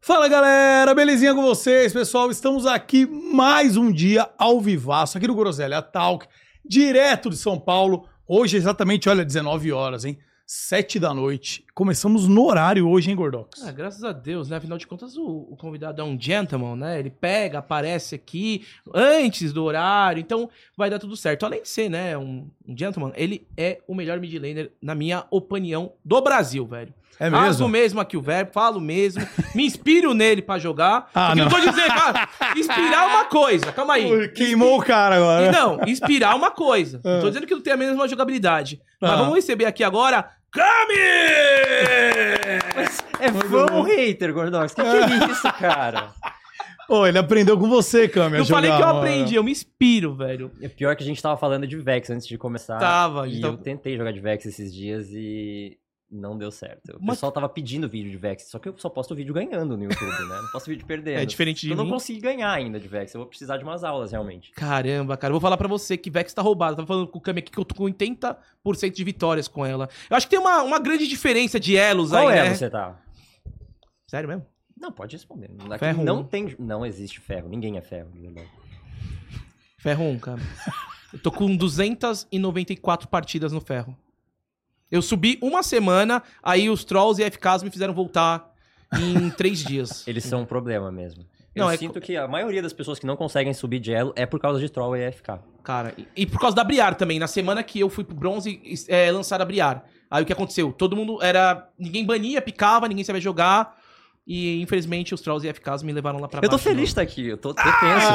Fala galera, belezinha com vocês, pessoal? Estamos aqui mais um dia ao vivaço, aqui no Groselha Talk, direto de São Paulo. Hoje exatamente, olha, 19 horas, hein? 7 da noite. Começamos no horário hoje, hein, Gordox? Graças a Deus, né? Afinal de contas, o convidado é um gentleman, né? Ele pega, aparece aqui antes do horário, então vai dar tudo certo. Além de ser, né, um gentleman, ele é o melhor mid laner, na minha opinião, do Brasil, velho. É mesmo? Faço mesmo aqui o verbo, falo mesmo, me inspiro nele pra jogar. Não. Eu tô dizendo, cara, inspirar é uma coisa, calma aí. Queimou o cara agora. E não, inspirar é uma coisa. Não tô dizendo que não tem a mesma jogabilidade. Mas vamos receber aqui agora, Kami! Mas é fã ou hater, Gordox? Que é isso, cara? Ô, ele aprendeu com você, Kami, a Eu falei que eu jogar, aprendi, eu me inspiro, velho. É pior que a gente tava falando de Vex antes de começar. Tava. E Então... eu tentei jogar de Vex esses dias e não deu certo. O pessoal tava pedindo vídeo de Vex, só que eu só posto vídeo ganhando no YouTube, né? Não posto vídeo perdendo. É diferente de mim. Eu não consegui ganhar ainda de Vex, eu vou precisar de umas aulas, realmente. Caramba, cara, eu vou falar pra você que Vex tá roubado. Eu tava falando com o Kami aqui que eu tô com 80% de vitórias com ela. Eu acho que tem uma grande diferença de elos Qual aí, é né? você tá? Sério mesmo? Não, pode responder. Aqui Ferro não existe ferro, ninguém é ferro, de verdade. Ferro 1, cara. Eu tô com 294 partidas no ferro. Eu subi uma semana, aí os Trolls e FKs me fizeram voltar em 3 dias. Eles são um problema mesmo. Não, eu sinto que a maioria das pessoas que não conseguem subir de elo é por causa de Troll e AFK. Cara, e por causa da Briar também. Na semana que eu fui pro bronze, lançaram a Briar. Aí o que aconteceu? Todo mundo era... Ninguém bania, picava, ninguém sabia jogar. E infelizmente os Trolls e FKs me levaram lá pra baixo. Eu tô feliz de estar aqui, eu tô tenso.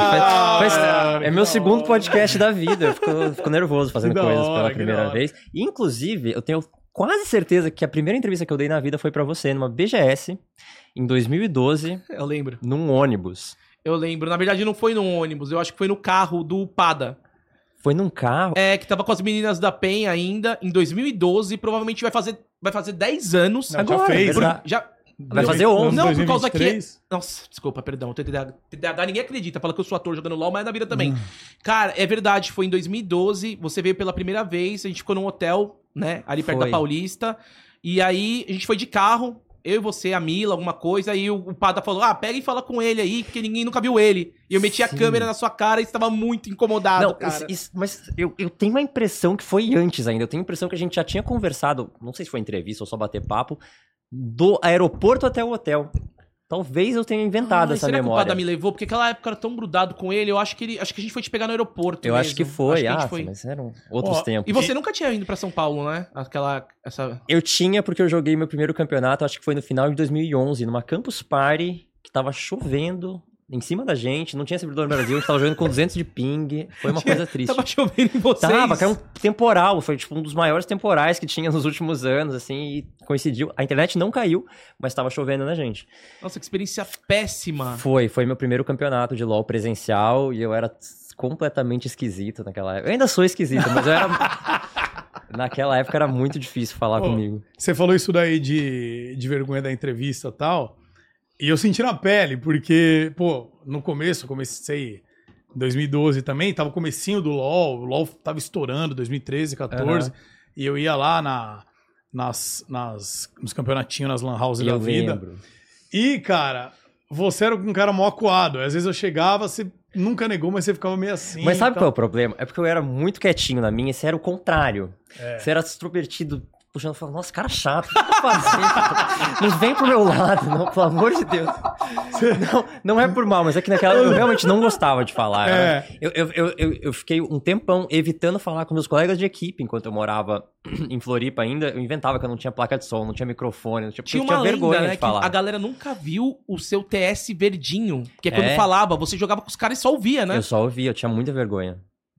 É meu segundo podcast da vida. Eu fico nervoso fazendo coisas pela primeira vez. E, inclusive, eu tenho quase certeza que a primeira entrevista que eu dei na vida foi pra você, numa BGS, em 2012. Eu lembro. Num ônibus. Eu lembro. Na verdade, não foi num ônibus. Eu acho que foi no carro do Pada. Foi num carro? É, que tava com as meninas da PEN ainda, em 2012. Provavelmente vai fazer 10 anos. Não, agora, já fez, Vai fazer 11. Não, por causa que... Nossa, desculpa, perdão. O TDAH ninguém acredita. Fala que eu sou ator jogando LOL, mas é na vida também. Cara, é verdade. Foi em 2012. Você veio pela primeira vez. A gente ficou num hotel, né? Ali perto da Paulista. E aí, a gente foi de carro. Eu e você, a Mila, alguma coisa. Aí o Pada falou, pega e fala com ele aí, porque ninguém nunca viu ele. E eu meti a câmera na sua cara e você tava muito incomodado, não, cara. Mas eu tenho uma impressão que foi antes ainda. Eu tenho a impressão que a gente já tinha conversado, não sei se foi entrevista ou só bater papo, do aeroporto até o hotel. Talvez eu tenha inventado essa memória. Será que o Pada me levou? Porque aquela época eu era tão grudado com ele, eu acho que a gente foi te pegar no aeroporto Eu mesmo. acho que foi, foi. Mas eram outros tempos. E você nunca tinha ido pra São Paulo, né? Eu tinha, porque eu joguei meu primeiro campeonato, acho que foi no final de 2011, numa Campus Party, que tava chovendo em cima da gente, não tinha servidor no Brasil, a gente tava jogando com 200 de ping, foi uma coisa triste. Tava chovendo em vocês. Caiu um temporal, foi tipo um dos maiores temporais que tinha nos últimos anos, assim, e coincidiu. A internet não caiu, mas tava chovendo na gente. Nossa, que experiência péssima. Foi meu primeiro campeonato de LoL presencial e eu era completamente esquisito naquela época. Eu ainda sou esquisito, mas eu era... Naquela época era muito difícil falar comigo. Você falou isso daí de vergonha da entrevista e tal... E eu senti na pele, porque, no começo, eu comecei em 2012 também, tava o comecinho do LoL, o LoL tava estourando, 2013, 14, e eu ia lá nos campeonatinhos, nas lan houses da vida. Lembro. E, cara, você era um cara mó acuado, às vezes eu chegava, você nunca negou, mas você ficava meio assim. Mas sabe qual é o problema? É porque eu era muito quietinho na minha, você era o contrário. Você era extrovertido, puxando, falando, nossa, cara chato, o que eu tô fazendo? Não vem pro meu lado, não, pelo amor de Deus. Não é por mal, mas é que naquela época eu realmente não gostava de falar. Né? Eu fiquei um tempão evitando falar com meus colegas de equipe enquanto eu morava em Floripa ainda. Eu inventava que eu não tinha placa de som, não tinha microfone, eu tinha vergonha lenda, né, de falar. Que a galera nunca viu o seu TS verdinho, que é quando falava, você jogava com os caras e só ouvia, né? Eu só ouvia, eu tinha muita vergonha.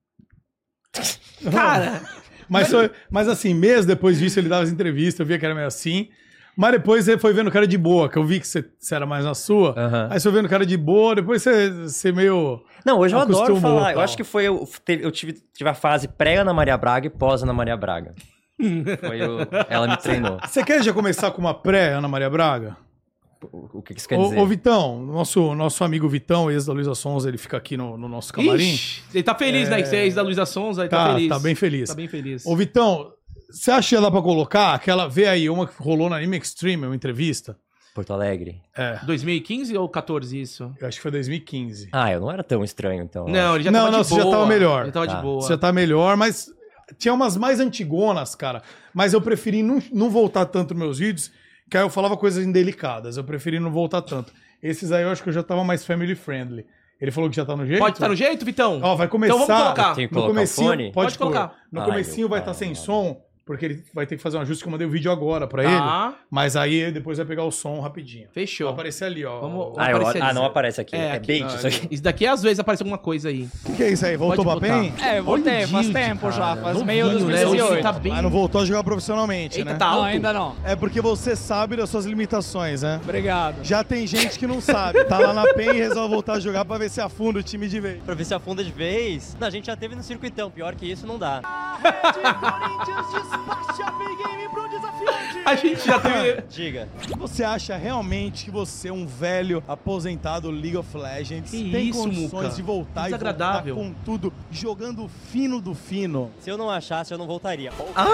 Cara... Mas assim, meses depois disso ele dava as entrevistas, eu via que era meio assim. Mas depois você foi vendo cara de boa, que eu vi que você era mais na sua. Aí você foi vendo cara de boa, depois você meio... Não, hoje eu adoro falar. Tal. Eu acho que foi... Eu tive a fase pré-Ana Maria Braga e pós-Ana Maria Braga. Ela me treinou. Você quer já começar com uma pré-Ana Maria Braga? O que isso quer dizer? Ô Vitão, nosso amigo Vitão, ex da Luísa Sonza, ele fica aqui no nosso camarim. Ixi, ele tá feliz, né? Que você é ex da Luísa Sonza, ele tá feliz. Tá bem feliz. Tá bem feliz. Ô Vitão, você acha que dá pra colocar aquela... Vê aí, uma que rolou na Anime Extreme, uma entrevista, Porto Alegre. 2015 ou 14 isso? Eu acho que foi 2015. Eu não era tão estranho, então. Não, ele já tava de boa. Você já tava melhor. Já tava de boa. Você já tá melhor, mas tinha umas mais antigonas, cara. Mas eu preferi não voltar tanto nos meus vídeos, que aí eu falava coisas indelicadas. Eu preferi não voltar tanto. Esses aí eu acho que eu já tava mais family friendly. Ele falou que já tá no jeito? Pode estar no jeito, Vitão? Ó, vai começar. Então vamos colocar. Tem que No colocar comecinho, o fone? pode colocar. No comecinho vai estar sem som, porque ele vai ter que fazer um ajuste que eu mandei o vídeo agora pra ele. Mas aí depois vai pegar o som rapidinho. Fechou. Vai aparecer ali, ó. Não aparece aqui. É bait isso aqui. Isso daqui às vezes aparece alguma coisa aí. O que é isso aí? Voltou pra PEN? Voltei, faz tempo já, faz meio de 2018. Mas não voltou a jogar profissionalmente, Eita, né? tá alto. Não, ainda não. É porque você sabe das suas limitações, né? Obrigado. Já tem gente que não sabe. Tá lá na PEN e resolve voltar a jogar pra ver se afunda o time de vez. Pra ver se afunda de vez. Não, a gente já teve no circuitão. Pior que isso, não dá. A gente já teve... Diga. Você acha realmente que você é um velho aposentado League of Legends Que tem isso, condições Muca? de voltar Desagradável. e voltar com tudo, jogando fino do fino? Se eu não achasse, eu não voltaria.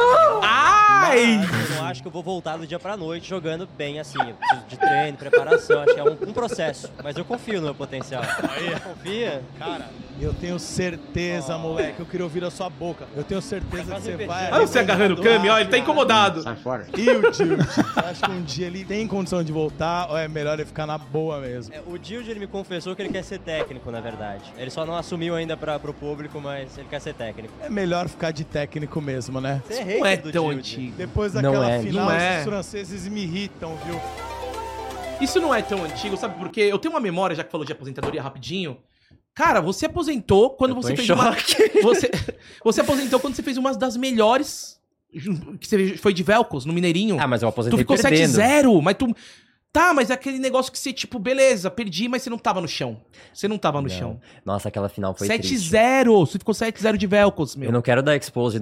Ai! Mas eu não acho que eu vou voltar do dia pra noite jogando bem assim. Eu preciso de treino, preparação. Acho que é um processo. Mas eu confio no meu potencial. Confia? Cara, eu tenho certeza, moleque. Eu queria ouvir a sua boca. Eu tenho certeza que você vai... Olha você agarrando o Kami, ó, ele tá incomodado. Sai fora. E o Dilde? Você acha que um dia ele tem condição de voltar ou é melhor ele ficar na boa mesmo? O Dilde, ele me confessou que ele quer ser técnico, na verdade. Ele só não assumiu ainda pro público, mas ele quer ser técnico. É melhor ficar de técnico mesmo, né? Você Não é do tão Dilde. antigo. Depois daquela final, não é. os franceses me irritam, viu? Isso não é tão antigo, sabe por quê? Eu tenho uma memória, já que falou de aposentadoria rapidinho. Cara, você aposentou quando você fez uma... Você aposentou quando você fez uma das melhores... Que você foi de Velcos, no Mineirinho. Mas eu aposentei Tu ficou perdendo. 7-0, mas tu... Tá, mas é aquele negócio que você, tipo, beleza, perdi, mas você não tava no chão. Você não tava no chão. Nossa, aquela final foi triste. 7-0, você ficou 7-0 de Velcos, meu. Eu não quero dar expose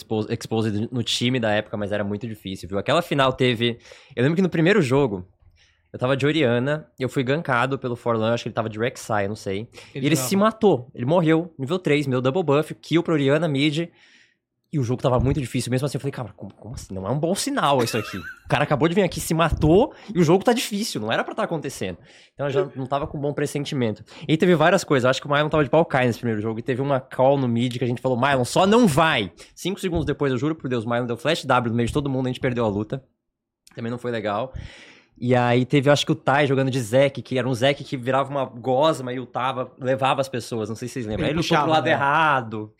no time da época, mas era muito difícil, viu? Aquela final teve... Eu lembro que no primeiro jogo, eu tava de Orianna, eu fui gankado pelo Forlan, acho que ele tava de Rek'Sai, eu não sei. E ele se matou, ele morreu, nível 3, meu double buff, kill pra Orianna, mid... E o jogo tava muito difícil, mesmo assim eu falei, cara, como assim? Não é um bom sinal isso aqui. O cara acabou de vir aqui, se matou, e o jogo tá difícil, não era pra estar acontecendo. Então eu já não tava com bom pressentimento. E teve várias coisas, eu acho que o Mylon tava de pau cai nesse primeiro jogo, e teve uma call no mid que a gente falou, Mylon, só não vai! 5 segundos depois, eu juro por Deus, o Mylon deu flash W no meio de todo mundo, a gente perdeu a luta. Também não foi legal. E aí teve, eu acho que o Tai jogando de Zek, que era um Zek que virava uma gosma e levava as pessoas, não sei se vocês lembram. Aí ele lutou pro lado errado.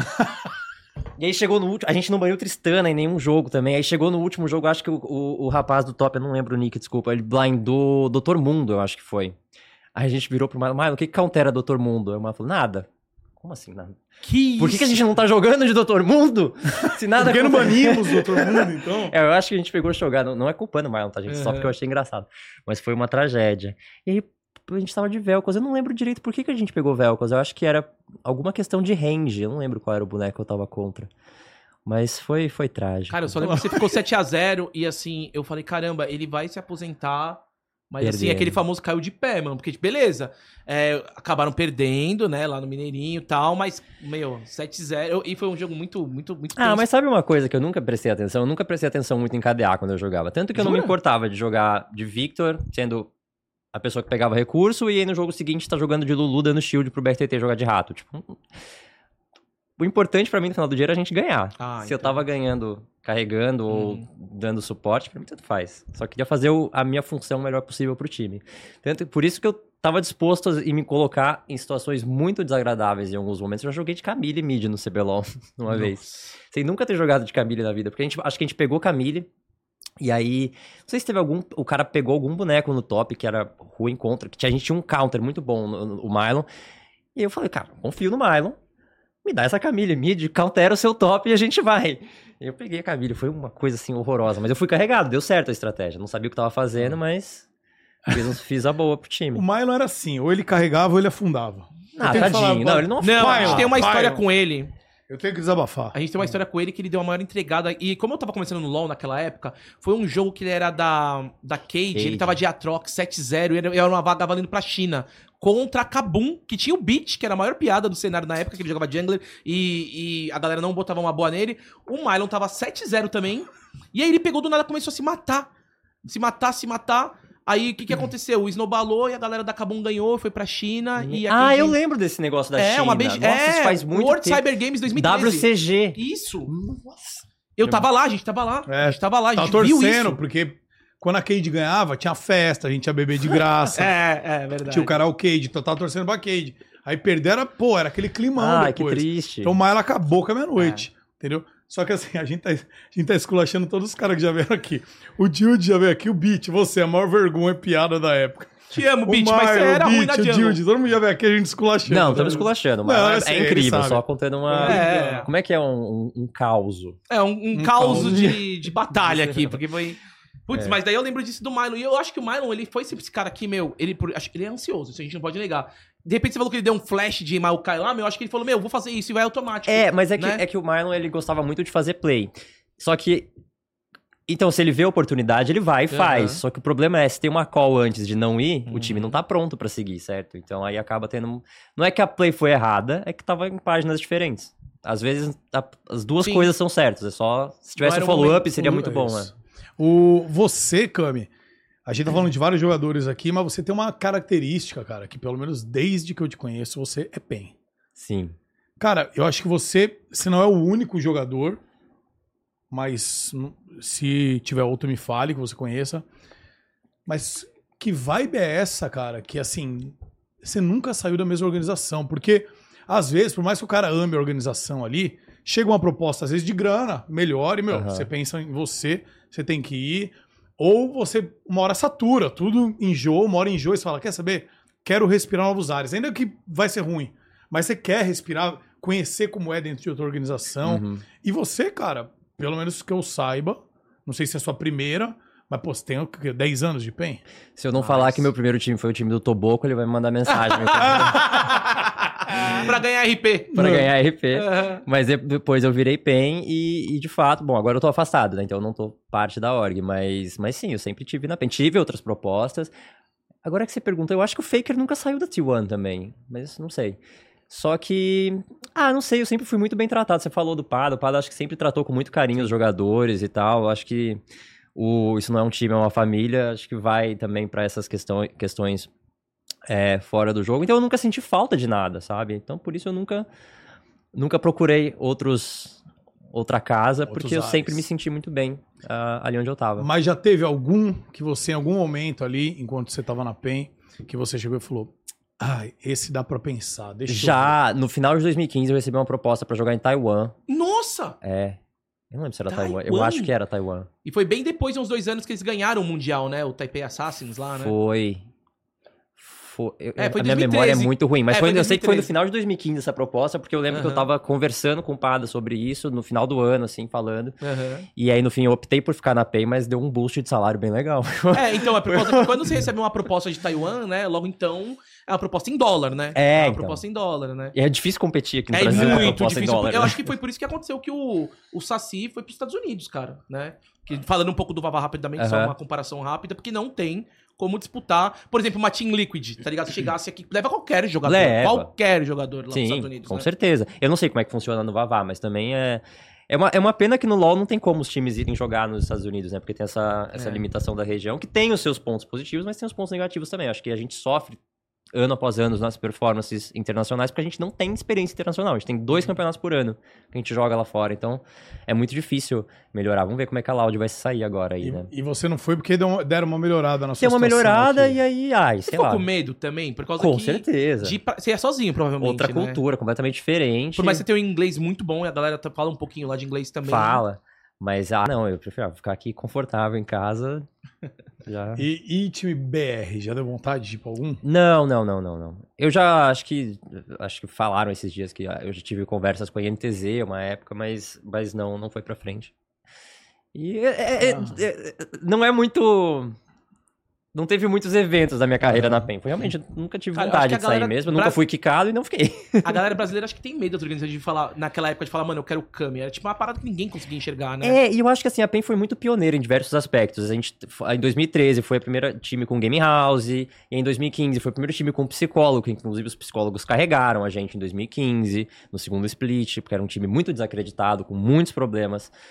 E aí chegou no último... A gente não baniu Tristana em nenhum jogo também. Aí chegou no último jogo, acho que o rapaz do top, eu não lembro o nick, desculpa, ele blindou Dr. Mundo, eu acho que foi. Aí a gente virou pro Mylon, o que countera Dr. Mundo? Aí o Mylon falou, nada. Como assim, nada? Por que a gente não tá jogando de Dr. Mundo? Se nada Por que não banimos o Dr. Mundo, então? Eu acho que a gente pegou jogado. Não é culpando o Mylon, tá, gente? Só porque eu achei engraçado. Mas foi uma tragédia. E aí a gente tava de Vel'Koz. Eu não lembro direito por que a gente pegou Vel'Koz. Eu acho que era alguma questão de range. Eu não lembro qual era o boneco que eu tava contra. Mas foi trágico. Cara, eu só lembro que você ficou 7-0 e assim, eu falei, caramba, ele vai se aposentar. Mas assim, aquele famoso caiu de pé, mano. Porque, beleza, acabaram perdendo, né, lá no Mineirinho e tal, mas, 7-0. E foi um jogo muito tenso. Mas sabe uma coisa que eu nunca prestei atenção? Eu nunca prestei atenção muito em KDA quando eu jogava. Tanto que eu não me importava de jogar de Victor, sendo a pessoa que pegava recurso, e aí no jogo seguinte tá jogando de Lulu, dando shield pro BRTT jogar de rato. Tipo, o importante pra mim no final do dia era a gente ganhar. Se eu tava ganhando, carregando ou dando suporte, pra mim tanto faz. Só queria fazer a minha função o melhor possível pro time. Tanto, por isso que eu tava disposto a me colocar em situações muito desagradáveis em alguns momentos. Eu já joguei de Camille mid no CBLOL uma vez. Sem nunca ter jogado de Camille na vida, porque acho que a gente pegou Camille. E aí, não sei se teve o cara pegou algum boneco no top que era ruim contra, que a gente tinha um counter muito bom o Mylon. E aí eu falei, cara, confio no Mylon. Me dá essa Camille mid, countera o seu top e a gente vai. Eu peguei a Camille, foi uma coisa assim horrorosa, mas eu fui carregado, deu certo a estratégia. Não sabia o que tava fazendo, mas fiz a boa pro time. O Mylon era assim, ou ele carregava ou ele afundava. Tadinho. Não, ele não afundava. Não, a gente tem uma história com ele. Eu tenho que desabafar. A gente tem uma história com ele que ele deu a maior entregada. E como eu tava começando no LoL naquela época, foi um jogo que ele era da Cade. Ele tava de Atrox 7-0 e era uma vaga valendo pra China. Contra a Kabum, que tinha o Beat, que era a maior piada do cenário na época, que ele jogava jungler, e a galera não botava uma boa nele. O Mylon tava 7-0 também. E aí ele pegou do nada e começou a se matar. Se matar. Aí, o que aconteceu? O snowballou e a galera da Kabum ganhou, foi pra China e... Eu lembro desse negócio da China. Nossa, isso faz muito World tempo. Cyber Games 2013. WCG. Isso. Nossa. Eu tava lá, a gente tava lá. A gente tava lá, a gente tava viu torcendo, isso. Porque quando a Cade ganhava, tinha festa, a gente ia beber de graça. Verdade. Tinha o karaokê, então tava torcendo pra Cade. Aí perderam, era aquele climão depois. Que triste. Então o Maia acabou com a meia-noite, entendeu? Só que assim, a gente tá esculachando todos os caras que já vieram aqui. O Dilde já veio aqui, o Beat, você, a maior vergonha piada da época. Te amo, Beat, mas você era ruim na Jungle. O Dilde, todo mundo já veio aqui, a gente esculachando. Não, estamos esculachando, mas é incrível, só contando uma... Como é que é um causo? Um causo de batalha aqui, porque foi... Putz, mas daí eu lembro disso do Mylon. E eu acho que o Mylon, ele foi sempre esse cara aqui, ele é ansioso, isso a gente não pode negar. De repente você falou que ele deu um flash de Maokai lá, eu acho que ele falou, vou fazer isso e vai automático. Mas é que o Mylon, ele gostava muito de fazer play. Só que... Então, se ele vê a oportunidade, ele vai e faz. Só que o problema é, se tem uma call antes de não ir, o time não tá pronto pra seguir, certo? Então aí acaba tendo... Não é que a play foi errada, é que tava em páginas diferentes. Às vezes, as duas coisas são certas. É só... Se tivesse um follow-up, seria muito bom, né? Você, Cami, a gente tá falando de vários jogadores aqui, mas você tem uma característica, cara, que pelo menos desde que eu te conheço, você é PEN. Sim. Cara, eu acho que você não é o único jogador, mas se tiver outro me fale, que você conheça. Mas que vibe é essa, cara, que assim, você nunca saiu da mesma organização? Porque, às vezes, por mais que o cara ame a organização ali, chega uma proposta, às vezes, de grana, melhor, e, você pensa em você tem que ir, ou você uma hora satura, tudo enjoa, uma hora enjoa e você fala, quer saber? Quero respirar novos ares, ainda que vai ser ruim, mas você quer respirar, conhecer como é dentro de outra organização, e você, cara, pelo menos que eu saiba, não sei se é a sua primeira, mas, pô, você tem 10 anos de PEN? Se eu não falar que meu primeiro time foi o time do Toboco, ele vai me mandar mensagem. Pra ganhar RP. Pra ganhar RP. Mas depois eu virei PEN e, de fato, bom, agora eu tô afastado, né? Então eu não tô parte da org. Mas sim, eu sempre tive na PEN. Tive outras propostas. Agora que você pergunta, eu acho que o Faker nunca saiu da T1 também. Mas não sei. Só que... não sei, eu sempre fui muito bem tratado. Você falou do Pada. O Pada acho que sempre tratou com muito carinho os jogadores e tal. Eu acho que isso não é um time, é uma família. Acho que vai também pra essas questões fora do jogo. Então eu nunca senti falta de nada, sabe? Então por isso eu nunca procurei outra casa, porque eu sempre me senti muito bem ali onde eu tava. Mas já teve algum que você, em algum momento ali, enquanto você tava na PEN, que você chegou e falou, esse dá pra pensar, Já, no final de 2015 eu recebi uma proposta pra jogar em Taiwan. Nossa! Eu não lembro se era Taiwan. Eu acho que era Taiwan. E foi bem depois de uns 2 anos que eles ganharam o Mundial, né? O Taipei Assassins lá, né? Foi a 2013. Minha memória é muito ruim, mas eu sei que foi no final de 2015 essa proposta, porque eu lembro que eu tava conversando com o Pada sobre isso no final do ano, assim, falando. E aí, no fim, eu optei por ficar na PEN, mas deu um boost de salário bem legal. Então, quando você recebe uma proposta de Taiwan, né, logo então, é uma proposta em dólar, né? Proposta em dólar, né? E é difícil competir aqui no Brasil. É muito difícil. Eu acho que foi por isso que aconteceu que o Saci foi pros Estados Unidos, cara, né? Falando um pouco do Vavá rapidamente, só uma comparação rápida, porque não tem como disputar, por exemplo, uma Team Liquid, tá ligado? Se chegasse aqui, leva qualquer jogador lá nos Estados Unidos. Com certeza. Eu não sei como é que funciona no Vavá, mas também é uma pena que no LoL não tem como os times irem jogar nos Estados Unidos, né? Porque tem essa limitação da região, que tem os seus pontos positivos, mas tem os pontos negativos também. Acho que a gente sofre ano após ano nas performances internacionais, porque a gente não tem experiência internacional. A gente tem 2 campeonatos por ano que a gente joga lá fora. Então, é muito difícil melhorar. Vamos ver como é que a Loud vai sair agora aí, né? E você não foi porque deram uma melhorada na sua situação. Tem uma melhorada aqui. E aí, sei lá. Você ficou com medo também? Por causa com certeza. Você é sozinho, provavelmente, outra cultura, completamente diferente. Por mais que você tenha um inglês muito bom, e a galera fala um pouquinho lá de inglês também. Fala. Mas, não, eu prefiro ficar aqui confortável em casa. Já. E time BR, já deu vontade de ir pra algum? Não. Eu já acho que falaram esses dias que eu já tive conversas com a INTZ uma época, mas não foi pra frente. E não é muito... Não teve muitos eventos da minha carreira na PEN. Realmente, eu nunca tive vontade de sair mesmo. Nunca fui quicado e não fiquei. A galera brasileira acho que tem medo da organização de falar, naquela época, de falar, mano, eu quero o Kami. Era tipo uma parada que ninguém conseguia enxergar, né? E eu acho que assim, a PEN foi muito pioneira em diversos aspectos. A gente, em 2013, foi a primeira time com Game House. E em 2015 foi o primeiro time com psicólogo. Inclusive, os psicólogos carregaram a gente em 2015, no segundo split, porque era um time muito desacreditado, com muitos problemas.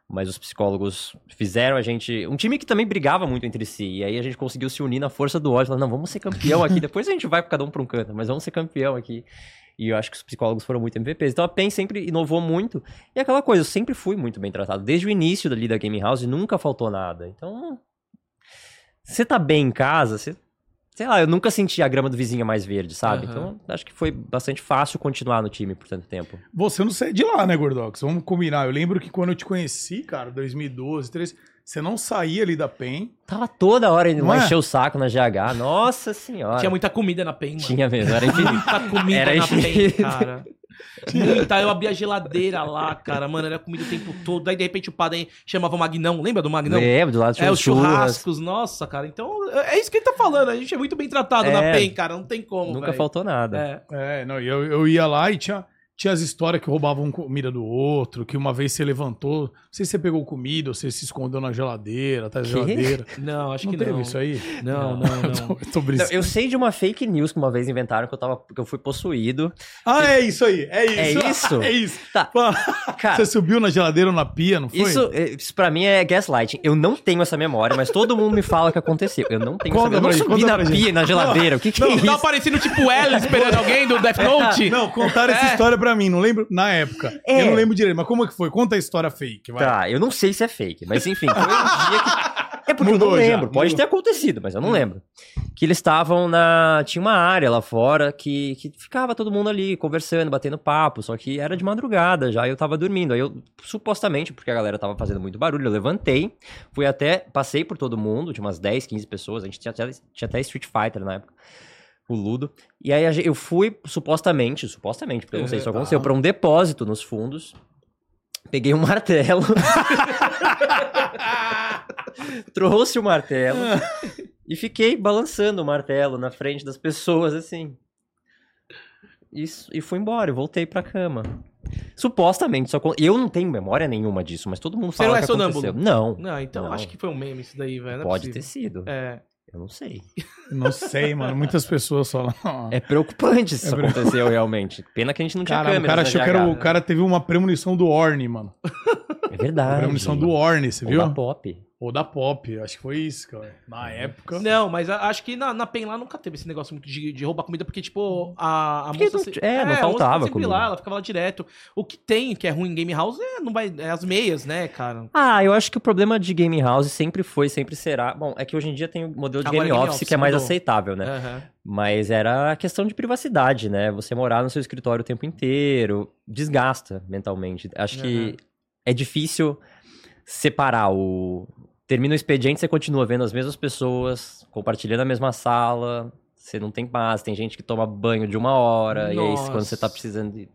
Mas os psicólogos fizeram a gente... Um time que também brigava muito entre si. E aí a gente conseguiu se unir na força do ódio. Falando, não, vamos ser campeão aqui. Depois a gente vai cada um pra um canto. Mas vamos ser campeão aqui. E eu acho que os psicólogos foram muito MVPs. Então a PEN sempre inovou muito. E aquela coisa, eu sempre fui muito bem tratado. Desde o início dali da Game House, nunca faltou nada. Então, você tá bem em casa, sei lá, eu nunca senti a grama do vizinho mais verde, sabe? Então, acho que foi bastante fácil continuar no time por tanto tempo. Você não sai de lá, né, Gordox? Vamos combinar. Eu lembro que quando eu te conheci, cara, 2012, 2013, você não saía ali da PEN. Tava toda hora indo lá encher o saco na GH. Nossa senhora. Tinha muita comida na PEN, mano. Tinha mesmo, era infinito. Muita comida Era na PEN, infinito. cara. Muita, eu abria a geladeira lá, cara. Mano, era comida o tempo todo. Aí, de repente, o padre chamava o Magnão. Lembra do Magnão? Lembro, do lado de os churrascos. Nossa, cara. Então, é isso que ele tá falando. A gente é muito bem tratado na PEN, cara. Não tem como, Nunca faltou nada. Não, eu ia lá e tinha as histórias que roubavam comida do outro, que uma vez você levantou, não sei se você pegou comida ou você se escondeu na geladeira, atrás da geladeira. Não, acho que não. Não teve não. isso aí? Não. Tô brincando. Eu sei de uma fake news que uma vez inventaram que eu fui possuído. Ah, é isso aí, é isso. É isso? É isso. Tá. Cara, você subiu na geladeira ou na pia, não foi? Isso pra mim é gaslighting. Eu não tenho essa memória, mas todo mundo me fala que aconteceu. Eu não tenho essa memória. Eu não subi na pia, na geladeira. O que é isso? Tá parecendo tipo L esperando alguém do Death Note? Não, contaram essa história pra mim, não lembro na época. Eu não lembro direito, mas como é que foi? Conta a história fake, vai. Tá, eu não sei se é fake, mas enfim, foi um dia que... É porque mudou, eu não lembro, pode ter acontecido, mas eu não lembro. Que eles estavam tinha uma área lá fora que ficava todo mundo ali conversando, batendo papo, só que era de madrugada já, e eu tava dormindo. Aí eu, supostamente, porque a galera tava fazendo muito barulho, eu levantei, passei por todo mundo, tinha umas 10, 15 pessoas, a gente tinha até Street Fighter na época. O Ludo. E aí eu fui, supostamente, porque eu não sei se isso aconteceu, pra um depósito nos fundos. Peguei um martelo. Trouxe o martelo. E fiquei balançando o martelo na frente das pessoas, assim. Isso, e fui embora, eu voltei pra cama. Supostamente, eu não tenho memória nenhuma disso, mas todo mundo fala que aconteceu. Não. Não, então acho que foi um meme isso daí, velho. Pode ter sido. É. Eu não sei. Não sei, mano. Muitas pessoas falam. É preocupante se isso aconteceu realmente. Pena que a gente não tinha câmera. O cara achou que o cara teve uma premonição do Orne, mano. É verdade. Uma premonição do Orne, você viu? Ou da Pop. Ou da Pop, acho que foi isso, cara. Na época. Não, mas acho que na PEN lá nunca teve esse negócio muito de roubar comida, porque, tipo, a moça. Não faltava sempre comida. Lá, ela ficava lá direto. O que tem, que é ruim em Game House, é as meias, né, cara? Eu acho que o problema de Game House sempre será. Bom, é que hoje em dia tem o modelo de Agora Game Office que é mais aceitável, né? Uhum. Mas era a questão de privacidade, né? Você morar no seu escritório o tempo inteiro desgasta mentalmente. Acho que é difícil separar Termina o expediente, você continua vendo as mesmas pessoas, compartilhando a mesma sala, você não tem paz, tem gente que toma banho de 1 hora, e aí quando você tá precisando de...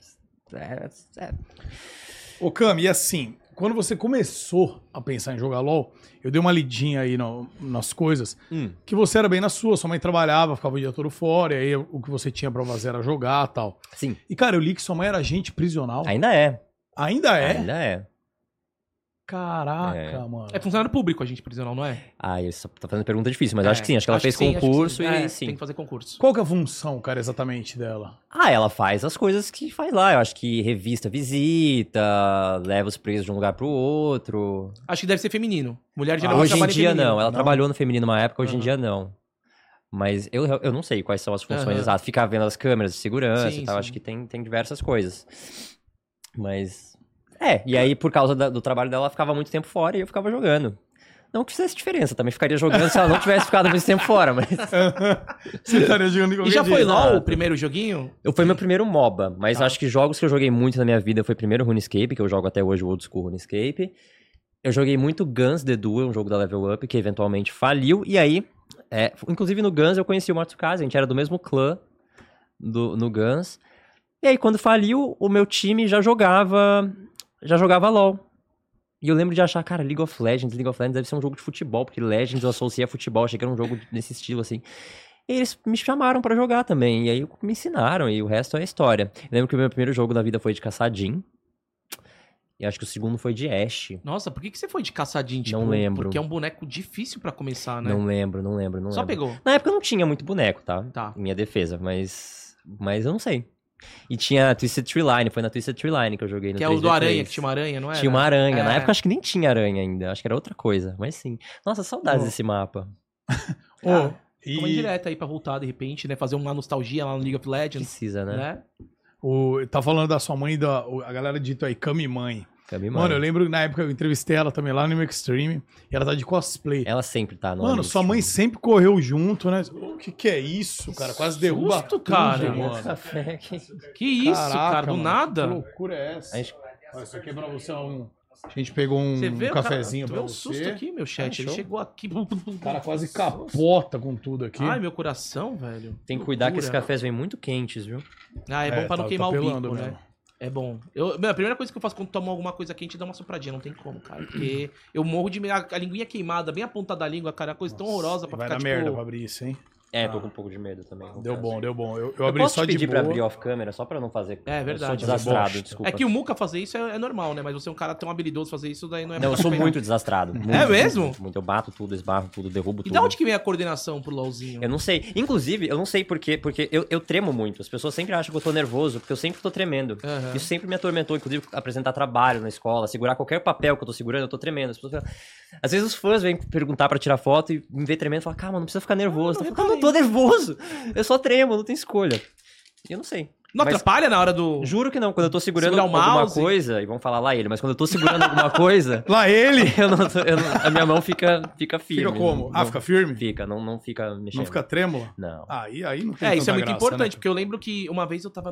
Ô, Cami, e assim, quando você começou a pensar em jogar LoL, eu dei uma lidinha aí nas coisas, que você era bem na sua mãe trabalhava, ficava o dia todo fora, e aí o que você tinha pra fazer era jogar e tal. Sim. E, cara, eu li que sua mãe era agente prisional. Ainda é. Ainda é? Ainda é. Caraca, mano. É funcionário público a gente prisional, não é? Isso tá fazendo pergunta difícil, mas acho que sim. Acho que ela fez concurso e sim. Tem que fazer concurso. Qual que é a função, cara, exatamente dela? Ela faz as coisas que faz lá. Eu acho que revista visita, leva os presos de um lugar pro outro. Acho que deve ser feminino. Mulher geralmente hoje em dia feminino. não. Ela trabalhou no feminino uma época, hoje em dia não. Mas eu não sei quais são as funções exatas. Ficar vendo as câmeras de segurança e tal. Acho que tem diversas coisas. Mas... e aí por causa do trabalho dela, ela ficava muito tempo fora e eu ficava jogando. Não que fizesse diferença, também ficaria jogando se ela não tivesse ficado muito tempo fora, mas... Você estaria jogando em qualquer E já foi dia. LoL o primeiro joguinho? Foi meu primeiro MOBA, mas acho que jogos que eu joguei muito na minha vida foi primeiro RuneScape, que eu jogo até hoje o Old School RuneScape. Eu joguei muito Guns The Duel, um jogo da Level Up, que eventualmente faliu, e aí... inclusive no Guns eu conheci o Matsukaze, a gente era do mesmo clã no Guns. E aí quando faliu, o meu time já jogava LoL. E eu lembro de achar, cara, League of Legends deve ser um jogo de futebol, porque Legends eu associei a futebol, achei que era um jogo desse estilo, assim. E eles me chamaram pra jogar também, e aí me ensinaram, e o resto é história. Eu lembro que o meu primeiro jogo da vida foi de caçadinho, e acho que o segundo foi de Ashe. Nossa, por que você foi de caçadinho? Tipo, não lembro. Porque é um boneco difícil pra começar, né? Não lembro. Só pegou? Na época eu não tinha muito boneco, tá? Tá. Em minha defesa, mas eu não sei. E tinha Twisted Tree Line, foi na Twisted Tree Line que eu joguei no 3D3. Que é o do aranha, que tinha uma aranha, não é? Tinha uma aranha. Na época acho que nem tinha aranha ainda, acho que era outra coisa, mas sim. Nossa, saudades desse mapa. Uma indireta aí pra voltar de repente, né? Fazer uma nostalgia lá no League of Legends. Precisa, né? Tá falando da sua mãe, a galera dito aí, Kami Mãe. Mano, eu lembro que na época eu entrevistei ela também lá no Extreme, e ela tá de cosplay. Ela sempre tá no Mano, Amish, sua mãe sempre correu junto, né? O que é isso, cara? Quase derruba Susto, tudo, cara. mano. Café, Que isso, Caraca, cara, do mano, nada. Que loucura é essa? A gente- Olha, isso aqui é pra você A gente pegou um Você cafezinho pra um você. susto aqui, meu chat. Ele show. chegou aqui. O cara quase capota com tudo aqui. Ai, meu coração, velho. Tem que cuidar que esses Loucura. cafés vêm muito quentes, viu? Ah, é bom pra não tá queimar o bico, pelando né? mesmo. É bom. A primeira coisa que eu faço quando tomo alguma coisa quente é dar uma sopradinha. Não tem como, cara. Porque eu morro de medo. A linguinha queimada, bem a ponta da língua, cara. É uma coisa tão horrorosa pra Vai ficar, dar tipo... merda pra abrir isso, hein? É, tô com um pouco de medo também. Deu bom. Eu Eu abri posso só te de pedir boa. pra abrir off-câmera, só pra não fazer... É verdade. Eu sou desastrado, Bosta. desculpa. É que o Muka fazer isso é normal, né? Mas você é um cara tão habilidoso fazer isso, daí não é Não, eu sou muito desastrado. Muito, mesmo? Muito. Eu bato tudo, esbarro tudo, derrubo E tudo. da onde que vem a coordenação pro LoLzinho? Eu não sei. Inclusive, eu não sei por quê, porque eu tremo muito. As pessoas sempre acham que eu tô nervoso, porque eu sempre tô tremendo. Aham. Isso sempre me atormentou, inclusive apresentar trabalho na escola, segurar qualquer papel que eu tô segurando, eu tô tremendo. As pessoas falam... Às vezes os fãs vêm perguntar pra tirar foto e me ver tremendo e falam, calma, não precisa ficar nervoso. Eu falo, eu não tô nervoso. Eu só tremo, não tenho escolha. E eu não sei. Não Mas- atrapalha na hora do... Juro que não, quando eu tô segurando Segurar o alguma mouse. coisa, e vão falar lá ele, mas quando eu tô segurando alguma coisa, Lá ele! a minha mão fica firme. Fica como? Não, Fica firme? Fica, não fica mexendo. Não fica trêmula? Não. Aí não tem Isso tanta é muito graça, importante, né? porque eu lembro que uma vez eu tava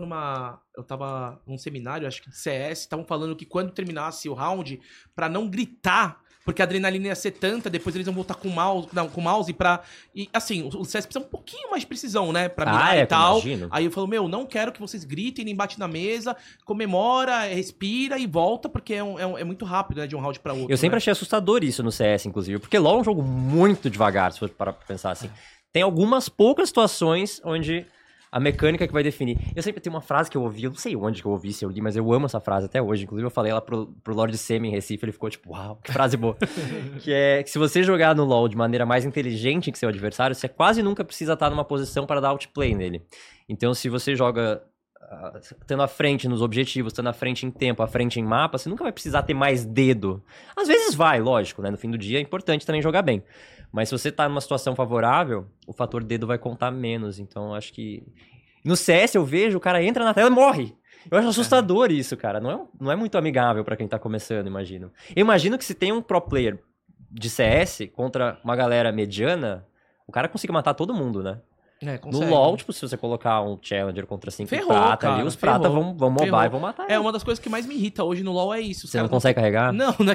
num seminário, acho que de CS, estavam falando que quando terminasse o round, pra não gritar, porque a adrenalina ia ser tanta, depois eles vão voltar com o mouse pra... E assim, o CS precisa um pouquinho mais de precisão, né? Pra mirar e tal. Imagino. Aí eu falo, não quero que vocês gritem, nem bate na mesa, comemora, respira e volta, porque é muito rápido, né? De um round pra outro. Eu sempre né? achei assustador isso no CS, inclusive, porque LoL é um jogo muito devagar, se for parar pra pensar assim. Tem algumas poucas situações onde a mecânica que vai definir. Eu sempre tenho uma frase que eu ouvi, eu não sei onde que eu ouvi, se eu li, mas eu amo essa frase até hoje. Inclusive eu falei ela pro Lord Semi em Recife, ele ficou tipo, uau, que frase boa. Que é que se você jogar no LoL de maneira mais inteligente que seu adversário, você quase nunca precisa estar numa posição para dar outplay nele. Então se você joga estando à frente nos objetivos, estando à frente em tempo, à frente em mapa, você nunca vai precisar ter mais dedo. Às vezes vai, lógico, né? No fim do dia é importante também jogar bem. Mas se você tá numa situação favorável, o fator dedo vai contar menos. Então eu acho que... No CS eu vejo, o cara entra na tela e morre. Eu acho assustador isso, cara. Não é muito amigável pra quem tá começando, imagino. Eu imagino que se tem um pro player de CS contra uma galera mediana, o cara consiga matar todo mundo, né? Consegue. No LoL, tipo, se você colocar um Challenger contra 5 Ferrou, prata ali, cara, os prata ferrou. vão mobar Ferrou. e vão matar É, ele. uma das coisas que mais me irrita hoje no LoL é isso. os Você não caras consegue carregar? Não, não é...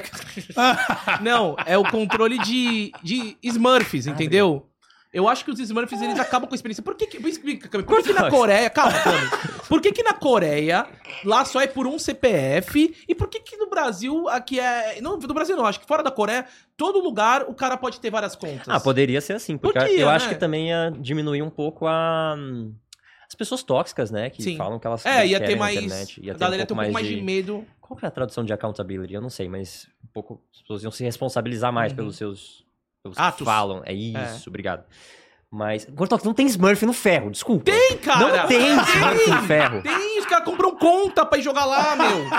Não, é o controle de Smurfs, entendeu? Eu acho que os Smurfs, eles acabam com a experiência. Por que explica, Cami, por que na Coreia... Calma, Cami. Por que na Coreia, lá só é por um CPF, e por que no Brasil, aqui é... Não, no Brasil não, acho que fora da Coreia, todo lugar o cara pode ter várias contas. Ah, poderia ser assim, porque Podia, eu acho né? que também ia diminuir um pouco as pessoas tóxicas, né? Que Sim. falam que elas Ia querem ter na mais... internet. Ia A galera ia ter um pouco mais de medo. Qual que é a tradução de accountability? Eu não sei, mas um pouco as pessoas iam se responsabilizar mais pelos seus Atos. que falam. É isso, obrigado. Mas, Gortok, não tem Smurf no ferro, desculpa. Tem, cara! Não tem Smurf no ferro. Tem, os caras compram conta pra ir jogar lá, meu.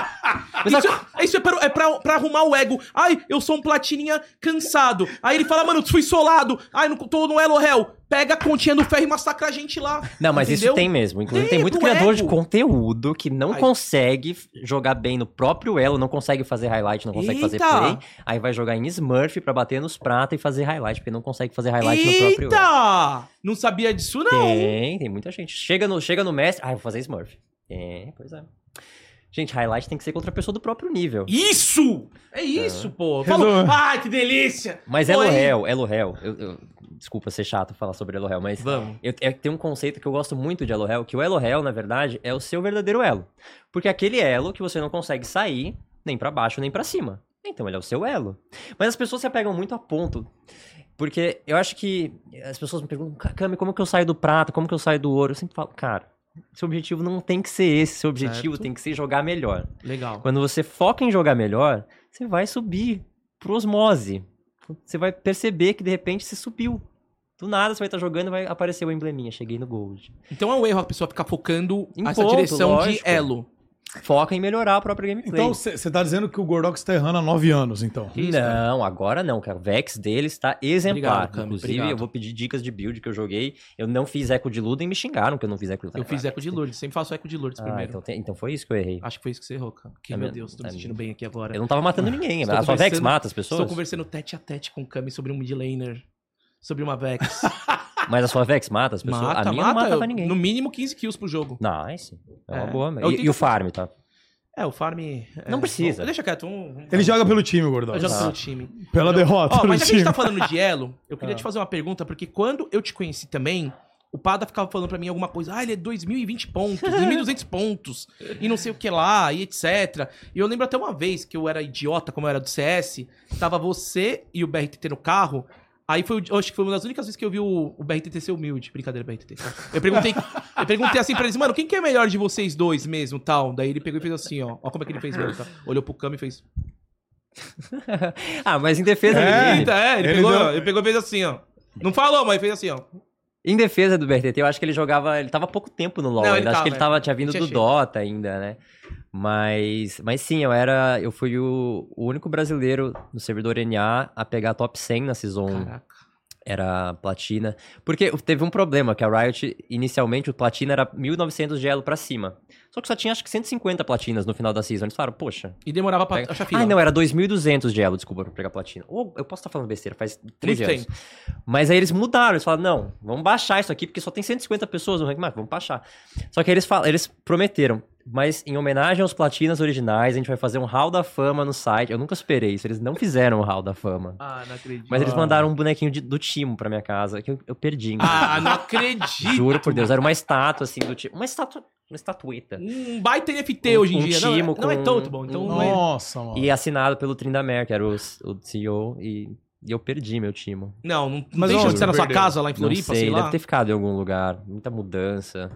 Mas Isso é pra arrumar o ego. Ai, eu sou um platininha cansado. Aí ele fala, mano, fui solado. Ai, não tô no Elo Hell. Pega a continha do ferro e massacra a gente lá. Não, mas entendeu? isso tem mesmo. Inclusive, Tem, tem muito do criador de ego. conteúdo que não consegue jogar bem no próprio elo, não consegue fazer highlight, não consegue fazer Eita! play. Aí vai jogar em Smurf pra bater nos prata e fazer highlight, porque não consegue fazer highlight no próprio elo. Eita! Não sabia disso, não. Tem muita gente. Chega no mestre, vou fazer Smurf. Pois é. Gente, highlight tem que ser contra a pessoa do próprio nível. Isso! É isso, pô. Falou, ai, que delícia! Mas Pô, Elo Hell. Desculpa ser chato falar sobre Elo Hell, mas Vamos. tem um conceito que eu gosto muito de Elo Hell, que o Elo Hell, na verdade, é o seu verdadeiro elo. Porque é aquele elo que você não consegue sair nem pra baixo nem pra cima. Então ele é o seu elo. Mas as pessoas se apegam muito a ponto. Porque eu acho que as pessoas me perguntam, Cami, como que eu saio do prata? Como que eu saio do ouro? Eu sempre falo, cara, seu objetivo não tem que ser esse. Seu objetivo tem que ser jogar melhor. Legal. Quando você foca em jogar melhor, você vai subir por osmose. Você vai perceber que, de repente, você subiu. Do nada você vai estar jogando e vai aparecer o embleminha. Cheguei no Gold. Então é um erro a pessoa ficar focando Em essa ponto, direção lógico. de elo. Foca em melhorar a própria gameplay. Então você tá dizendo que o Gordox tá errando há 9 anos, então. Não, agora não, cara. O Vex dele está exemplar. Obrigado, Cami, Inclusive, obrigado. eu vou pedir dicas de build que eu joguei. Eu não fiz eco de Luda e me xingaram que eu não fiz eco de Luda. Eu fiz eco de Lourdes, sempre faço eco de Lourdes primeiro. Então foi isso que eu errei. Acho que foi isso que você errou, cara. Que, É meu mesmo? Deus, tô me É sentindo mesmo. bem aqui agora. Eu não tava matando ninguém. Estou A sua Vex conversando- mata as pessoas? Estou conversando tete a tete com o Cami sobre um mid laner. Sobre uma Vex. Mas a sua Vex mata as pessoas? Mata, A minha não mata. matava ninguém. No mínimo 15 kills pro jogo. Nice. É uma É. boa. Eu E tento- o farm, tá? O farm... Não precisa. Deixa quieto. Ele joga pelo time, Gordox. Eu jogo Ah. pelo time. Pela derrota, Ó, pelo mas já que a time. gente tá falando de elo, eu queria te fazer uma pergunta, porque quando eu te conheci também, o Pada ficava falando pra mim alguma coisa. Ah, ele é 2.020 pontos, 2.200 pontos, e não sei o que lá, e etc. E eu lembro até uma vez que eu era idiota, como eu era do CS, tava você e o BRTT no carro. Aí eu acho que foi uma das únicas vezes que eu vi o BRTT ser humilde. Brincadeira, BRTT. Eu perguntei assim pra eles, mano, quem que é melhor de vocês dois mesmo, tal? Daí ele pegou e fez assim, ó. Ó como é que ele fez mesmo, tá? Olhou pro Cami e fez... Mas em defesa dele. Eita, ele pegou e fez assim, ó. Não falou, mas fez assim, ó. Em defesa do BRTT, eu acho que ele jogava. Ele tava há pouco tempo no LoL. Não, Ainda. Acho que ele tinha vindo Tinha do cheio. Dota ainda, né? Mas sim, eu fui o único brasileiro no servidor NA a pegar top 100 na Season 1. Caraca. Era platina. Porque teve um problema, que a Riot, inicialmente, o platina era 1.900 de elo pra cima. Só que só tinha, acho que 150 platinas no final da season. Eles falaram, poxa... E demorava pra achar fila. não, era 2.200 de elo, desculpa, pra pegar platina. Ou eu posso estar falando besteira, faz 13 Muito anos. Mas aí eles mudaram, eles falaram, não, vamos baixar isso aqui, porque só tem 150 pessoas no rank, mas vamos baixar. Só que aí eles prometeram, mas em homenagem aos platinas originais, a gente vai fazer um Hall da Fama no site. Eu nunca esperei isso, eles não fizeram o Hall da Fama. Ah, não acredito. Mas eles mandaram um bonequinho do Timo pra minha casa, que eu perdi. Ah, não acredito. Juro por Deus, era uma estátua assim do Timo. Uma estatueta. Um baita NFT hoje em dia. Timo Não é com- tanto bom. Então não é... Nossa, mano. E assinado pelo Tryndamere, que era o CEO, e eu perdi meu Timo. Não Mas tem onde chance de ser na sua perdeu? casa lá em Não Floripa, sei, sei lá. deve ter ficado em algum lugar. Muita mudança.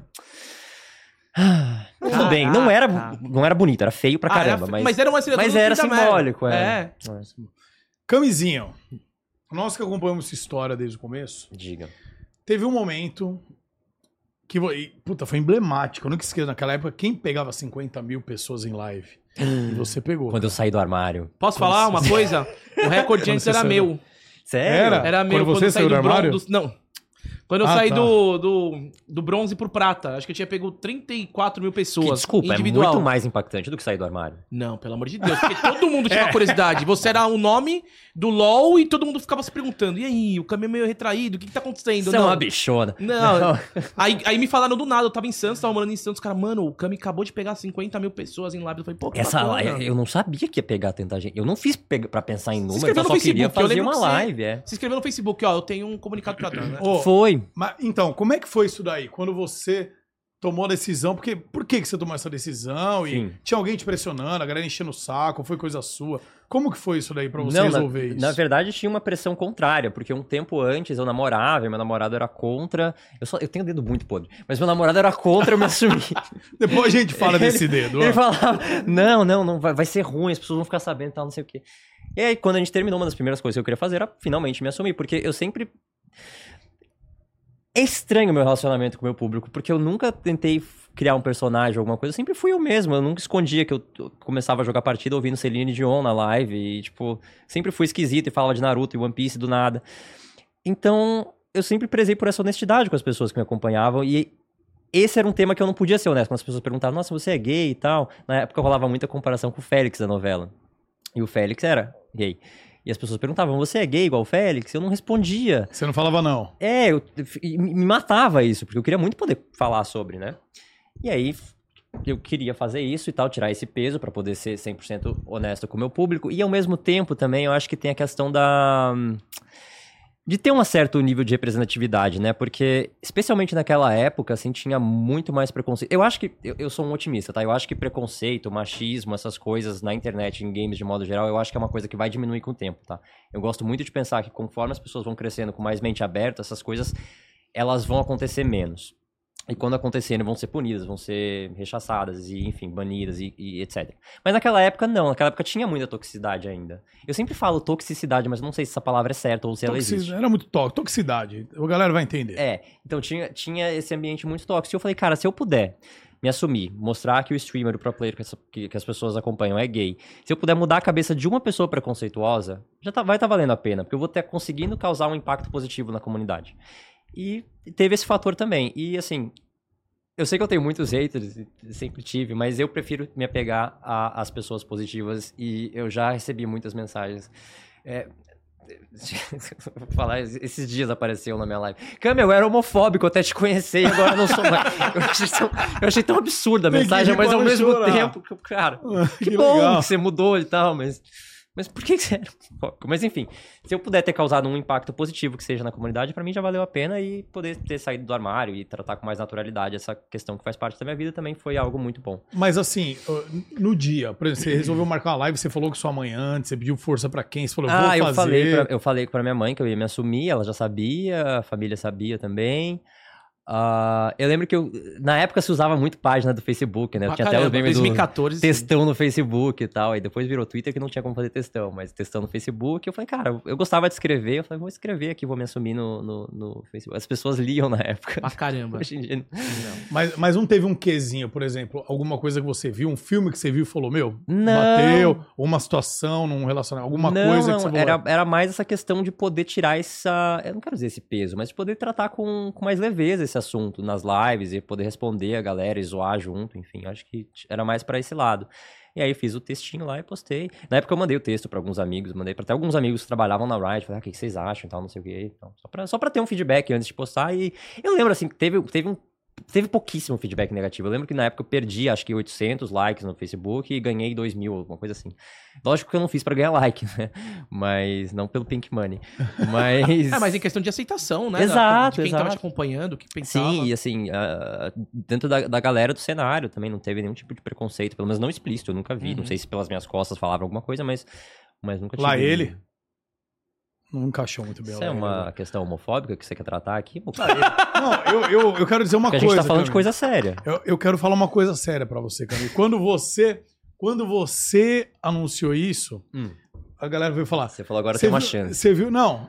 Tudo bem, não era bonito, era feio pra caramba, mas era uma assinatura mas do era Tryndamere. simbólico, É. Camisinho, nós que acompanhamos essa história desde o começo, Diga. teve um momento que foi emblemático. Eu nunca esqueço, naquela época, quem pegava 50 mil pessoas em live? E você pegou. Quando eu saí do armário. Posso falar uma coisa? O recorde antes você era saiu- meu. Sério? Era meu Quando você eu saí saiu do armário? Não. Quando eu Ah, saí tá. do bronze pro prata, acho que eu tinha pego 34 mil Que, pessoas. desculpa, individual. é muito mais impactante do que sair do armário. Não, pelo amor de Deus. Porque todo mundo tinha uma curiosidade. Você era o nome do LoL e todo mundo ficava se perguntando. E aí, o caminho é meio retraído, o que tá acontecendo? Você é uma bichona. Não. Aí me falaram do nada, eu tava em Santos, tava morando em Santos, cara, mano, o Cami acabou de pegar 50 mil pessoas em live. Eu falei, pô, que Essa bacana. live, eu não sabia que ia pegar tanta gente. Eu não fiz pra pensar em número, inscreveu eu no só queria Facebook, eu fazer lembro uma que você- live, é. Se inscreveu no Facebook, ó, eu tenho um comunicado pra dar, né? Ô, Foi. mas, então, como é que foi isso daí? Quando você tomou a decisão, por que você tomou essa decisão? E Sim. tinha alguém te pressionando, a galera enchendo o saco, foi coisa sua? Como que foi isso daí pra você Não, resolver isso? Na verdade, tinha uma pressão contrária, porque um tempo antes eu namorava e meu namorado era contra. Eu tenho o dedo muito podre, mas meu namorado era contra eu me assumir. Depois a gente fala desse dedo. ó. Ele falava: não, vai ser ruim, as pessoas vão ficar sabendo e tal, não sei o quê. E aí, quando a gente terminou, uma das primeiras coisas que eu queria fazer era finalmente me assumir, porque eu sempre. É estranho o meu relacionamento com o meu público, porque eu nunca tentei criar um personagem ou alguma coisa, eu sempre fui eu mesmo, eu nunca escondia que eu começava a jogar partida ouvindo Celine Dion na live, e tipo, sempre fui esquisito e falava de Naruto e One Piece do nada. Então, eu sempre prezei por essa honestidade com as pessoas que me acompanhavam, e esse era um tema que eu não podia ser honesto, quando as pessoas perguntavam, nossa, você é gay e tal. Na época rolava muita comparação com o Félix da novela, e o Félix era gay. E as pessoas perguntavam, você é gay igual o Félix? Eu não respondia. Você não falava não. Me matava isso, porque eu queria muito poder falar sobre, né? E aí, eu queria fazer isso e tal, tirar esse peso pra poder ser 100% honesto com o meu público. E ao mesmo tempo também, eu acho que tem a questão de ter um certo nível de representatividade, né? Porque, especialmente naquela época, assim, tinha muito mais preconceito. Eu acho que... Eu sou um otimista, tá? Eu acho que preconceito, machismo, essas coisas na internet, em games de modo geral, eu acho que é uma coisa que vai diminuir com o tempo, tá? Eu gosto muito de pensar que conforme as pessoas vão crescendo com mais mente aberta, essas coisas, elas vão acontecer menos. E quando acontecerem, vão ser punidas, vão ser rechaçadas, e enfim, banidas e etc. Mas naquela época, não. Naquela época tinha muita toxicidade ainda. Eu sempre falo toxicidade, mas não sei se essa palavra é certa ou se ela existe. Era muito tóxico. Toxicidade. A galera vai entender. Então tinha esse ambiente muito tóxico. E eu falei, cara, se eu puder me assumir, mostrar que o streamer, o pro player que as pessoas acompanham é gay, se eu puder mudar a cabeça de uma pessoa preconceituosa, vai estar valendo a pena, porque eu vou estar conseguindo causar um impacto positivo na comunidade. E teve esse fator também. E assim, eu sei que eu tenho muitos haters, sempre tive, mas eu prefiro me apegar às pessoas positivas e eu já recebi muitas mensagens. Vou falar, esses dias apareceu na minha live. Câmbio, eu era homofóbico até te conhecer e agora não sou mais. Eu achei tão absurda a mensagem, mas ao mesmo tempo, cara, que bom legal que você mudou e tal, mas por que você era homofóbico? Mas enfim, se eu puder ter causado um impacto positivo que seja na comunidade, pra mim já valeu a pena, e poder ter saído do armário e tratar com mais naturalidade essa questão que faz parte da minha vida também foi algo muito bom. Mas assim, no dia, por exemplo, você resolveu marcar uma live, você falou com sua mãe antes, você pediu força pra quem? Você falou, vou fazer. Eu falei pra minha mãe que eu ia me assumir, ela já sabia, a família sabia também. Eu lembro que na época se usava muito página do Facebook, né? Tinha até o meme 2014, do textão no Facebook e tal. Aí depois virou Twitter que não tinha como fazer textão, mas textão no Facebook. Eu falei, cara, eu gostava de escrever. Eu falei, vou escrever aqui, vou me assumir no Facebook. As pessoas liam na época. Pra caramba. Hoje em dia não. Mas não teve um quezinho, por exemplo, alguma coisa que você viu, um filme que você viu e falou, meu, não, bateu, ou uma situação num relacionamento, alguma coisa que você falou. Era mais essa questão de poder tirar eu não quero dizer esse peso, mas de poder tratar com mais leveza esse assunto nas lives e poder responder a galera e zoar junto, enfim, acho que era mais pra esse lado. E aí fiz o textinho lá e postei. Na época eu mandei o texto pra alguns amigos, mandei pra até alguns amigos que trabalhavam na Riot, falei, o que vocês acham e tal, não sei o que. Então, só pra ter um feedback antes de postar. E eu lembro assim que teve pouquíssimo feedback negativo. Eu lembro que na época eu perdi, acho que 800 likes no Facebook e ganhei 2.000, alguma coisa assim. Lógico que eu não fiz pra ganhar like, né? Mas não pelo Pink Money. Mas em questão de aceitação, né? Exato, de quem tava te acompanhando, o que pensava. Sim, e assim, dentro da galera do cenário também não teve nenhum tipo de preconceito, pelo menos não explícito, eu nunca vi. Não sei se pelas minhas costas falavam alguma coisa, mas nunca tive. Lá ele? Não encaixou muito bem. Isso é uma questão homofóbica que você quer tratar aqui? Não, eu quero dizer uma coisa. A gente tá falando de coisa séria. Eu quero falar uma coisa séria pra você, Camille. Quando você anunciou isso, a galera veio falar... Você falou, agora tem uma chance. Você viu? Não.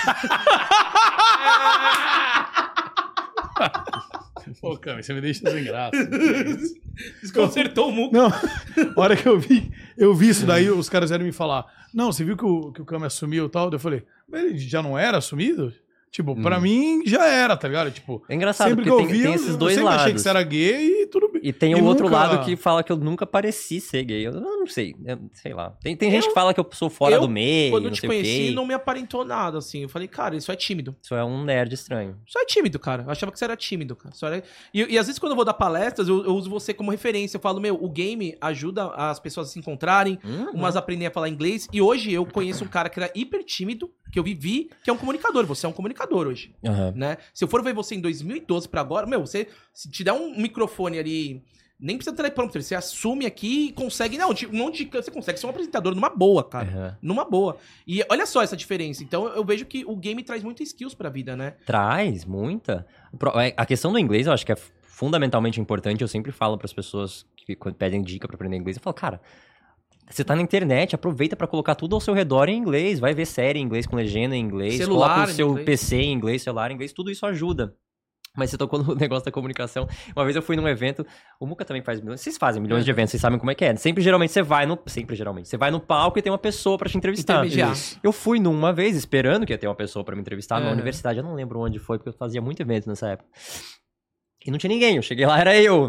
Pô, Camille, você me deixa sem graça. Desconcertou o mundo. Não, a hora que eu vi isso daí, os caras vieram me falar, não, você viu que o Camille assumiu e tal? Eu falei, mas ele já não era assumido? Tipo, pra mim já era, tá ligado? Tipo, é engraçado, sempre porque que eu vi, tem esses dois lados. Eu sempre achei que você era gay e tudo bem. E tem o outro lado que fala que eu nunca pareci ser gay. Eu não sei, sei lá. Tem gente que fala que eu sou fora do meio, quando eu te conheci, não me aparentou nada, assim. Eu falei, cara, isso é tímido. Isso é um nerd estranho. Isso é tímido, cara. Eu achava que você era tímido, cara. E às vezes quando eu vou dar palestras, eu uso você como referência. Eu falo, o game ajuda as pessoas a se encontrarem, umas aprendem a falar inglês. E hoje eu conheço um cara que era hiper tímido, que eu vivi, que é um comunicador. Você é um comunicador hoje, né? Se eu for ver você em 2012 pra agora, você, se te der um microfone ali, nem precisa teleprompter, você assume aqui e consegue, você consegue ser um apresentador numa boa, cara. Numa boa. E olha só essa diferença. Então eu vejo que o game traz muita skills pra vida, né? Traz, muita. A questão do inglês eu acho que é fundamentalmente importante. Eu sempre falo pras pessoas que pedem dica pra aprender inglês, eu falo, cara, você tá na internet, aproveita pra colocar tudo ao seu redor em inglês. Vai ver série em inglês, com legenda em inglês. Celular, coloca o seu PC em inglês, celular em inglês. Tudo isso ajuda. Mas você tocou no negócio da comunicação. Uma vez eu fui num evento, o Muca também faz milhões. Vocês fazem milhões de eventos, vocês sabem como é que é. Geralmente você vai no palco e tem uma pessoa pra te entrevistar. Eu fui numa vez esperando que ia ter uma pessoa pra me entrevistar numa universidade. Eu não lembro onde foi, porque eu fazia muito evento nessa época. E não tinha ninguém, eu cheguei lá, era eu.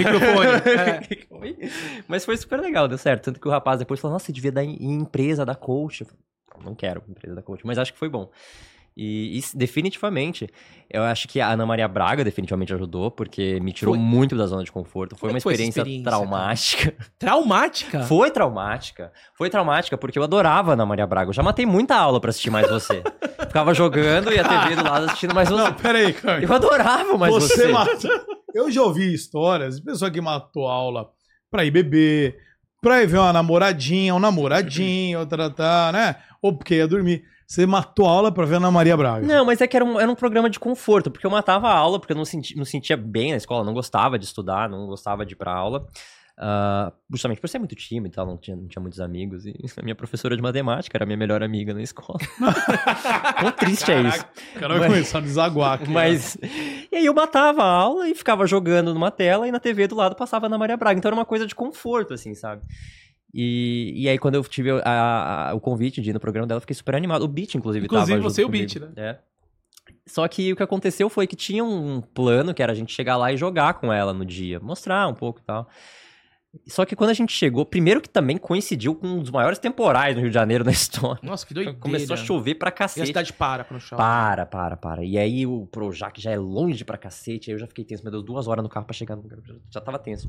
Microfone. Mas foi super legal, deu certo. Tanto que o rapaz depois falou, nossa, você devia dar em empresa da coach. Eu falei, não quero empresa da coach, mas acho que foi bom. E definitivamente, eu acho que a Ana Maria Braga definitivamente ajudou, porque me tirou muito da zona de conforto. Foi uma experiência traumática. Cara? Traumática? Foi traumática. Foi traumática, porque eu adorava a Ana Maria Braga. Eu já matei muita aula pra assistir Mais Você. Ficava jogando e a TV do lado assistindo Mais Você. Não, peraí, cara. Eu adorava Mais Você. Eu já ouvi histórias de pessoa que matou aula pra ir beber, pra ir ver uma namoradinha, um namoradinho, né? Ou porque ia dormir. Você matou a aula pra ver a Ana Maria Braga. Não, mas é que era um programa de conforto, porque eu matava a aula, porque eu não sentia bem na escola, não gostava de estudar, não gostava de ir pra aula. Justamente por ser muito tímido e tal, não tinha muitos amigos. E a minha professora de matemática era a minha melhor amiga na escola. Quão triste é isso. O cara vai começar a desaguar aqui. E aí eu matava a aula e ficava jogando numa tela e na TV do lado passava a Ana Maria Braga. Então era uma coisa de conforto, assim, sabe? E aí quando eu tive o convite de ir no programa dela, eu fiquei super animado. O Beat, inclusive, tava junto você e o comigo. Beat, né? É. Só que o que aconteceu foi que tinha um plano que era a gente chegar lá e jogar com ela no dia. Mostrar um pouco e tal. Só que quando a gente chegou, primeiro que também coincidiu com um dos maiores temporais no Rio de Janeiro na história. Nossa, que doideira. Começou a chover pra E a cacete. cidade para quando chove. Para. E aí o Projac já é longe pra cacete, aí eu já fiquei tenso. Meu Deus, 2 horas no carro pra chegar no lugar, já tava tenso.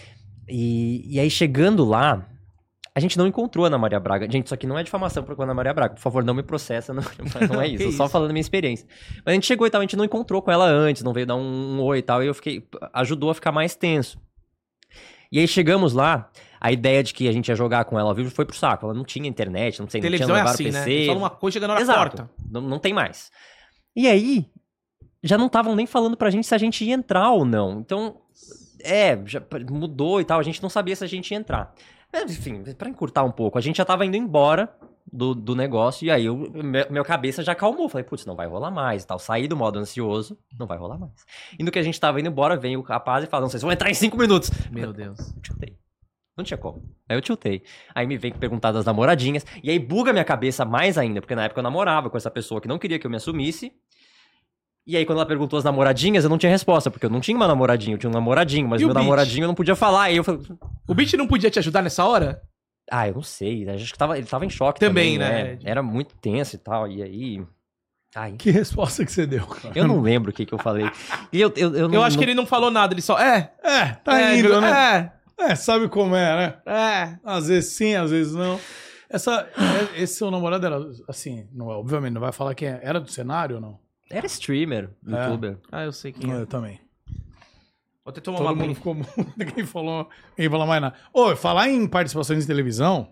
E aí chegando lá, a gente não encontrou a Ana Maria Braga. Gente, isso aqui não é difamação pra Ana Maria Braga. Por favor, não me processa, não é isso. Eu só falando a minha experiência. Mas a gente chegou e tal, a gente não encontrou com ela antes, não veio dar um oi e tal, e eu ajudou a ficar mais tenso. E aí chegamos lá, a ideia de que a gente ia jogar com ela ao vivo foi pro saco. Ela não tinha internet, não sei, televisão não tinha é assim, PC. né? Fala uma coisa chegando na hora Exato. corta. Não tem mais. E aí, já não estavam nem falando pra gente se a gente ia entrar ou não. Então, já mudou e tal, a gente não sabia se a gente ia entrar. Enfim, pra encurtar um pouco, a gente já tava indo embora do negócio, e aí meu cabeça já acalmou. Falei, putz, não vai rolar mais e tal. Saí do modo ansioso, não vai rolar mais. E no que a gente tava indo embora, vem o rapaz e fala, não, vocês vão entrar em 5 minutos. Meu Deus. Eu tiltei. Não tinha como. Aí eu tiltei. Aí me vem perguntar das namoradinhas, e aí buga minha cabeça mais ainda, porque na época eu namorava com essa pessoa que não queria que eu me assumisse. E aí, quando ela perguntou as namoradinhas, eu não tinha resposta, porque eu não tinha uma namoradinha, eu tinha um namoradinho, mas meu namoradinho eu não podia falar. Aí eu falei... O Beat não podia te ajudar nessa hora? Eu não sei. Acho que ele tava em choque também, né? Era muito tenso e tal. E aí... Que resposta que você deu, cara? Eu não lembro o que eu falei. E eu acho que ele não falou nada, ele só... Tá indo, né? Sabe como é, né? Às vezes sim, às vezes não. Esse seu namorado era, assim, obviamente não vai falar quem é. Era do cenário ou não? Era streamer, youtuber. Eu sei quem é. Eu também. Vou até tomar Todo mundo ficou muito... Ninguém falou mais nada. Falar em participações de televisão,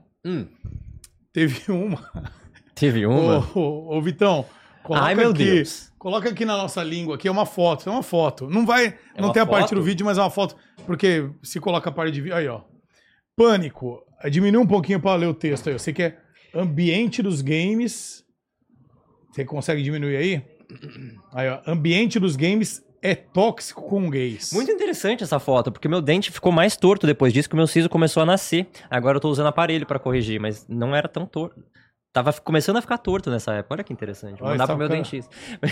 teve uma... Teve uma? Ô, Vitão, coloca meu aqui, Deus. Coloca aqui na nossa língua, aqui é uma foto. Não uma tem a parte foto? do vídeo, mas é uma foto, porque se coloca a parte de vídeo... Aí, ó. Pânico. Diminui um pouquinho pra ler o texto aí. Eu sei que é ambiente dos games... Você consegue diminuir aí? Aí, ó. Ambiente dos games é tóxico com gays. Muito interessante essa foto, porque meu dente ficou mais torto depois disso, que o meu siso começou a nascer. Agora eu tô usando aparelho pra corrigir, mas não era tão torto. Tava começando a ficar torto nessa época. Olha que interessante. Vou mandar pro meu dentista.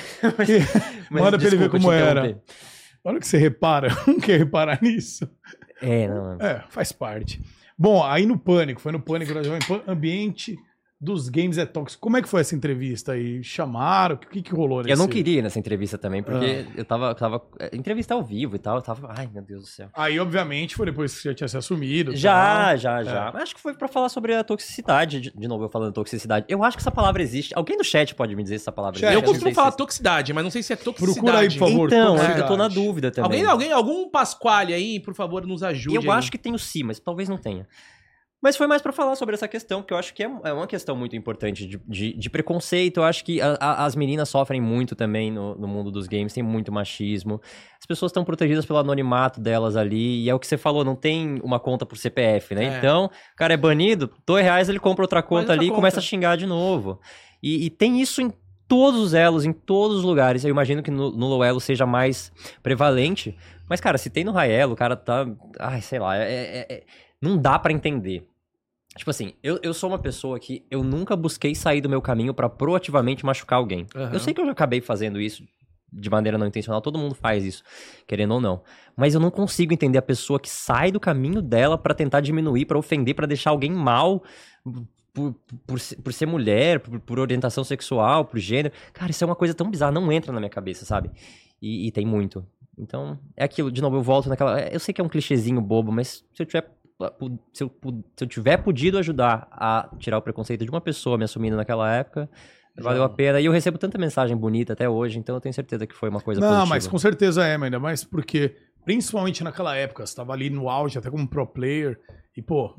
Manda pra ele ver como era. Olha o que você repara. Não quer reparar nisso. Não. Faz parte. Bom, aí no Pânico, foi no Pânico, ambiente dos games é tóxico. Como é que foi essa entrevista aí? Chamaram? O que rolou nesse... Eu não queria ir nessa entrevista também, porque eu tava entrevista ao vivo e tal, eu tava, ai meu Deus do céu. Aí, obviamente, foi depois que você já tinha se assumido. Já. Acho que foi pra falar sobre a toxicidade, de novo eu falando toxicidade. Eu acho que essa palavra existe. Alguém do chat pode me dizer se essa palavra existe? Eu costumo falar toxicidade, mas não sei se é toxicidade. Procura aí, por favor. Então, eu tô na dúvida também. Algum Pasquale aí, por favor, nos ajude. Eu acho que tem o sim, mas talvez não tenha. Mas foi mais pra falar sobre essa questão, porque eu acho que é uma questão muito importante de preconceito. Eu acho que as meninas sofrem muito também no mundo dos games, tem muito machismo. As pessoas estão protegidas pelo anonimato delas ali, e é o que você falou, não tem uma conta por CPF, né? Então, o cara é banido, R$2 ele compra outra conta ali e começa a xingar de novo. E tem isso em todos os elos, em todos os lugares. Eu imagino que no low elo seja mais prevalente. Mas, cara, se tem no high elo, o cara tá... Ai, sei lá, não dá pra entender. Tipo assim, eu sou uma pessoa que eu nunca busquei sair do meu caminho pra proativamente machucar alguém. Eu sei que eu já acabei fazendo isso de maneira não intencional, todo mundo faz isso, querendo ou não. Mas eu não consigo entender a pessoa que sai do caminho dela pra tentar diminuir, pra ofender, pra deixar alguém mal por ser mulher, por orientação sexual, por gênero. Cara, isso é uma coisa tão bizarra, não entra na minha cabeça, sabe? E tem muito. Então, é aquilo, de novo, eu volto naquela... Eu sei que é um clichêzinho bobo, mas se eu tiver podido ajudar a tirar o preconceito de uma pessoa me assumindo naquela época, valeu a pena. E eu recebo tanta mensagem bonita até hoje, então eu tenho certeza que foi uma coisa positiva. Não, mas com certeza ainda mais porque, principalmente naquela época, você estava ali no auge, até como pro player, e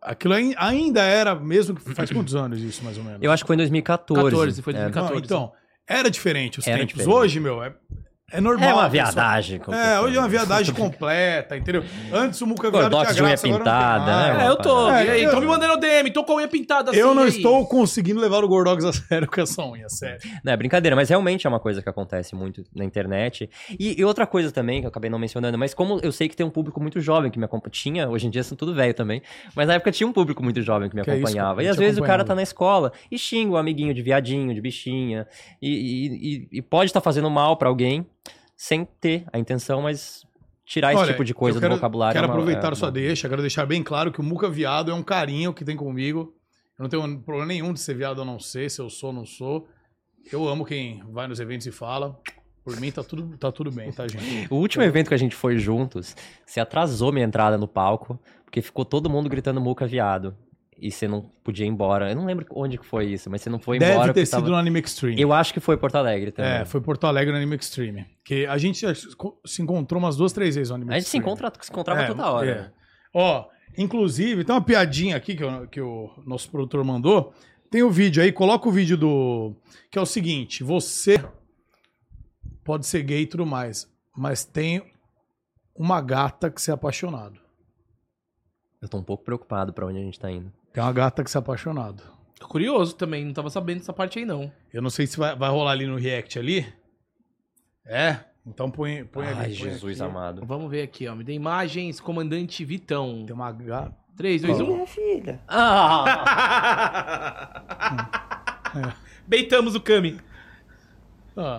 aquilo ainda era, mesmo que faz quantos anos isso, mais ou menos? Eu acho que foi em 2014. Foi 2014. Não, então, era diferente os Era tempos. diferente. Hoje, meu, é normal. É uma pessoal. viadagem. Hoje é uma viadagem completa, entendeu? Antes o Muca Viado Gordox de unha pintada, né? Eu tô. É, e aí, eu- tô me mandando DM, tô com a unha pintada assim. Eu não e aí? estou conseguindo levar o Gordox a sério com essa unha, sério. Não, é brincadeira, mas realmente é uma coisa que acontece muito na internet. E outra coisa também, que eu acabei não mencionando, mas como eu sei que tem um público muito jovem que me acompanha, tinha, hoje em dia são tudo velho também, mas na época tinha um público muito jovem que me Que é isso, acompanhava. cara, E às te vezes o cara acompanhava. tá na escola e xinga o amiguinho de viadinho, de bichinha, e pode estar fazendo mal pra alguém sem ter a intenção, mas tirar esse Olha, tipo de coisa eu quero, do vocabulário. Quero é uma- aproveitar é a sua uma- deixa, quero deixar bem claro que o Muca Viado é um carinho que tem comigo. Eu não tenho problema nenhum de ser viado ou não ser, se eu sou ou não sou. Eu amo quem vai nos eventos e fala. Por mim tá tudo bem, tá, gente? O último evento que a gente foi juntos, você atrasou minha entrada no palco, porque ficou todo mundo gritando Muca Viado. E você não podia ir embora. Eu não lembro onde que foi isso, mas você não foi embora. Deve ter porque sido tava- no Anime Extreme. Eu acho que foi Porto Alegre também. É, foi Porto Alegre no Anime Extreme. Que a gente já se encontrou umas 2, 3 vezes no Anime A gente se Extreme. encontrava toda hora. É. né? Ó, inclusive, tem uma piadinha aqui que o nosso produtor mandou. Tem o vídeo aí, coloca o vídeo do... Que é o seguinte, você pode ser gay e tudo mais, mas tem uma gata que você é apaixonado. Eu tô um pouco preocupado pra onde a gente tá indo. Tem uma gata que você é apaixonado. Tô curioso também, não tava sabendo dessa parte aí não. Eu não sei se vai rolar ali no react ali. É? Então põe ali. Ai, põe Jesus aqui. amado. Vamos ver aqui, ó. Me dê imagens, comandante Vitão. Tem uma gata... 3, 2, 1. Minha filha. Ah! Beitamos o Kami. Ah.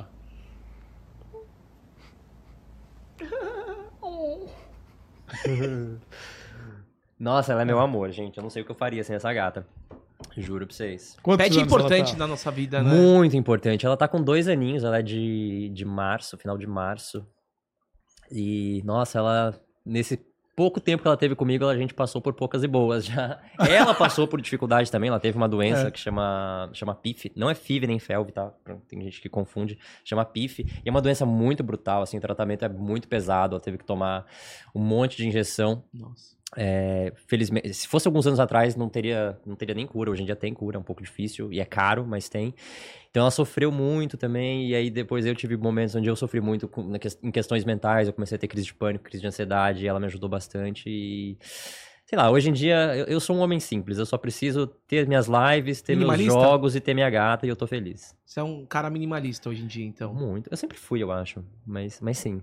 Nossa, ela é meu amor, gente. Eu não sei o que eu faria sem essa gata. Juro pra vocês. Quantos Pet anos ela importante tá? na nossa vida, né? Muito importante. Ela tá com 2 aninhos, ela é de março, final de março. E, nossa, ela, nesse pouco tempo que ela teve comigo, a gente passou por poucas e boas já. Ela passou por dificuldade também, ela teve uma doença que chama PIF. Não é FIV nem FeLV, tá? Tem gente que confunde. Chama PIF. E é uma doença muito brutal, assim, o tratamento é muito pesado, ela teve que tomar um monte de injeção. Nossa. Felizmente, se fosse alguns anos atrás, não teria nem cura. Hoje em dia tem cura, é um pouco difícil e é caro, mas tem. Então ela sofreu muito também, e aí depois eu tive momentos onde eu sofri muito em questões mentais, eu comecei a ter crise de pânico, crise de ansiedade, e ela me ajudou bastante e... Sei lá, hoje em dia eu sou um homem simples, eu só preciso ter minhas lives, ter meus Minimalista? jogos e ter minha gata e eu tô feliz. Você é um cara minimalista hoje em dia, então. Muito. Eu sempre fui, eu acho, mas sim.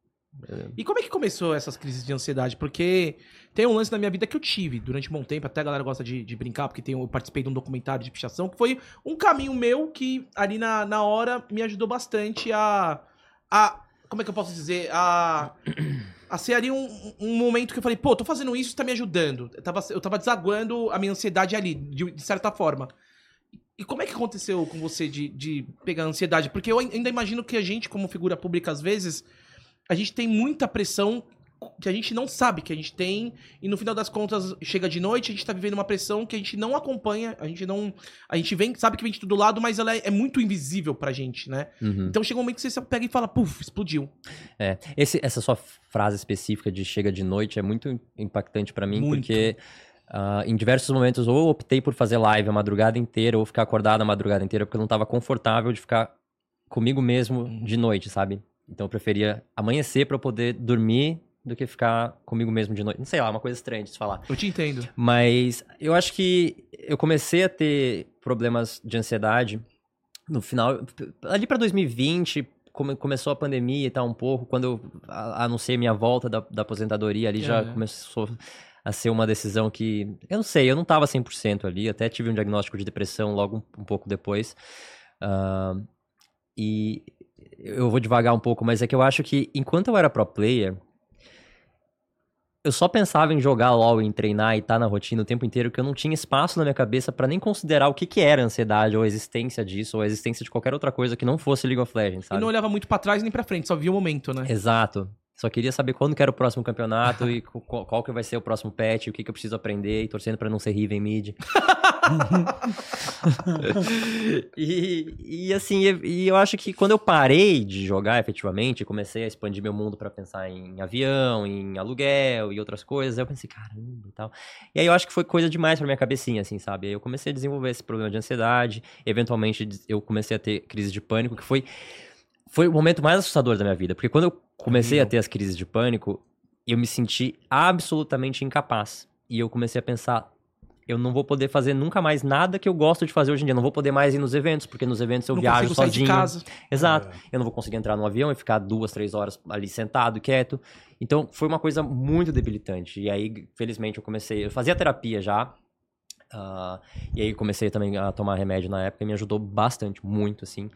E como é que começou essas crises de ansiedade? Porque tem um lance na minha vida que eu tive durante um bom tempo, até a galera gosta de brincar, porque eu participei de um documentário de pichação, que foi um caminho meu que ali na hora me ajudou bastante a como é que eu posso dizer? A ser ali um momento que eu falei, pô, tô fazendo isso, tá me ajudando. Eu tava desaguando a minha ansiedade ali, de certa forma. E como é que aconteceu com você de pegar a ansiedade? Porque eu ainda imagino que a gente, como figura pública, às vezes, a gente tem muita pressão que a gente não sabe que a gente tem, e no final das contas, chega de noite, a gente tá vivendo uma pressão que a gente não acompanha, a gente vem, sabe que vem de todo lado, mas ela é muito invisível pra gente, né? Uhum. Então chega um momento que você pega e fala, puf, explodiu. Essa sua frase específica de chega de noite é muito impactante pra mim, Muito. porque em diversos momentos ou eu optei por fazer live a madrugada inteira ou ficar acordado a madrugada inteira porque eu não tava confortável de ficar comigo mesmo de noite, sabe? Então eu preferia amanhecer pra eu poder dormir do que ficar comigo mesmo de noite. Não sei lá, uma coisa estranha de se falar. Eu te entendo. Mas eu acho que eu comecei a ter problemas de ansiedade no final, ali pra 2020, começou a pandemia e tal um pouco, quando eu anunciei minha volta da aposentadoria ali, já começou a ser uma decisão que, eu não sei, eu não tava 100% ali, até tive um diagnóstico de depressão logo um pouco depois. E eu vou devagar um pouco, mas é que eu acho que enquanto eu era pro player, eu só pensava em jogar LoL, em treinar e estar na rotina o tempo inteiro, que eu não tinha espaço na minha cabeça pra nem considerar o que era ansiedade, ou a existência disso, ou a existência de qualquer outra coisa que não fosse League of Legends, sabe? E não olhava muito pra trás nem pra frente, só via o momento, né? Exato. Só queria saber quando que era o próximo campeonato e qual que vai ser o próximo patch, o que eu preciso aprender, e torcendo pra não ser Riven Mid. E assim, eu acho que quando eu parei de jogar efetivamente, comecei a expandir meu mundo pra pensar em avião, em aluguel e outras coisas, aí eu pensei, caramba e tal. E aí eu acho que foi coisa demais pra minha cabecinha, assim, sabe? Aí eu comecei a desenvolver esse problema de ansiedade, eventualmente eu comecei a ter crise de pânico, que foi o momento mais assustador da minha vida, porque quando eu comecei a ter as crises de pânico, eu me senti absolutamente incapaz. E eu comecei a pensar, eu não vou poder fazer nunca mais nada que eu gosto de fazer hoje em dia. Eu não vou poder mais ir nos eventos, porque nos eventos eu viajo sozinho. Sair de casa. Exato. Eu não vou conseguir entrar no avião e ficar 2, 3 horas ali sentado, quieto. Então, foi uma coisa muito debilitante. E aí, felizmente, eu fazia terapia já. E aí, comecei também a tomar remédio na época e me ajudou bastante, muito, assim.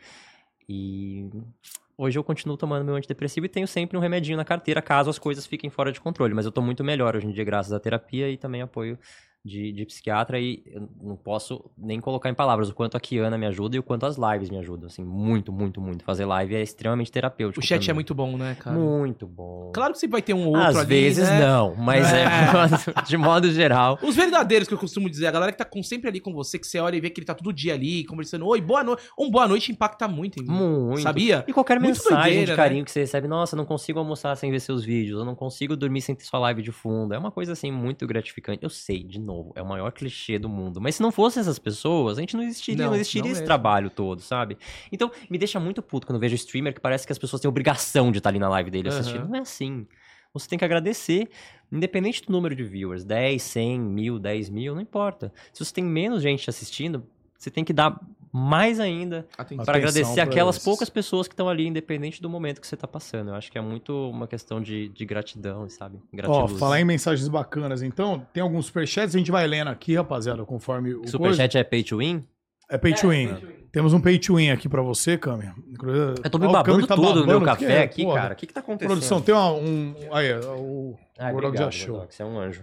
E hoje eu continuo tomando meu antidepressivo e tenho sempre um remedinho na carteira, caso as coisas fiquem fora de controle. Mas eu tô muito melhor hoje em dia, graças à terapia e também apoio de psiquiatra, e eu não posso nem colocar em palavras o quanto a Kiana me ajuda e o quanto as lives me ajudam, assim, muito, muito, muito. Fazer live é extremamente terapêutico. O chat também. é muito bom, né, cara? Muito bom. Claro que você vai ter um outro Às ali, vezes né? não, mas de modo geral. Os verdadeiros que eu costumo dizer, a galera que tá sempre ali com você, que você olha e vê que ele tá todo dia ali, conversando, oi, boa noite. Boa noite impacta muito, hein? Muito. Sabia? E qualquer Muito mensagem doideira, de carinho, né? que você recebe, nossa, eu não consigo almoçar sem ver seus vídeos, eu não consigo dormir sem ter sua live de fundo. É uma coisa, assim, muito gratificante. Eu sei, de novo, é o maior clichê do mundo. Mas se não fossem essas pessoas, a gente não existiria, não existiria esse trabalho todo, sabe? Então, me deixa muito puto quando eu vejo streamer que parece que as pessoas têm obrigação de estar ali na live dele assistindo. Não é assim. Você tem que agradecer, independente do número de viewers, 10, 100, 1000, 10 mil, não importa. Se você tem menos gente assistindo, você tem que dar mais ainda para agradecer aquelas poucas pessoas que estão ali, independente do momento que você tá passando. Eu acho que é muito uma questão de gratidão, sabe? Gratiluz. Ó, falar em mensagens bacanas, então, tem alguns superchats, a gente vai lendo aqui, rapaziada, conforme o Superchat é pay to win? É pay to win. Temos um pay to win aqui pra você, Cami. Eu tô me babando tudo no meu café aqui, cara. O que tá acontecendo? Produção, tem aí, o Gordox já achou. Gordox, é um anjo.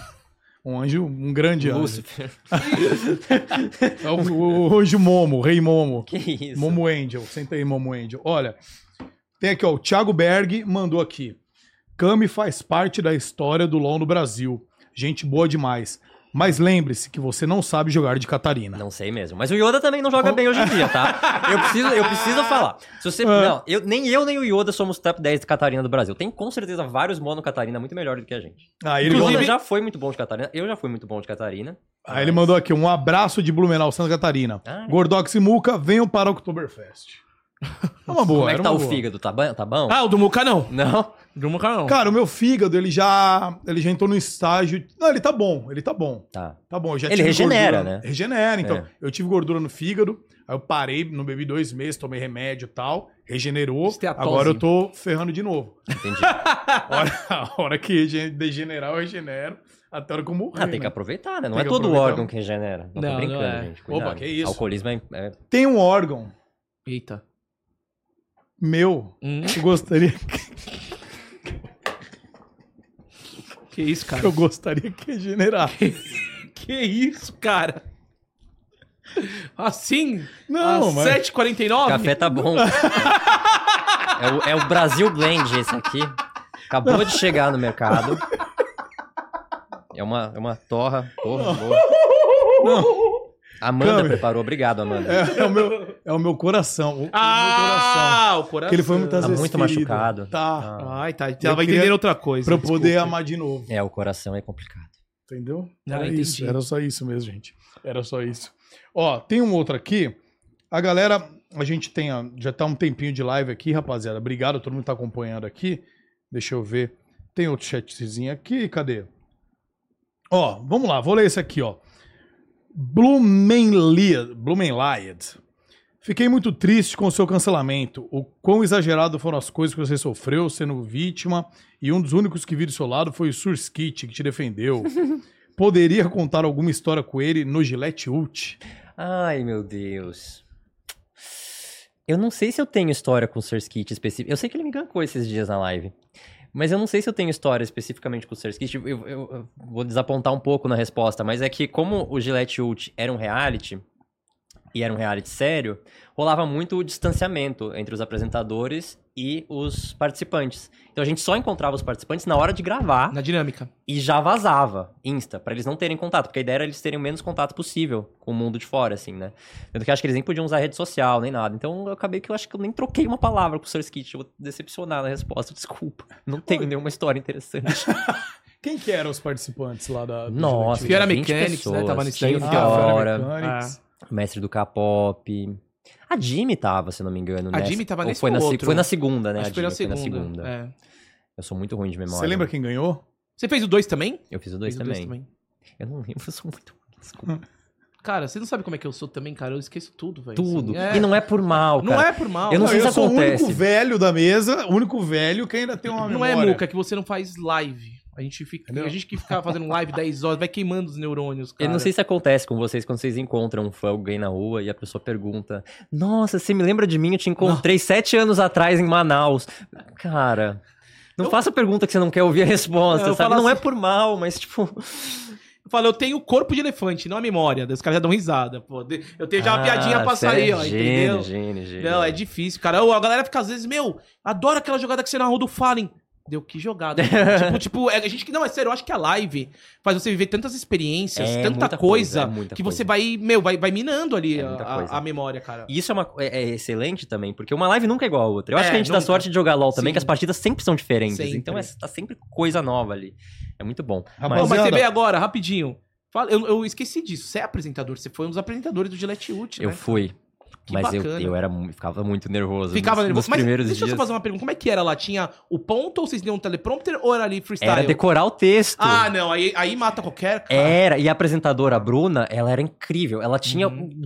Um anjo, um grande Lúcifer. anjo. É o anjo Momo, o rei Momo. Que isso? Momo Angel, senta aí, Momo Angel. Olha, tem aqui, ó, o Thiago Berg mandou aqui. Cami faz parte da história do LoL no Brasil. Gente boa demais. Mas lembre-se que você não sabe jogar de Catarina. Não sei mesmo. Mas o Yoda também não joga bem hoje em dia, tá? Eu preciso falar. Se você, não, nem eu nem o Yoda somos top 10 de Catarina do Brasil. Tem com certeza vários mono Catarina muito melhores do que a gente. Ele o Yoda já foi muito bom de Catarina. Eu já fui muito bom de Catarina. Aí ele mandou aqui um abraço de Blumenau, Santa Catarina. Gordox e Muca, venham para o Oktoberfest. É uma boa. Como é que tá o fígado? Tá bom? O do Muca não. Não? Do Muca não. Cara, o meu fígado, ele já entrou no estágio... Não, ele tá bom. Tá. Tá bom, eu já ele tive regenera, gordura, né? Regenera, então. Eu tive gordura no fígado, aí eu parei, não bebi 2 meses, tomei remédio e tal, regenerou, Esteatose. agora eu tô ferrando de novo. Entendi. A hora que degenerar, eu regenero, até a hora que eu morrer, tem que aproveitar, né? Não Tem é que todo aproveitar. órgão que regenera. Não tô brincando, não é. gente. Cuidado. Opa, que isso. Alcoolismo é... Tem um órgão Eita. meu que eu gostaria Que isso, cara? que eu gostaria que regenerasse. Que isso, cara? Assim? Não, às mas... O 7h49? café tá bom. é o Brasil Blend esse aqui. Acabou de chegar no mercado. É uma torra. Porra, boa. Não. Amanda Câmbio. preparou. Obrigado, Amanda. É o meu coração. O coração. Que ele foi muitas Tá vezes muito ferido. machucado. Tá. Ai, tá. Eu Tava queria- entendendo outra coisa. Pra eu poder desculpa. amar de novo. O coração é complicado. Entendeu? Não, Era eu isso. entendi. Era só isso mesmo, gente. Era só isso. Ó, tem um outro aqui. A galera, a gente tem, já tá um tempinho de live aqui, rapaziada. Obrigado, todo mundo tá acompanhando aqui. Deixa eu ver. Tem outro chatzinho aqui, cadê? Ó, vamos lá, vou ler esse aqui, ó. Blumenlied. Fiquei muito triste com o seu cancelamento. O quão exagerado foram as coisas que você sofreu sendo vítima, e um dos únicos que viu do seu lado foi o Surskit, que te defendeu. Poderia contar alguma história com ele no Gillette Ult? Ai, meu Deus. Eu não sei se eu tenho história com o Surskit específico. Eu sei que ele me gancou esses dias na live. Mas eu não sei se eu tenho história especificamente com o Surskit. Eu vou desapontar um pouco na resposta, mas é que como o Gillette Ult era um reality, e era um reality sério, rolava muito distanciamento entre os apresentadores e os participantes. Então a gente só encontrava os participantes na hora de gravar Na dinâmica. e já vazava, Insta, pra eles não terem contato, porque a ideia era eles terem o menos contato possível com o mundo de fora, assim, né? Tanto que eu acho que eles nem podiam usar rede social, nem nada. Então eu acabei que eu acho que eu nem troquei uma palavra com o Sr. Skit. Eu vou decepcionar na resposta, desculpa. Não tenho nenhuma história interessante. Quem que eram os participantes lá da... do Nossa, Gillette? Fiora 20 Mechanics, pessoas. né? Tava nisso Tinha daí. o Fiora Fiora, Mechanics. mestre do K-pop. A Jimmy tava, se eu não me engano. A nessa. Jimmy tava Ou nesse foi ou na, outro? foi na segunda, né? Acho A que foi na Jimmy segunda. É. Eu sou muito ruim de memória. Você lembra quem ganhou? Você fez o 2 também? Eu fiz o 2 Fez o dois também. Eu não lembro, eu sou muito ruim. Desculpa. Cara, você não sabe como é que eu sou também, cara. Eu esqueço tudo, velho. Tudo. Assim, E não é por mal, cara. Não é por mal. Eu não sei se sou acontece. o único velho da mesa, o único velho que ainda tem uma Não memória. é, Muca, que você não faz live. A gente que fica fazendo live 10 horas, vai queimando os neurônios, cara. Eu não sei se acontece com vocês quando vocês encontram um fã, alguém na rua, e a pessoa pergunta: Nossa, você me lembra de mim? Eu te encontrei 7 anos atrás em Manaus. Cara, não faça pergunta que você não quer ouvir a resposta, Eu sabe? falo Não é assim- por mal, mas tipo... Eu falo, eu tenho corpo de elefante, não a memória. Daí os caras já dão risada, pô. Eu tenho já uma piadinha pra sair, ó, entendeu? Gênio. Não, é difícil, cara. A galera fica às vezes, adora aquela jogada que você narrou do Fallen. Deu que jogada. A gente que. Não, é sério, eu acho que a live faz você viver tantas experiências, É tanta muita coisa, muita que coisa. você vai minando ali É muita coisa. a memória, cara. E isso é excelente também, porque uma live nunca é igual a outra. Eu acho que a gente dá nunca. sorte de jogar LoL também, Sim. que as partidas sempre são diferentes. Sempre. Então tá sempre coisa nova ali. É muito bom. Pô, Rapaziada, mas você vê agora, rapidinho. Eu esqueci disso. Você é apresentador, você foi um dos apresentadores do Gillette Ult, né? Eu fui. Que Mas bacana. ficava muito nervoso. Ficava nervoso. Nos Mas primeiros deixa eu dias. só fazer uma pergunta. Como é que era lá? Tinha o ponto ou vocês liam um teleprompter ou era ali freestyle? Era decorar o texto. Ah, não. Aí mata qualquer cara. Era, e a apresentadora, a Bruna, ela era incrível. Ela tinha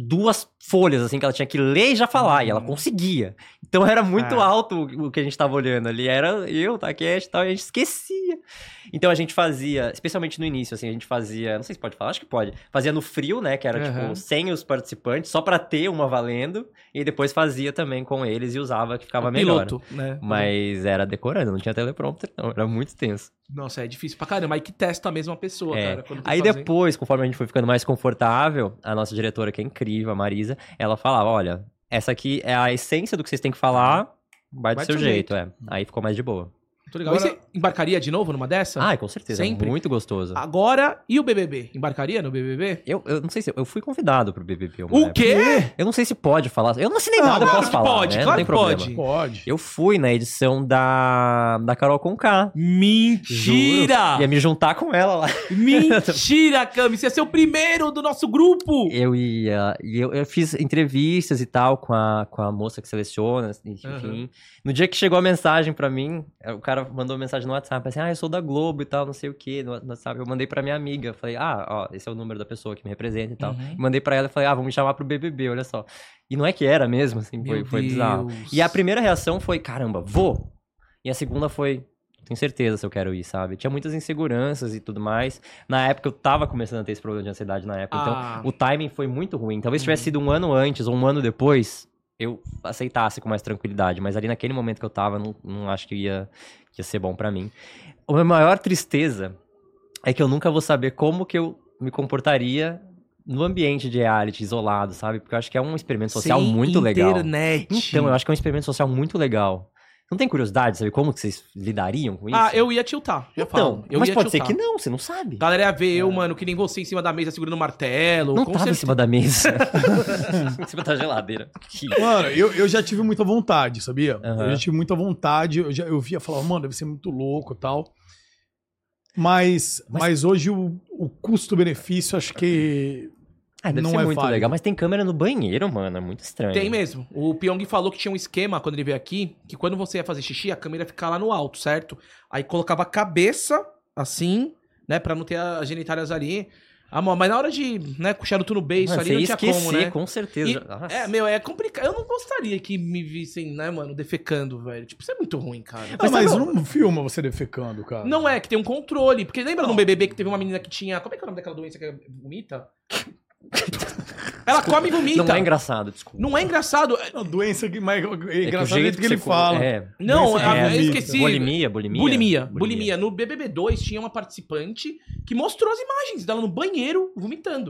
2 folhas, assim, que ela tinha que ler e já falar, e ela conseguia. Então era muito alto o que a gente tava olhando ali. Era eu, Takeshi e tal, e a gente esquecia. Então a gente fazia, especialmente no início, assim, a gente fazia, não sei se pode falar, acho que pode. Fazia no frio, né, que era, tipo, sem os participantes, só pra ter uma valendo, e depois fazia também com eles e usava, que ficava melhor. Piloto, né? Mas era decorando, não tinha teleprompter, não, era muito tenso. Nossa, é difícil pra caramba. Aí que testa a mesma pessoa, cara. quando tem Aí que fazer. depois, conforme a gente foi ficando mais confortável, a nossa diretora, que é incrível, a Marisa, ela falava, olha, essa aqui é a essência do que vocês têm que falar, vai do seu jeito. Aí ficou mais de boa. Muito legal. Agora- E você embarcaria de novo numa dessa? Ah, com certeza, Sempre? muito gostoso. Agora, e o BBB? Embarcaria no BBB? Eu não sei se... Eu fui convidado pro BBB uma O época. quê? Eu não sei se pode falar. Eu não assinei nada, eu claro posso que falar, pode, né? claro Não tem que problema. pode. Pode. Eu fui na edição da Carol Conká. Mentira! Juro. Ia me juntar com ela lá. Mentira, Cami! Você ia ser o primeiro do nosso grupo! Eu ia... E eu fiz entrevistas e tal com a moça que seleciona, enfim. Uhum. No dia que chegou a mensagem pra mim, o cara mandou mensagem no WhatsApp, assim, eu sou da Globo e tal, não sei o quê, no WhatsApp. Eu mandei pra minha amiga, falei, esse é o número da pessoa que me representa e tal. Uhum. Mandei pra ela e falei, vamos me chamar pro BBB, olha só. E não é que era mesmo, assim, Meu foi bizarro. Deus. E a primeira reação foi, caramba, vou! E a segunda foi, tenho certeza se eu quero ir, sabe? Tinha muitas inseguranças e tudo mais. Na época eu tava começando a ter esse problema de ansiedade na época, então o timing foi muito ruim. Talvez tivesse sido um ano antes ou um ano depois, eu aceitasse com mais tranquilidade. Mas ali naquele momento que eu tava, não acho que ia ser bom pra mim. A minha maior tristeza é que eu nunca vou saber como que eu me comportaria no ambiente de reality, isolado, sabe? Porque eu acho que é um experimento social Sem muito legal. internet. Então, eu acho que é um experimento social muito legal. Não tem curiosidade, sabe? Como que vocês lidariam com isso? Eu ia tiltar. Já falo. Eu mas ia pode tiltar. ser que não, você não sabe. Galera ia ver eu, mano, que nem você em cima da mesa segurando o martelo. Não com tava em certeza. cima da mesa. Em cima da geladeira. Mano, eu já tive muita vontade, sabia? Aham. Eu já tive muita vontade. Eu via, falava, mano, deve ser muito louco e tal. Mas hoje o custo-benefício, acho que Deve não ser é muito válido. legal. Mas tem câmera no banheiro, mano. É muito estranho. Tem mesmo. O Pyong falou que tinha um esquema quando ele veio aqui, que quando você ia fazer xixi, a câmera ia ficar lá no alto, certo? Aí colocava a cabeça, assim, né, pra não ter as genitálias ali. Mas na hora de, né, com o charuto no beiço Mano, ali, você não ia tinha esquecer, como, né? com certeza. E- Nossa. é complicado. Eu não gostaria que me vissem, né, mano, defecando, velho. Tipo, isso é muito ruim, cara. Mas não filma você defecando, cara. Não é, que tem um controle. Porque lembra no BBB que teve uma menina que tinha... Como é que é o nome daquela doença que vomita? Ela come e vomita. Não é engraçado, desculpa. Não é engraçado. A doença que mais É que engraçado o é jeito que ele você fala. Não, Doença eu vomita. esqueci. Bulimia. Bulimia. No BBB 2 tinha uma participante que mostrou as imagens dela no banheiro vomitando.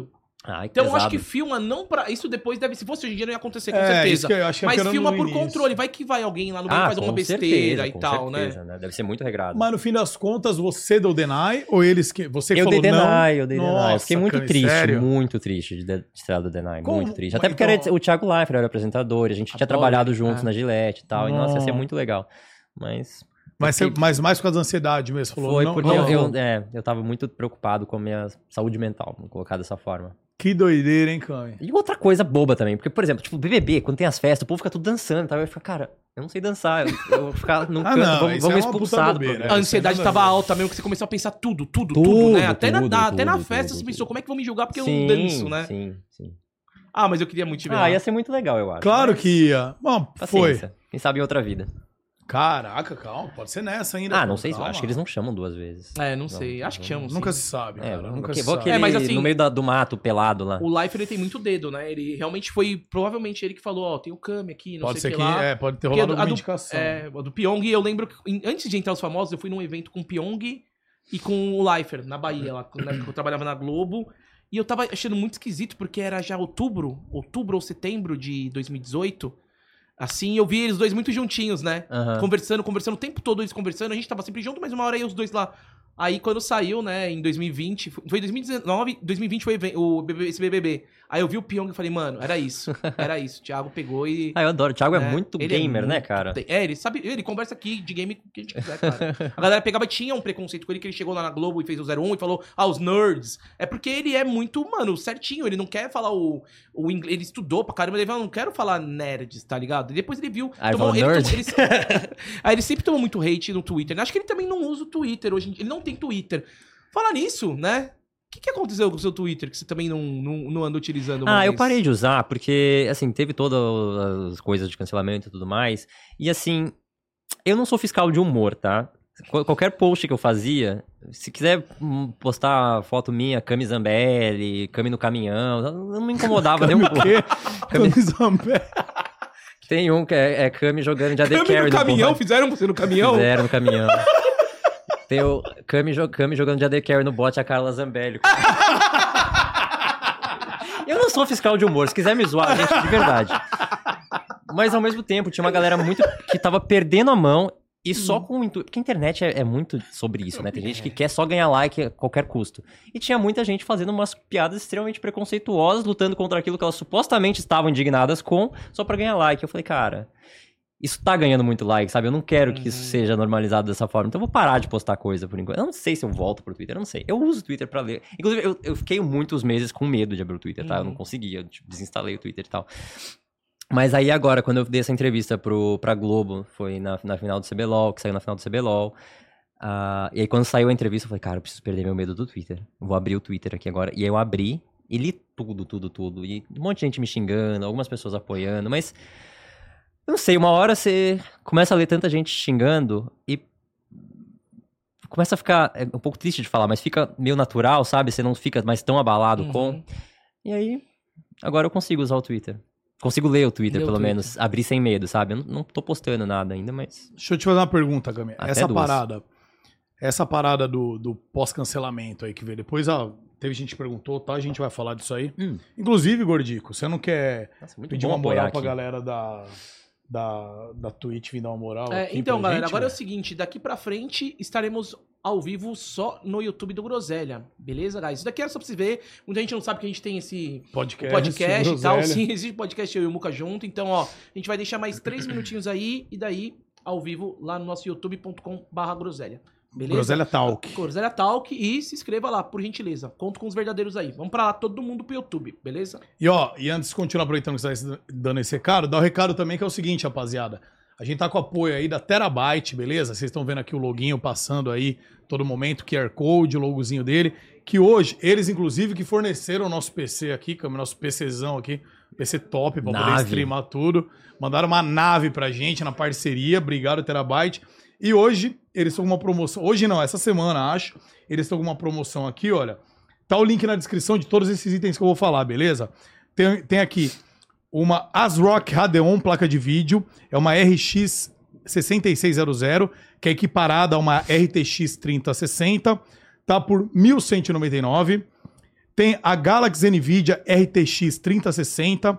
Ai, Então eu pesado. acho que filma não pra... Isso depois deve... Se fosse hoje em dia não ia acontecer, com Isso certeza. que eu acho que Mas era filma no por início. controle. Vai que vai alguém lá no meio e faz alguma besteira e tal, né? Deve ser muito regrado. Mas no fim das contas, você deu deny ou eles que. Você que Eu falou dei não? deny, eu dei deny. Eu Nossa, fiquei muito Cami, triste, sério? muito triste de tirar do deny, Como? muito triste. Mas Até porque então- era o Thiago Leifert era o apresentador, a gente tinha trabalhado juntos na Gillette e tal, e nossa, ia ser Nossa. muito legal. Mas... Mas mais por causa da ansiedade mesmo. Falou, Foi não, porque não, eu tava muito preocupado com a minha saúde mental, vamos colocar dessa forma. Que doideira, hein, Cami? E outra coisa boba também, porque, por exemplo, tipo, BBB, quando tem as festas, o povo fica tudo dançando, tá? Eu fico, cara, eu não sei dançar, eu vou ficar num canto, não, vamos isso é uma expulsar puta do bobeira, programa. A ansiedade Isso é tava verdade. alta mesmo, que você começou a pensar tudo, né? Tudo, Até na tudo, festa você tudo. pensou, como é que vão me julgar porque eu não danço, né? Sim. Ah, mas eu queria muito te ver Ah, lá. ia ser muito legal, eu acho. Claro mas que ia. Bom, foi. paciência. Quem sabe em outra vida. Caraca, calma. Pode ser nessa ainda. Ah, não pô, sei, eu calma. acho que eles não chamam 2 vezes. Não sei. Acho que chamam, sim. Nunca se sabe, cara. Nunca se vou sabe. aquele, mas assim- no meio do mato, pelado lá. O Leifert, ele tem muito dedo, né? Ele realmente foi, provavelmente, ele que falou, ó, tem o Kami aqui, não Pode sei ser o que que lá. pode ter Porque rolado a alguma do- indicação. A do Pyong, eu lembro que antes de entrar os famosos, eu fui num evento com o Pyong e com o Leifert, na Bahia, lá, né, que eu trabalhava na Globo. E eu tava achando muito esquisito, porque era já outubro ou setembro de 2018. Assim, eu vi eles dois muito juntinhos, né? Aham. Conversando o tempo todo eles conversando. A gente tava sempre junto, mas uma hora aí os dois lá. Aí quando saiu, né, em 2020, foi 2019, 2020 foi esse BBB. Aí eu vi o Pyong e falei, mano, era isso. O Thiago pegou e... Ah, eu adoro. O Thiago é muito ele gamer, né, muito- cara? Ele sabe, ele conversa aqui de game com o que a gente quiser, cara. A galera pegava e tinha um preconceito com ele, que ele chegou lá na Globo e fez o 01 e falou, os nerds. É porque ele é muito, mano, certinho, ele não quer falar o inglês, ele estudou pra caramba, ele falou, não quero falar nerds, tá ligado? E depois ele viu... Ah, ele falou nerd? Aí ele sempre tomou muito hate no Twitter. Acho que ele também não usa o Twitter hoje em dia, ele não tem Twitter. Falar nisso, né? O que aconteceu com o seu Twitter que você também não anda utilizando mais? Eu parei de usar porque, assim, teve todas as coisas de cancelamento e tudo mais. E, assim, eu não sou fiscal de humor, tá? Qualquer post que eu fazia, se quiser postar foto minha, Cami Zambelli, Cami no caminhão, eu não me incomodava nem um pouco. Tem um que é Cami jogando de AD Cami Carry no no caminhão? bot. Fizeram você no caminhão? Fizeram no caminhão. Tem o Cami jogando de AD Carry no bot, a Carla Zambelli. Eu não sou fiscal de humor, se quiser me zoar, gente, de verdade. Mas ao mesmo tempo, tinha uma galera muito que tava perdendo a mão e só com o intuito. Porque a internet é muito sobre isso, né? Tem gente que quer só ganhar like a qualquer custo. E tinha muita gente fazendo umas piadas extremamente preconceituosas, lutando contra aquilo que elas supostamente estavam indignadas com, só pra ganhar like. Eu falei, cara, isso tá ganhando muito like, sabe? Eu não quero que isso seja normalizado dessa forma. Então eu vou parar de postar coisa por enquanto. Eu não sei se eu volto pro Twitter, eu não sei. Eu uso o Twitter pra ler. Inclusive, eu fiquei muitos meses com medo de abrir o Twitter, tá? Eu não conseguia, eu desinstalei o Twitter e tal. Mas aí agora, quando eu dei essa entrevista pra Globo, foi na final do CBLOL, que saiu na final do CBLOL. E aí quando saiu a entrevista, eu falei, cara, eu preciso perder meu medo do Twitter. Eu vou abrir o Twitter aqui agora. E aí eu abri e li tudo. E um monte de gente me xingando, algumas pessoas apoiando, mas... Eu não sei, uma hora você começa a ler tanta gente xingando e começa a ficar, é um pouco triste de falar, mas fica meio natural, sabe? Você não fica mais tão abalado com... E aí, agora eu consigo usar o Twitter. Consigo ler o Twitter, pelo menos, abrir sem medo, sabe? Eu não tô postando nada ainda, mas... Deixa eu te fazer uma pergunta, Gami. Até Essa parada do pós-cancelamento aí que veio depois, teve gente que perguntou, tá? A gente vai falar disso aí. Inclusive, Gordico, você não quer pedir uma moral pra galera da Twitch vir dar uma moral? Então, galera, gente, agora é o né? seguinte, daqui pra frente estaremos ao vivo só no YouTube do Groselha, beleza, guys? Isso daqui era só pra você ver, muita gente não sabe que a gente tem esse podcast e tal, sim, existe podcast eu e o Muca junto, então, ó, a gente vai deixar mais 3 minutinhos aí, e daí, ao vivo, lá no nosso youtube.com/groselha. Beleza? Groselha Talk. Groselha Talk e se inscreva lá, por gentileza. Conto com os verdadeiros aí. Vamos pra lá, todo mundo pro YouTube, beleza? E antes de continuar aproveitando que você está dando esse recado, dá o recado também que é o seguinte, rapaziada. A gente tá com apoio aí da Terabyte, beleza? Vocês estão vendo aqui o loginho passando aí todo momento, QR Code, o logozinho dele. Que hoje, eles inclusive que forneceram o nosso PC aqui, nosso PCzão aqui, PC top pra poder streamar tudo. Mandaram uma nave pra gente na parceria, obrigado Terabyte. E hoje, eles estão com uma promoção. Hoje não, essa semana, acho. Eles estão com uma promoção aqui, olha. Tá o link na descrição de todos esses itens que eu vou falar, beleza? Tem aqui uma ASRock Radeon placa de vídeo. É uma RX 6600, que é equiparada a uma RTX 3060. Tá por R$ 1.199. Tem a Galaxy NVIDIA RTX 3060,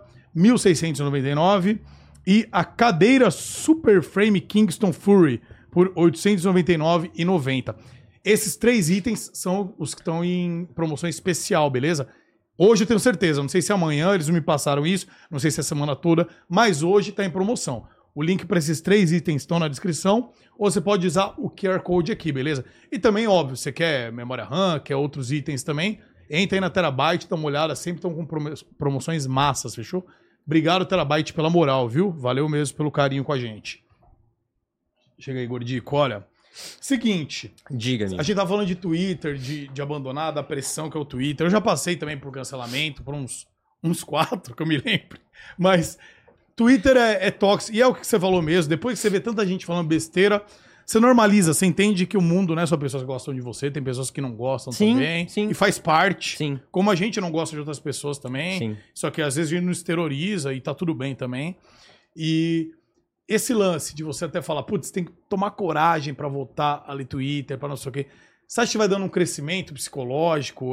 1.699. E a cadeira Super Frame Kingston Fury por 899,90. Esses 3 itens são os que estão em promoção especial, beleza? Hoje eu tenho certeza, não sei se amanhã eles não me passaram isso, não sei se é a semana toda, mas hoje está em promoção. O link para esses 3 itens estão na descrição, ou você pode usar o QR Code aqui, beleza? E também, óbvio, você quer memória RAM, quer outros itens também, entra aí na Terabyte, dá uma olhada, sempre estão com promoções massas, fechou? Obrigado, Terabyte, pela moral, viu? Valeu mesmo pelo carinho com a gente. Chega aí, Gordico, olha... Seguinte, diga-me. A gente tá falando de Twitter, de abandonar, da pressão que é o Twitter. Eu já passei também por cancelamento, por uns 4, que eu me lembro. Mas Twitter é tóxico. E é o que você falou mesmo. Depois que você vê tanta gente falando besteira, você normaliza. Você entende que o mundo não é só pessoas que gostam de você, tem pessoas que não gostam também. Sim. E faz parte. Sim. Como a gente não gosta de outras pessoas também. Sim. Só que às vezes a gente nos terroriza e tá tudo bem também. E... esse lance de você até falar, putz, tem que tomar coragem pra voltar ali Twitter, pra não sei o quê. Você acha que vai dando um crescimento psicológico?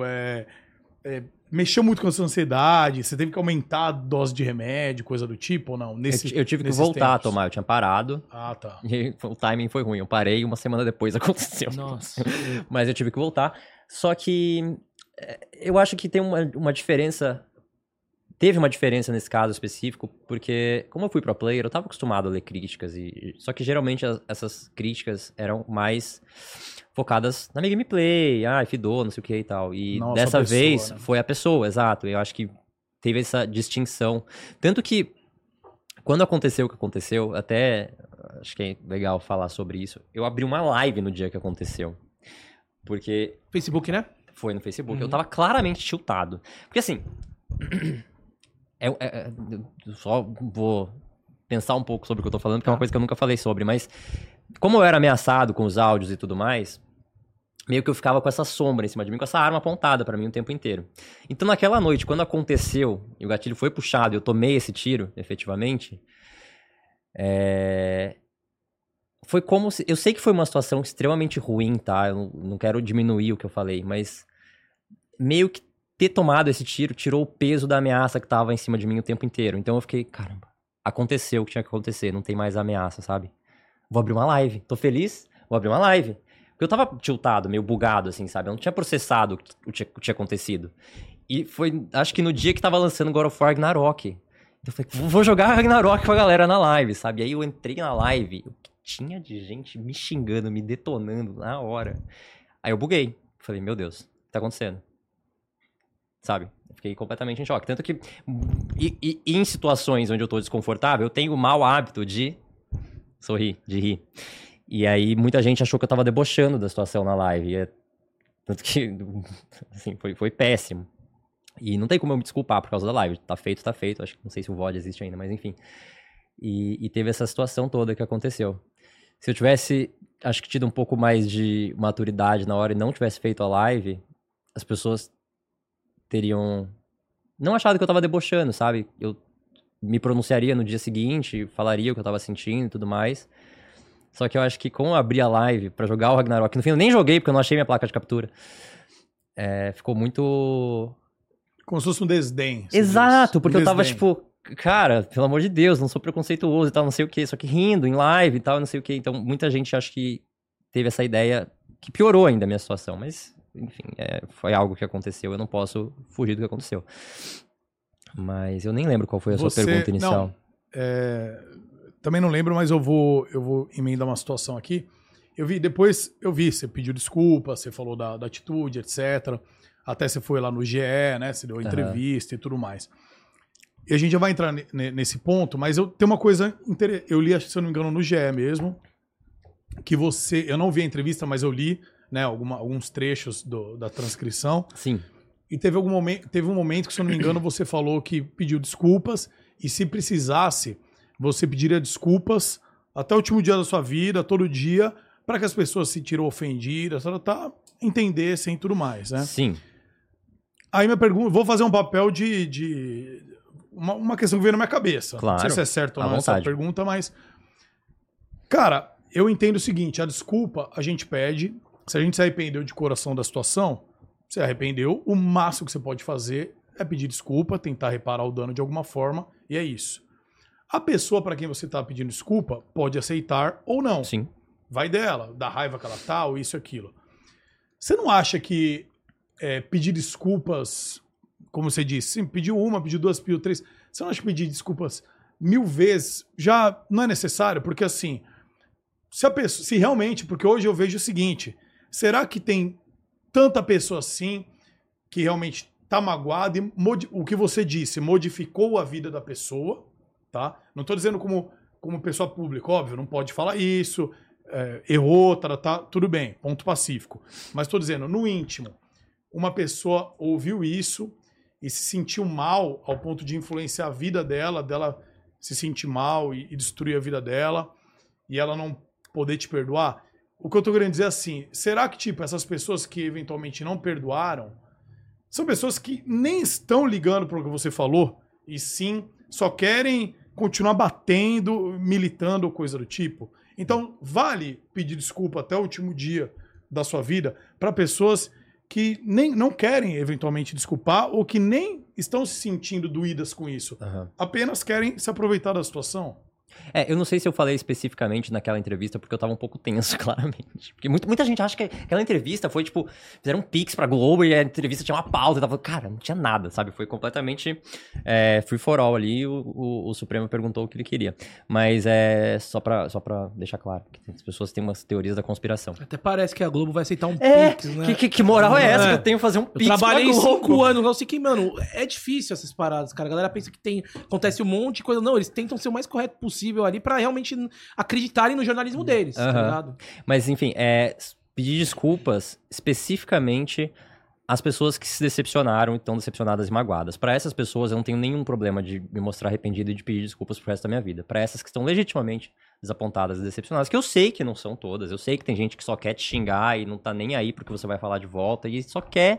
Mexeu muito com a sua ansiedade? Você teve que aumentar a dose de remédio, coisa do tipo ou não? Eu tive que voltar a tomar, eu tinha parado. Ah, tá. E o timing foi ruim, eu parei, uma semana depois aconteceu. Nossa. Mas eu tive que voltar. Só que eu acho que tem uma diferença... Teve uma diferença nesse caso específico, porque como eu fui pro player, eu tava acostumado a ler críticas, só que geralmente essas críticas eram mais focadas na minha gameplay, Fidou, não sei o que e tal. E nossa, dessa pessoa, vez né? foi a pessoa, exato. Eu acho que teve essa distinção. Tanto que, quando aconteceu o que aconteceu, até acho que é legal falar sobre isso, eu abri uma live no dia que aconteceu. Porque... Facebook, né? Foi no Facebook. Eu tava claramente tiltado. Porque assim... só vou pensar um pouco sobre o que eu tô falando, porque é uma coisa que eu nunca falei sobre, mas como eu era ameaçado com os áudios e tudo mais, meio que eu ficava com essa sombra em cima de mim, com essa arma apontada pra mim o tempo inteiro. Então naquela noite, quando aconteceu, e o gatilho foi puxado e eu tomei esse tiro, efetivamente, foi como se... Eu sei que foi uma situação extremamente ruim, tá? Eu não quero diminuir o que eu falei, mas meio que ter tomado esse tiro tirou o peso da ameaça que tava em cima de mim o tempo inteiro. Então eu fiquei, caramba, aconteceu o que tinha que acontecer, não tem mais ameaça, sabe? Vou abrir uma live, tô feliz, vou abrir uma live. Porque eu tava tiltado, meio bugado, assim, sabe? Eu não tinha processado o que tinha acontecido. E foi, acho que no dia que tava lançando God of War Ragnarok. Então eu falei, vou jogar Ragnarok com a galera na live, sabe? E aí eu entrei na live, o que tinha de gente me xingando, me detonando na hora. Aí eu buguei. Falei, meu Deus, o que tá acontecendo? Sabe? Eu fiquei completamente em choque. Tanto que em situações onde eu tô desconfortável, eu tenho o mau hábito de sorrir, de rir. E aí muita gente achou que eu tava debochando da situação na live. Tanto que, assim, foi péssimo. E não tem como eu me desculpar por causa da live. Tá feito, tá feito. Acho que não sei se o VOD existe ainda, mas enfim. E teve essa situação toda que aconteceu. Se eu tivesse, acho que tido um pouco mais de maturidade na hora e não tivesse feito a live, as pessoas teriam não achado que eu tava debochando, sabe? Eu me pronunciaria no dia seguinte, falaria o que eu tava sentindo e tudo mais. Só que eu acho que como eu abri a live pra jogar o Ragnarok, no fim eu nem joguei porque eu não achei minha placa de captura, ficou muito... Como se fosse um desdém. Exato, porque eu tava tipo, cara, pelo amor de Deus, não sou preconceituoso e tal, não sei o que, só que rindo em live e tal, não sei o que. Então muita gente acho que teve essa ideia que piorou ainda a minha situação, mas... Enfim, foi algo que aconteceu, eu não posso fugir do que aconteceu. Mas eu nem lembro qual foi a sua pergunta inicial. Não, também não lembro, mas eu vou emendar uma situação aqui. Você pediu desculpa, você falou da atitude, etc. Até você foi lá no GE, né? Você deu entrevista e tudo mais. E a gente já vai entrar nesse ponto, mas tem uma coisa interessante. Eu li, se eu não me engano, no GE mesmo, que eu não vi a entrevista, mas eu li, né, alguns trechos da transcrição. Sim. E teve um momento que, se eu não me engano, você falou que pediu desculpas e se precisasse, você pediria desculpas até o último dia da sua vida, todo dia, para que as pessoas se sentiram ofendidas, entendessem e tudo mais, né? Sim. Aí minha pergunta, vou fazer um papel de uma questão que veio na minha cabeça. Claro. Não sei se é certo ou não essa vontade. pergunta, mas... Cara, eu entendo o seguinte, a desculpa a gente pede. Se a gente se arrependeu de coração da situação, você arrependeu, o máximo que você pode fazer é pedir desculpa, tentar reparar o dano de alguma forma, e é isso. A pessoa para quem você tá pedindo desculpa pode aceitar ou não. Sim. Vai dela, da raiva que ela tá, ou isso e aquilo. Você não acha que pedir desculpas, como você disse, sim, pediu uma, pediu duas, pediu três, você não acha que pedir desculpas 1000 vezes já não é necessário? Porque assim, se realmente, porque hoje eu vejo o seguinte, será que tem tanta pessoa assim que realmente tá magoada e o que você disse, modificou a vida da pessoa, tá? Não tô dizendo como pessoa pública, óbvio, não pode falar isso, errou, tá, tudo bem, ponto pacífico. Mas tô dizendo, no íntimo, uma pessoa ouviu isso e se sentiu mal ao ponto de influenciar a vida dela se sentir mal e destruir a vida dela, e ela não poder te perdoar. O que eu tô querendo dizer é assim, será que, tipo, essas pessoas que eventualmente não perdoaram, são pessoas que nem estão ligando pro que você falou, e sim, só querem continuar batendo, militando ou coisa do tipo? Então, vale pedir desculpa até o último dia da sua vida para pessoas que nem não querem eventualmente desculpar ou que nem estão se sentindo doídas com isso. Apenas querem se aproveitar da situação. Eu não sei se eu falei especificamente naquela entrevista, porque eu tava um pouco tenso, claramente. Porque muita gente acha que aquela entrevista foi, tipo, fizeram um pix pra Globo e a entrevista tinha uma pauta. E tava, cara, não tinha nada, sabe? Foi completamente free for all ali. O Supremo perguntou o que ele queria. Mas só pra deixar claro, que as pessoas têm umas teorias da conspiração. Até parece que a Globo vai aceitar um pix, né? Que moral é essa que eu tenho que fazer um pix? Eu trabalhei 5 anos, eu sei que, mano, é difícil essas paradas, cara. A galera pensa que acontece um monte de coisa. Não, eles tentam ser o mais correto possível ali pra realmente acreditarem no jornalismo deles, tá ligado? Mas, enfim, pedir desculpas especificamente às pessoas que se decepcionaram e estão decepcionadas e magoadas. Pra essas pessoas, eu não tenho nenhum problema de me mostrar arrependido e de pedir desculpas pro resto da minha vida. Pra essas que estão legitimamente desapontadas e decepcionadas, que eu sei que não são todas, eu sei que tem gente que só quer te xingar e não tá nem aí porque você vai falar de volta e só quer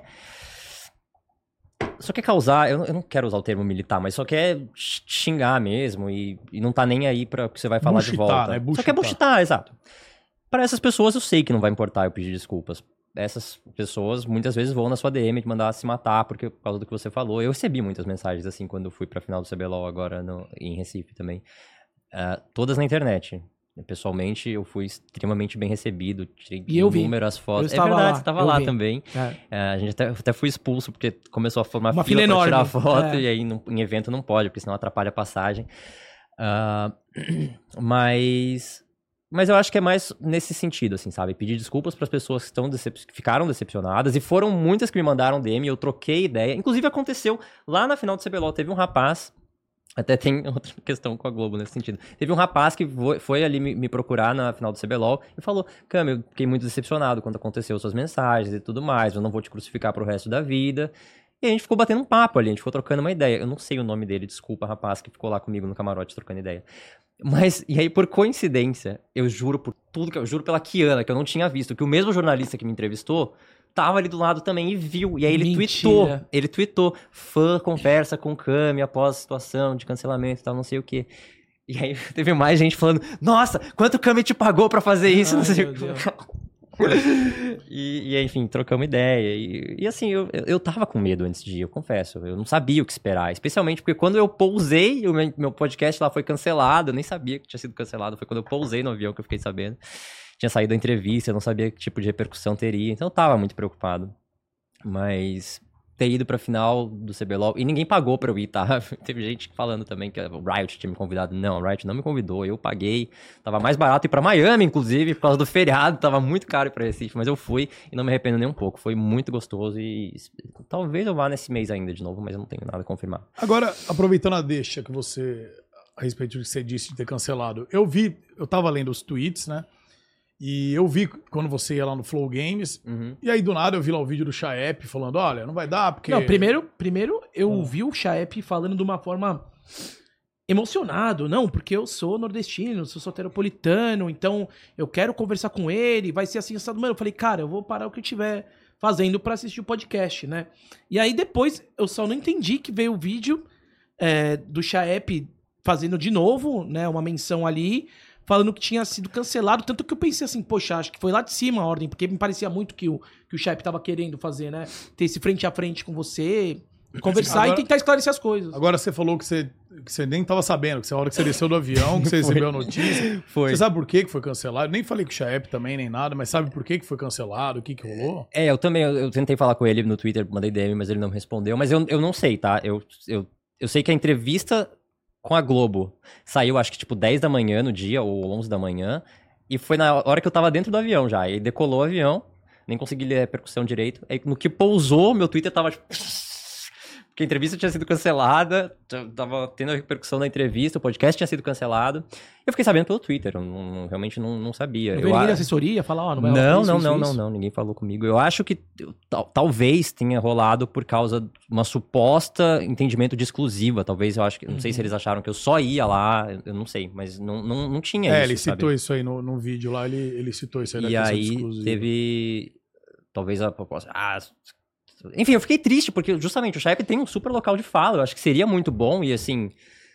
causar, eu não quero usar o termo militar, mas só quer xingar mesmo e não tá nem aí pra o que você vai falar de volta. Né? Só quer buchitar, exato. Para essas pessoas eu sei que não vai importar eu pedir desculpas. Essas pessoas muitas vezes vão na sua DM te mandar se matar por causa do que você falou. Eu recebi muitas mensagens assim quando eu fui pra final do CBLOL agora em Recife também. Todas na internet. Pessoalmente, eu fui extremamente bem recebido. Tirei inúmeras fotos. É verdade, lá, você estava lá também. A gente até foi expulso, porque começou a formar uma fila enorme pra tirar foto, e aí em evento não pode, porque senão atrapalha a passagem. Mas eu acho que é mais nesse sentido, assim, sabe? Pedir desculpas para as pessoas que ficaram decepcionadas, e foram muitas que me mandaram DM, eu troquei ideia. Inclusive, aconteceu lá na final do CBLOL, teve um rapaz. Até tem outra questão com a Globo nesse sentido. Teve um rapaz que foi ali me procurar na final do CBLOL e falou: Cam, eu fiquei muito decepcionado quando aconteceu suas mensagens e tudo mais, eu não vou te crucificar pro resto da vida. E a gente ficou batendo um papo ali, a gente ficou trocando uma ideia. Eu não sei o nome dele, desculpa, rapaz, que ficou lá comigo no camarote trocando ideia. Mas, e aí, por coincidência, eu juro por tudo que eu juro pela Kiana, que eu não tinha visto, que o mesmo jornalista que me entrevistou tava ali do lado também e viu. E aí ele tweetou, fã conversa com Cami após a situação de cancelamento e tal, não sei o quê. E aí teve mais gente falando, nossa, quanto o Cami te pagou pra fazer isso? Não sei o quê. E enfim, trocamos ideia. E assim, eu tava com medo antes de ir, eu confesso. Eu não sabia o que esperar. Especialmente porque quando eu pousei, o meu podcast lá foi cancelado. Eu nem sabia que tinha sido cancelado. Foi quando eu pousei no avião que eu fiquei sabendo. Tinha saído a entrevista, eu não sabia que tipo de repercussão teria. Então eu tava muito preocupado. Mas ter ido pra final do CBLOL... E ninguém pagou pra eu ir, tá? Teve gente falando também que o Riot tinha me convidado. Não, o Riot não me convidou, eu paguei. Tava mais barato ir pra Miami, inclusive, por causa do feriado. Tava muito caro ir pra Recife, mas eu fui e não me arrependo nem um pouco. Foi muito gostoso e talvez eu vá nesse mês ainda de novo, mas eu não tenho nada a confirmar. Agora, aproveitando a deixa que você... A respeito do que você disse de ter cancelado. Eu tava lendo os tweets, né? E eu vi quando você ia lá no Flow Games, e aí do nada eu vi lá o vídeo do Chaep falando, olha, não vai dar porque... Não, primeiro eu vi o Chaep falando de uma forma emocionado, não, porque eu sou nordestino, sou soteropolitano, então eu quero conversar com ele, vai ser assim, assado. Mano, eu falei, cara, eu vou parar o que eu estiver fazendo pra assistir o podcast, né? E aí depois eu só não entendi que veio o vídeo do Chaep fazendo de novo, né, uma menção ali, falando que tinha sido cancelado. Tanto que eu pensei assim, poxa, acho que foi lá de cima a ordem, porque me parecia muito que o Chape tava querendo fazer, né? Ter esse frente a frente com você, conversar Agora- e tentar esclarecer as coisas. Agora você falou que você nem tava sabendo, que a hora que você desceu do avião, que você recebeu a notícia. Foi. Você sabe por que foi cancelado? Nem falei com o Chaep também, nem nada, mas sabe por que foi cancelado? O que rolou? Eu também, eu tentei falar com ele no Twitter, mandei DM, mas ele não respondeu. Mas eu não sei, tá? Eu sei que a entrevista com a Globo saiu, acho que tipo 10 da manhã no dia, ou 11 da manhã. E foi na hora que eu tava dentro do avião já. E decolou o avião, nem consegui ler a repercussão direito. Aí no que pousou, meu Twitter tava tipo... Porque a entrevista tinha sido cancelada, tava tendo a repercussão da entrevista, o podcast tinha sido cancelado. Eu fiquei sabendo pelo Twitter, eu realmente não sabia. Não veio ninguém da assessoria falar, ó, não vai Não, ninguém falou comigo. Eu acho que talvez tenha rolado por causa de uma suposta entendimento de exclusiva. Talvez, eu acho que, não sei se eles acharam que eu só ia lá, eu não sei, mas não tinha isso, Ele citou sabe? isso aí no vídeo lá, ele citou isso aí da E questão aí exclusiva. teve, talvez a proposta... Enfim, eu fiquei triste, porque justamente o Chape tem um super local de fala. Eu acho que seria muito bom e assim...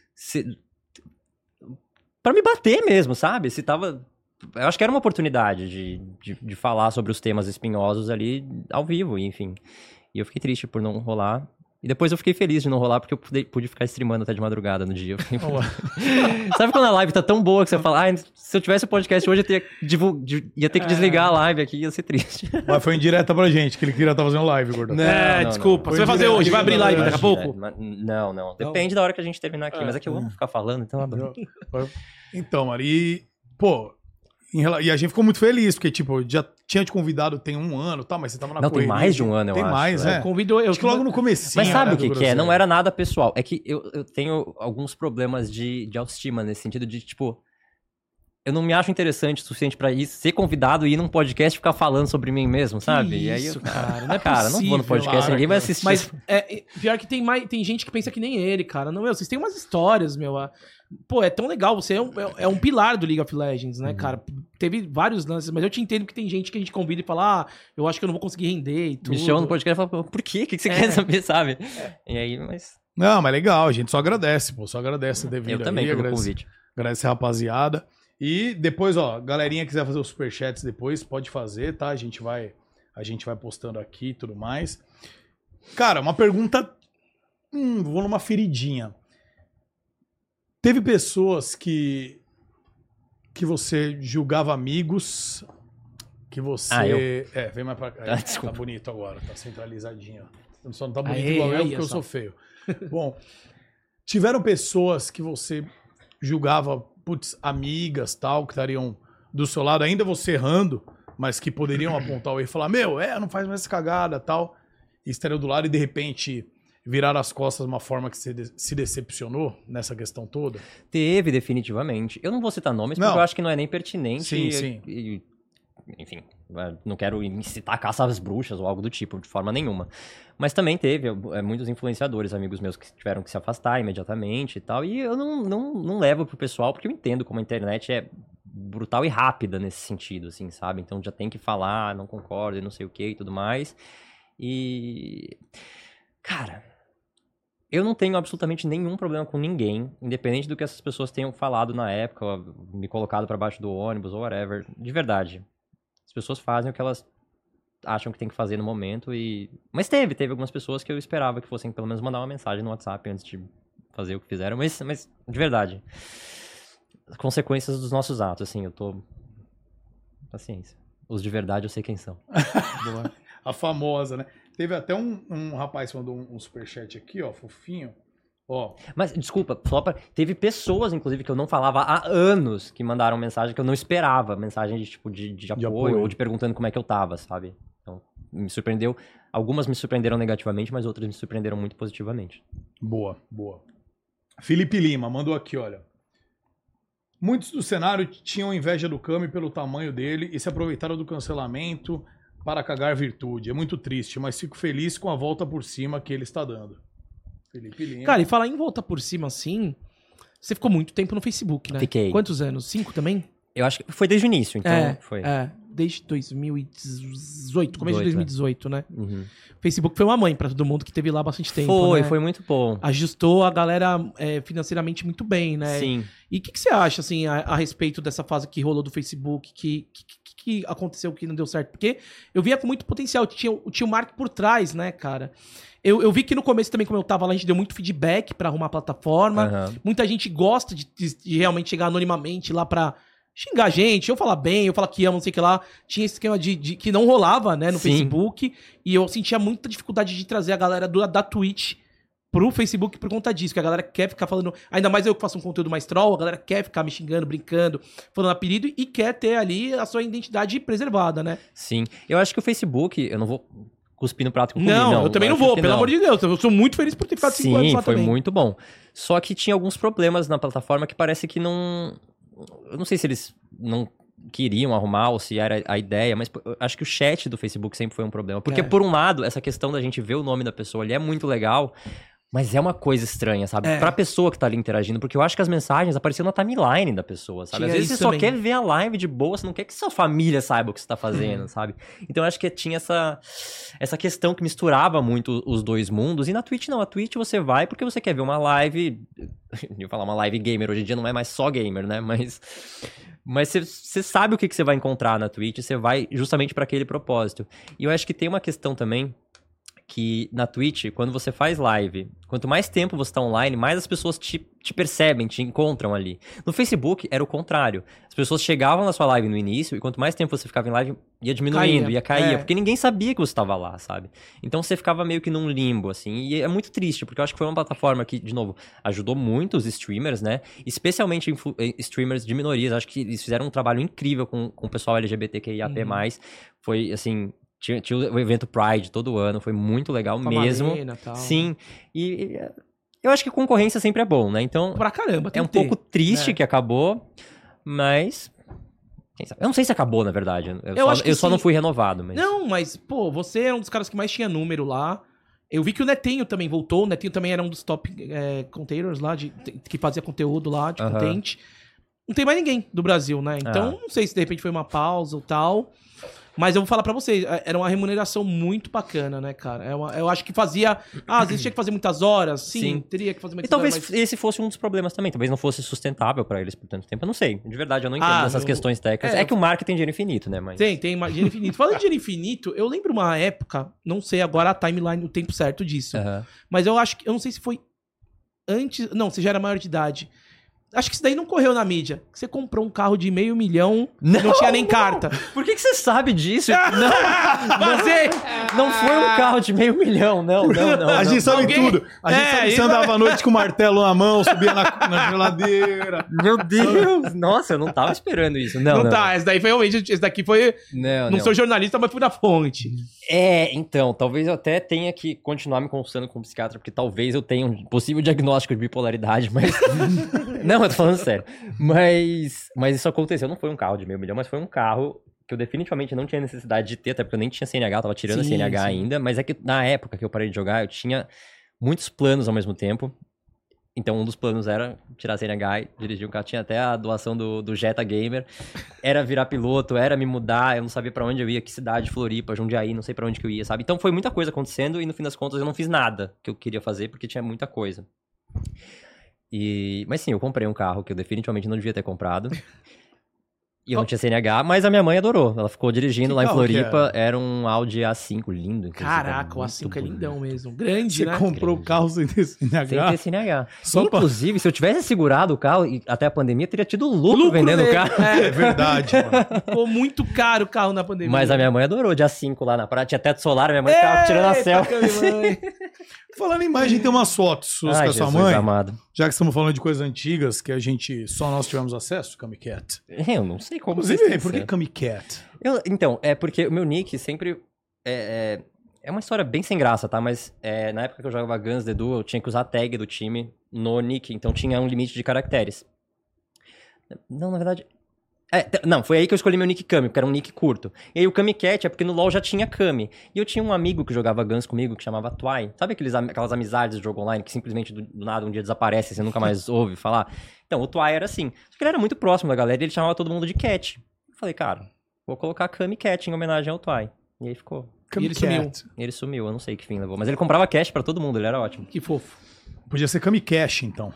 Pra me bater mesmo, sabe? Se tava... Eu acho que era uma oportunidade de falar sobre os temas espinhosos ali ao vivo, e enfim. E eu fiquei triste por não rolar. E depois eu fiquei feliz de não rolar, porque eu pude ficar streamando até de madrugada no dia. Sabe quando a live tá tão boa que você fala, se eu tivesse o podcast hoje, eu ia ter que desligar a live aqui, ia ser triste. Mas foi indireta pra gente, que ele queria estar fazendo live, Gordão. Desculpa. Não. Você vai fazer Foi hoje, vai abrir live daqui a É, pouco? Não. Depende da hora que a gente terminar aqui. Mas é que eu amo ficar falando, então... Então, Mari, pô... E a gente ficou muito feliz, porque, tipo, já tinha te convidado tem um ano, tá? Mas você tava na Não, tem mais de um ano, eu acho. Tem mais, né? Convidou eu. Acho que logo no comecinho. Mas sabe né, o que do que é? Não Groselha. era nada pessoal. É que eu tenho alguns problemas de autoestima, nesse sentido de, tipo... Eu não me acho interessante o suficiente pra ir ser convidado e ir num podcast e ficar falando sobre mim mesmo, sabe? E aí Isso, eu, cara, não é cara, não vou no podcast, claro, ninguém vai cara. assistir. Mas pior que tem gente que pensa que nem ele, cara. Não, vocês têm umas histórias, meu. Pô, é tão legal. Você é um pilar do League of Legends, né, cara? Teve vários lances, mas eu te entendo que tem gente que a gente convida e fala, eu acho que eu não vou conseguir render e tudo. Me chama no podcast e fala, por quê? O que você quer saber, sabe? E aí, mas... Não, mas legal, a gente só agradece, pô. Só agradece devido Eu também pelo convite. Agradece a rapaziada. E depois, ó, galerinha quiser fazer os superchats depois, pode fazer, tá? A gente vai postando aqui e tudo mais. Cara, uma pergunta... vou numa feridinha. Teve pessoas que você julgava amigos, que você... vem mais pra cá. Desculpa. Tá bonito agora, tá centralizadinho. Ó. Só não tá bonito Aê, igual eu, aí, porque eu só. sou feio. Bom, tiveram pessoas que você julgava, putz, amigas, tal, que estariam do seu lado, ainda você errando, mas que poderiam apontar o erro e falar, não faz mais essa cagada, tal, e estariam do lado e de repente virar as costas de uma forma que você se decepcionou nessa questão toda? Teve, definitivamente. Eu não vou citar nomes, porque eu acho que não é nem pertinente. Sim. Enfim, não quero incitar a caça às bruxas ou algo do tipo, de forma nenhuma. Mas também teve muitos influenciadores, amigos meus, que tiveram que se afastar imediatamente e tal. E eu não levo pro pessoal, porque eu entendo como a internet é brutal e rápida nesse sentido, assim, sabe? Então já tem que falar, não concordo e não sei o que e tudo mais. E... Cara... Eu não tenho absolutamente nenhum problema com ninguém, independente do que essas pessoas tenham falado na época, ou me colocado pra baixo do ônibus, ou whatever. De verdade. As pessoas fazem o que elas acham que tem que fazer no momento e... Mas teve algumas pessoas que eu esperava que fossem pelo menos mandar uma mensagem no WhatsApp antes de fazer o que fizeram, mas de verdade. As consequências dos nossos atos, assim, eu tô... Paciência. Os de verdade eu sei quem são. Boa. A famosa, né? Teve até um rapaz que mandou um superchat aqui, ó, fofinho. Ó. Mas, desculpa, teve pessoas, inclusive, que eu não falava há anos que mandaram mensagem que eu não esperava. Mensagem de, tipo, de apoio ou de perguntando como é que eu tava, sabe? Então, me surpreendeu. Algumas me surpreenderam negativamente, mas outras me surpreenderam muito positivamente. Boa. Felipe Lima mandou aqui, olha. Muitos do cenário tinham inveja do Kami pelo tamanho dele e se aproveitaram do cancelamento para cagar virtude. É muito triste, mas fico feliz com a volta por cima que ele está dando. Felipe Lima. Cara, e falar em volta por cima assim, você ficou muito tempo no Facebook, né? Fiquei. Quantos anos? 5 também? Eu acho que foi desde o início, então foi. desde 2018, começo de 2018, né? Uhum. O Facebook foi uma mãe pra todo mundo que teve lá bastante tempo, Foi muito bom. Ajustou a galera financeiramente muito bem, né? Sim. E o que você acha, assim, a respeito dessa fase que rolou do Facebook, que aconteceu que não deu certo? Porque eu via com muito potencial, tinha o Mark por trás, né, cara? Eu vi que no começo também, como eu tava lá, a gente deu muito feedback pra arrumar a plataforma. Uhum. Muita gente gosta de realmente chegar anonimamente lá pra xingar a gente, eu falar bem, eu falar que amo, não sei o que lá. Tinha esse esquema de que não rolava, né, no Sim. Facebook. E eu sentia muita dificuldade de trazer a galera da Twitch pro Facebook por conta disso, que a galera quer ficar falando, ainda mais eu que faço um conteúdo mais troll, a galera quer ficar me xingando, brincando, falando apelido e quer ter ali a sua identidade preservada, né? Sim. Eu acho que o Facebook, eu não vou cuspir no prato que eu comi, não. Eu também não vou, pelo amor de Deus. Eu sou muito feliz por ter ficado 5 anos lá foi também. muito bom. Só que tinha alguns problemas na plataforma que parece que não... Eu não sei se eles não queriam arrumar ou se era a ideia, mas eu acho que o chat do Facebook sempre foi um problema. Porque, por um lado, essa questão da gente ver o nome da pessoa ali é muito legal, mas é uma coisa estranha, sabe? Pra pessoa que tá ali interagindo, porque eu acho que as mensagens apareciam na timeline da pessoa, sabe? Às vezes você só quer ver a live de boa, você não quer que sua família saiba o que você tá fazendo, sabe? Então eu acho que tinha essa questão que misturava muito os dois mundos, e na Twitch não, a Twitch você vai porque você quer ver uma live, eu ia falar uma live gamer, hoje em dia não é mais só gamer, né? Mas você sabe o que você vai encontrar na Twitch, você vai justamente pra aquele propósito. E eu acho que tem uma questão também, que na Twitch, quando você faz live, quanto mais tempo você tá online, mais as pessoas te percebem, te encontram ali. No Facebook, era o contrário. As pessoas chegavam na sua live no início, e quanto mais tempo você ficava em live, ia diminuindo, ia cair, porque ninguém sabia que você estava lá, sabe? Então você ficava meio que num limbo, assim, e é muito triste, porque eu acho que foi uma plataforma que, de novo, ajudou muito os streamers, né? Especialmente streamers de minorias. Acho que eles fizeram um trabalho incrível com o pessoal LGBTQIAP+. Foi, assim... Tinha o evento Pride todo ano, foi muito legal mesmo. Tal, sim, e eu acho que concorrência sempre é bom, né? Então, pra caramba, é um pouco triste que acabou, mas... Quem sabe? Eu não sei se acabou, na verdade. Eu só não fui renovado. Mas... Não, mas, pô, você é um dos caras que mais tinha número lá. Eu vi que o Netinho também voltou. O Netinho também era um dos top containers lá, que fazia conteúdo lá, de content. Não tem mais ninguém do Brasil, né? Então, não sei se de repente foi uma pausa ou tal... Mas eu vou falar pra vocês, era uma remuneração muito bacana, né, cara? Eu acho que fazia... às vezes tinha que fazer muitas horas. Sim. Teria que fazer muitas horas. E talvez esse fosse um dos problemas também. Talvez não fosse sustentável pra eles por tanto tempo. Eu não sei. De verdade, eu não entendo dessas questões técnicas. É que o marketing tem dinheiro infinito, né? Mas... Tem dinheiro infinito. Falando de dinheiro infinito, eu lembro uma época, não sei agora a timeline, o tempo certo disso. Mas eu acho que... Eu não sei se foi antes... Não, você já era maior de idade. Acho que isso daí não correu na mídia. Você comprou um carro de $500 mil, não tinha nem carta. Por que você sabe disso? Não foi um carro de $500 mil, não. A gente sabe tudo. A gente sabe que você andava à noite com o martelo na mão, subia na geladeira. Meu Deus! Nossa, eu não tava esperando isso. Não tá, esse daí foi realmente... Esse daqui foi... Não sou jornalista, mas fui na fonte. Então, talvez eu até tenha que continuar me consultando com um psiquiatra, porque talvez eu tenha um possível diagnóstico de bipolaridade, mas... Não, eu tô falando sério. Mas isso aconteceu. Não foi um carro de $500 mil, mas foi um carro que eu definitivamente não tinha necessidade de ter, até porque eu nem tinha CNH, eu tava tirando a CNH ainda. Mas é que na época que eu parei de jogar, eu tinha muitos planos ao mesmo tempo. Então um dos planos era tirar a CNH e dirigir um carro. Tinha até a doação do Jetta Gamer. Era virar piloto, era me mudar. Eu não sabia pra onde eu ia, que cidade, Floripa, Jundiaí, não sei pra onde que eu ia, sabe? Então foi muita coisa acontecendo e no fim das contas eu não fiz nada que eu queria fazer porque tinha muita coisa. Mas sim, eu comprei um carro que eu definitivamente não devia ter comprado. E eu não tinha CNH, mas a minha mãe adorou. Ela ficou dirigindo lá em Floripa. Era um Audi A5 lindo. Caraca, o A5 é lindão mesmo. Grande, né? Você comprou o carro sem ter CNH? Sem ter CNH. Inclusive, se eu tivesse segurado o carro até a pandemia, teria tido lucro vendendo o carro. É verdade, mano. Ficou muito caro o carro na pandemia. Mas a minha mãe adorou de A5 lá na praia. Tinha teto solar, a minha mãe ficava tirando a selfie. Falando em imagem, tem umas fotos suas com a sua mãe. Amado. Já que estamos falando de coisas antigas que só nós tivemos acesso, Camicat. Eu não sei como. Inclusive, por que Camicat? Então, é porque o meu nick sempre é uma história bem sem graça, tá? Mas na época que eu jogava Guns The Duel, eu tinha que usar a tag do time no nick, então tinha um limite de caracteres. Não, na verdade... Não, foi aí que eu escolhi meu nick Kami, porque era um nick curto. E aí o Camicat é porque no LoL já tinha Kami. E eu tinha um amigo que jogava Guns comigo, que chamava Twy. Sabe aquelas amizades do jogo online que simplesmente do nada um dia desaparece e você nunca mais ouve falar? Então, o Twy era assim. Só que ele era muito próximo da galera e ele chamava todo mundo de Cat. Eu falei, cara, vou colocar Kami Cat em homenagem ao Twai. E aí ficou. E ele sumiu. Ele sumiu, eu não sei que fim levou. Mas ele comprava cash pra todo mundo, ele era ótimo. Que fofo. Podia ser Kami Cash, então.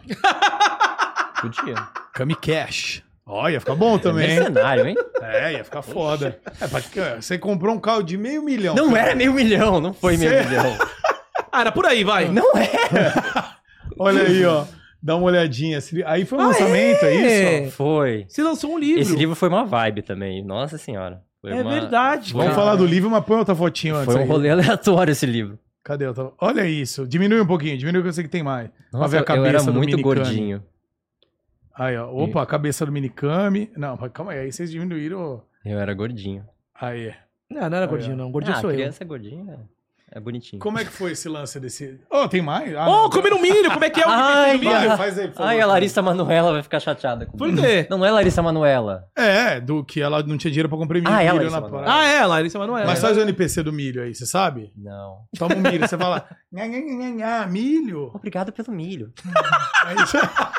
Podia. Kami Cash. Ó, ia ficar bom também, hein? Mercenário, hein? Ia ficar foda. Você comprou um carro de $500 mil. Não era $500 mil, não foi $500 mil. Ah, era por aí, vai. Não era. Olha aí, ó. Dá uma olhadinha. Aí foi um lançamento, é isso? Foi. Você lançou um livro. Esse livro foi uma vibe também, nossa senhora. Foi verdade, Vamos cara. falar do livro, mas põe outra fotinho antes. Foi um aí. rolê aleatório esse livro. Cadê? Olha isso. Diminui um pouquinho, diminui que eu sei que tem mais. Pra Nossa, ver a cabeça eu era do muito Minikami. gordinho. Aí, ó. Opa, a cabeça do Minikami. Não, mas calma aí vocês diminuíram. Eu era gordinho. Aí. Não era gordinho, não. Gordinho sou eu. Criança é gordinha, é bonitinho. Como é que foi esse lance desse... Tem mais? Comendo milho, como é que é o Ai, que milho? Faz aí, por favor. Ai, a Larissa Manoela vai ficar chateada comigo. Por quê? Não é Larissa Manoela. Do que ela não tinha dinheiro pra comprar milho, Ah, milho Larissa na Manoela. parada. Larissa Manoela. Mas faz o NPC do milho aí, você sabe? Não. Toma um milho, você fala... milho. Obrigado pelo milho. É isso.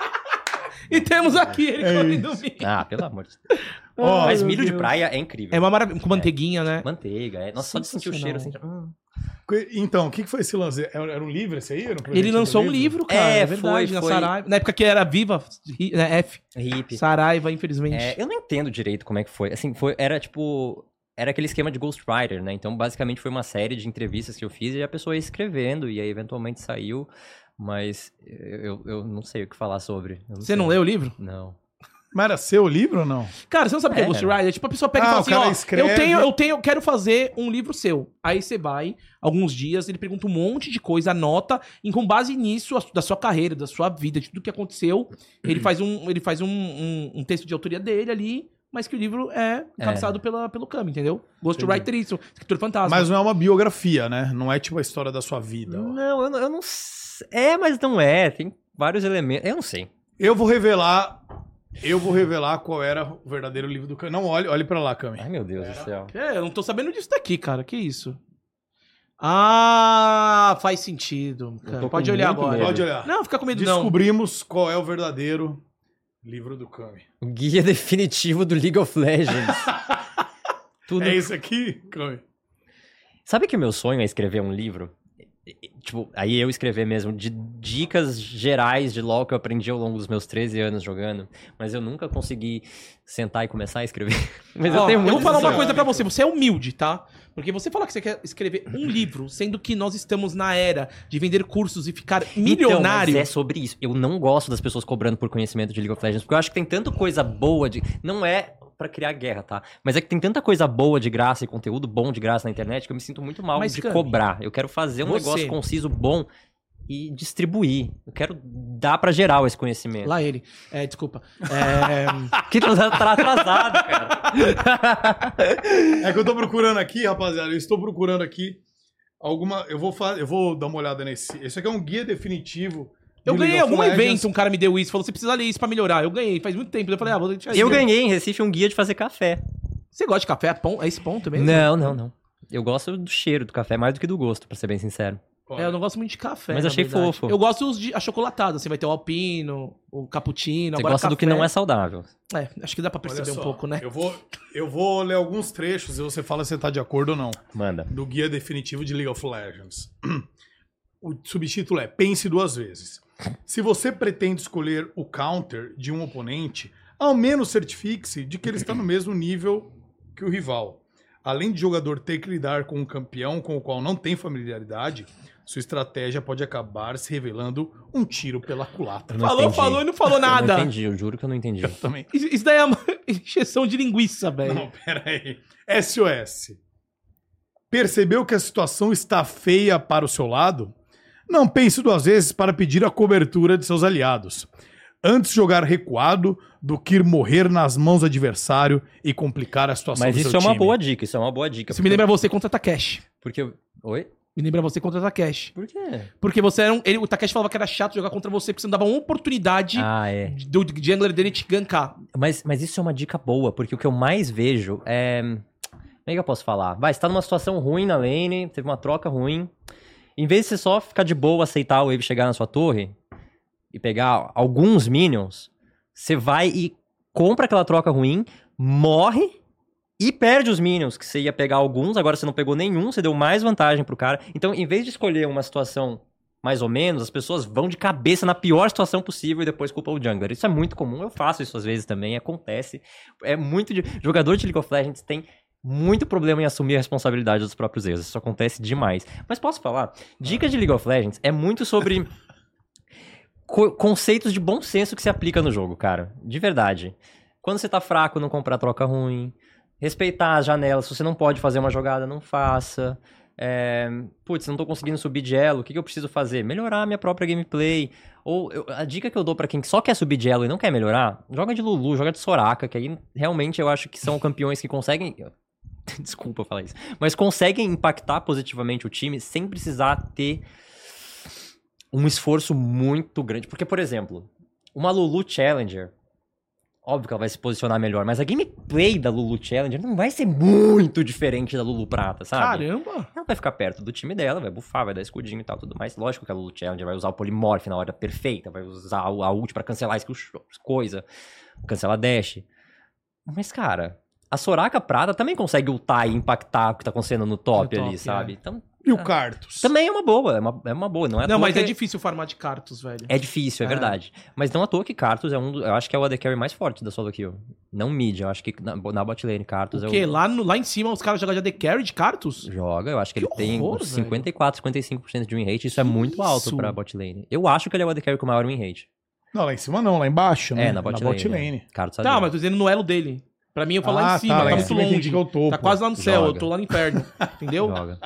E temos aqui ele comendo milho. Ah, pelo amor de Deus. Mas milho de praia é incrível. É uma maravilha. Com manteiguinha, né? Manteiga. Nossa, só de sentir o cheiro assim. Então, o que foi esse lance? Era um livro esse aí? Ele lançou um livro, cara. É verdade, foi. na Saraiva. Na época que era Viva, né, F. Hippie. Saraiva, infelizmente. Eu não entendo direito como é que foi. Assim, era tipo... Era aquele esquema de Ghostwriter, né? Então, basicamente, foi uma série de entrevistas que eu fiz e a pessoa ia escrevendo e aí, eventualmente, saiu. Mas eu não sei o que falar sobre. Você não leu o livro? Não. Mas era seu livro ou não? Cara, você não sabe o que é Ghostwriter? Tipo, a pessoa pega e fala assim, ó, escreve... eu quero fazer um livro seu. Aí você vai, alguns dias, ele pergunta um monte de coisa, anota, e com base nisso, da sua carreira, da sua vida, de tudo que aconteceu, ele faz um texto de autoria dele ali, mas que o livro é encabeçado pelo Kami, entendeu? Ghostwriter isso, escritor fantasma. Mas não é uma biografia, né? Não é tipo a história da sua vida. Não, eu não sei. Mas não é. Tem vários elementos. Eu não sei. Eu vou revelar qual era o verdadeiro livro do Kami. Não, olhe pra lá, Kami. Ai, meu Deus do céu. Eu não tô sabendo disso daqui, cara. Que isso? Ah, faz sentido. Cara. Pode olhar agora. Pode olhar. Não, fica com medo não. Descobrimos qual é o verdadeiro livro do Kami. O guia definitivo do League of Legends. Tudo... É isso aqui, Kami? Sabe que o meu sonho é escrever um livro? Tipo, aí eu escrever mesmo, de dicas gerais de LoL que eu aprendi ao longo dos meus 13 anos jogando, mas eu nunca consegui sentar e começar a escrever. Mas eu vou falar uma coisa pra você, você é humilde, tá? Porque você fala que você quer escrever um livro, sendo que nós estamos na era de vender cursos e ficar milionário. Então, mas é sobre isso. Eu não gosto das pessoas cobrando por conhecimento de League of Legends, porque eu acho que tem tanta coisa boa de... Não é pra criar guerra, tá? Mas é que tem tanta coisa boa de graça e conteúdo bom de graça na internet que eu me sinto muito mal de cobrar. Eu quero fazer um negócio conciso, bom e distribuir. Eu quero dar pra geral esse conhecimento. Lá ele. Desculpa. Que tá atrasado, cara. É que eu tô procurando aqui, rapaziada. Eu estou procurando aqui alguma... Eu vou dar uma olhada nesse... Esse aqui é um guia definitivo... Eu ganhei algum evento, um cara me deu isso, falou, você precisa ler isso pra melhorar. Eu ganhei, faz muito tempo. Eu falei, vou deixar isso. Eu ganhei em Recife um guia de fazer café. Você gosta de café? É esse ponto mesmo? Não. Eu gosto do cheiro do café mais do que do gosto, pra ser bem sincero. Eu não gosto muito de café. Mas achei fofo. Eu gosto dos achocolatados, assim, vai ter o alpino, o cappuccino. Você gosta do que não é saudável. Acho que dá pra perceber um pouco, né? Eu vou ler alguns trechos e você fala se você tá de acordo ou não. Manda. Do guia definitivo de League of Legends. O subtítulo é Pense Duas Vezes. Se você pretende escolher o counter de um oponente, ao menos certifique-se de que ele está no mesmo nível que o rival. Além de o jogador ter que lidar com um campeão com o qual não tem familiaridade, sua estratégia pode acabar se revelando um tiro pela culatra. Falou e não falou nada. Eu não entendi, eu juro que eu não entendi. Eu também. Isso daí é uma injeção de linguiça, velho. Não, pera aí. SOS. Percebeu que a situação está feia para o seu lado? Não pense duas vezes para pedir a cobertura de seus aliados. Antes jogar recuado do que ir morrer nas mãos do adversário e complicar a situação do seu time. Mas isso é uma boa dica, isso é uma boa dica. Isso me lembra você contra Takeshi. Porque... Oi? Me lembra você contra Takeshi. Por quê? Porque você era o Takeshi falava que era chato jogar contra você, porque você não dava uma oportunidade do jungler dele te gankar. Mas isso é uma dica boa, porque o que eu mais vejo é... Como é que eu posso falar? Você tá numa situação ruim na lane, teve uma troca ruim... Em vez de você só ficar de boa, aceitar o wave chegar na sua torre e pegar alguns minions, você vai e compra aquela troca ruim, morre E perde os minions, que você ia pegar alguns, agora você não pegou nenhum, você deu mais vantagem pro cara. Então, em vez de escolher uma situação mais ou menos, as pessoas vão de cabeça na pior situação possível e depois culpam o jungler. Isso é muito comum, eu faço isso às vezes também, acontece. É muito jogador de League of Legends tem muito problema em assumir a responsabilidade dos próprios erros. Isso acontece demais. Mas posso falar? Dica de League of Legends é muito sobre conceitos de bom senso que se aplica no jogo, cara. De verdade. Quando você tá fraco, não comprar troca ruim. Respeitar as janelas. Se você não pode fazer uma jogada, não faça. Putz, não tô conseguindo subir de elo. O que eu preciso fazer? Melhorar a minha própria gameplay. Ou a dica que eu dou pra quem só quer subir de elo e não quer melhorar, joga de Lulu, joga de Soraka, que aí realmente eu acho que são campeões que conseguem... Desculpa falar isso. Mas conseguem impactar positivamente o time sem precisar ter um esforço muito grande. Porque, por exemplo, uma Lulu Challenger... Óbvio que ela vai se posicionar melhor, mas a gameplay da Lulu Challenger não vai ser muito diferente da Lulu Prata, sabe? Caramba! Ela vai ficar perto do time dela, vai buffar, vai dar escudinho e tal, tudo mais. Lógico que a Lulu Challenger vai usar o Polymorph na hora perfeita, vai usar a ult pra cancelar skill coisa, cancelar dash. Mas, cara, a Soraka Prata também consegue ultar e impactar o que tá acontecendo no top ali, sabe? Então... E o Karthus? Também é uma boa, é uma boa. Não, mas é difícil farmar de Karthus, velho. É difícil, é verdade. Mas não à toa que Karthus é eu acho que é o AD Carry mais forte da solo kill. Não mid, eu acho que na bot lane Karthus é o... Porque lá em cima os caras jogam de AD Carry de Karthus? Joga, eu acho que ele tem horror, 54, 55% de win rate. Isso é muito alto pra bot lane. Eu acho que ele é o AD Carry com maior win rate. Não, lá em cima não, lá embaixo, né? Na bot lane. Karthus tá, mas tô dizendo no elo dele. Pra mim eu falo lá em cima, tá muito longe. Tá quase lá no céu, eu tô lá no inferno. Entendeu? Joga.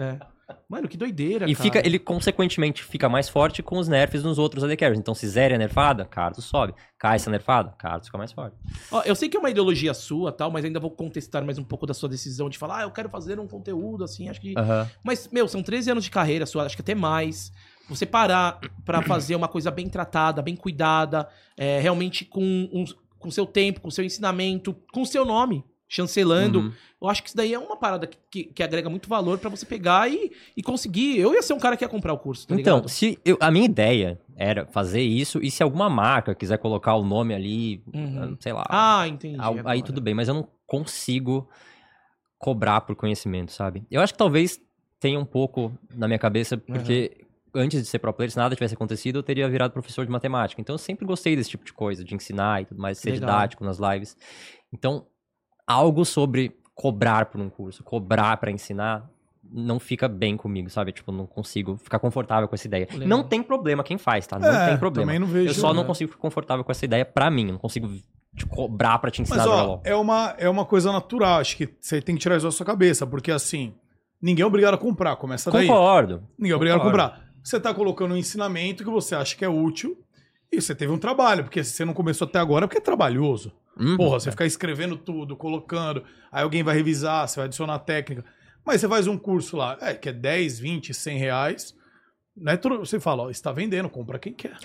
Mano, que doideira, e cara. Ele consequentemente fica mais forte com os nerfs nos outros AD Carries. Então se Zeri é nerfada, Karthus sobe. Kai'Sa é nerfada, Karthus fica mais forte. Ó, eu sei que é uma ideologia sua, tal, mas ainda vou contestar mais um pouco da sua decisão de falar, eu quero fazer um conteúdo, assim, acho que... Mas, são 13 anos de carreira sua, acho que até mais. Você parar pra fazer uma coisa bem tratada, bem cuidada, realmente com seu tempo, com seu ensinamento, com seu nome, chancelando. Eu acho que isso daí é uma parada que agrega muito valor pra você pegar e conseguir. Eu ia ser um cara que ia comprar o curso, tá então, ligado? A minha ideia era fazer isso, e se alguma marca quiser colocar o nome ali, sei lá. Ah, entendi. Aí tudo bem, mas eu não consigo cobrar por conhecimento, sabe? Eu acho que talvez tenha um pouco na minha cabeça, porque antes de ser pro player, se nada tivesse acontecido, eu teria virado professor de matemática. Então eu sempre gostei desse tipo de coisa, de ensinar e tudo mais, ser didático nas lives. Então, algo sobre cobrar por um curso, cobrar pra ensinar, não fica bem comigo, sabe? Tipo, não consigo ficar confortável com essa ideia. Legal. Não tem problema quem faz, tá? Não tem problema. Também não vejo, eu só não consigo ficar confortável com essa ideia pra mim. Não consigo te cobrar pra te ensinar. Mas, é uma coisa natural. Acho que você tem que tirar isso da sua cabeça. Porque, assim, ninguém é obrigado a comprar. Começa daí. Concordo. Ninguém é obrigado a comprar. Você tá colocando um ensinamento que você acha que é útil e você teve um trabalho. Porque se você não começou até agora, é porque é trabalhoso. Porra, você ficar escrevendo tudo, colocando, aí alguém vai revisar, você vai adicionar técnica. Mas você faz um curso lá, que é 10, 20, 100 reais. Né? Você fala, ó, está vendendo, compra quem quer.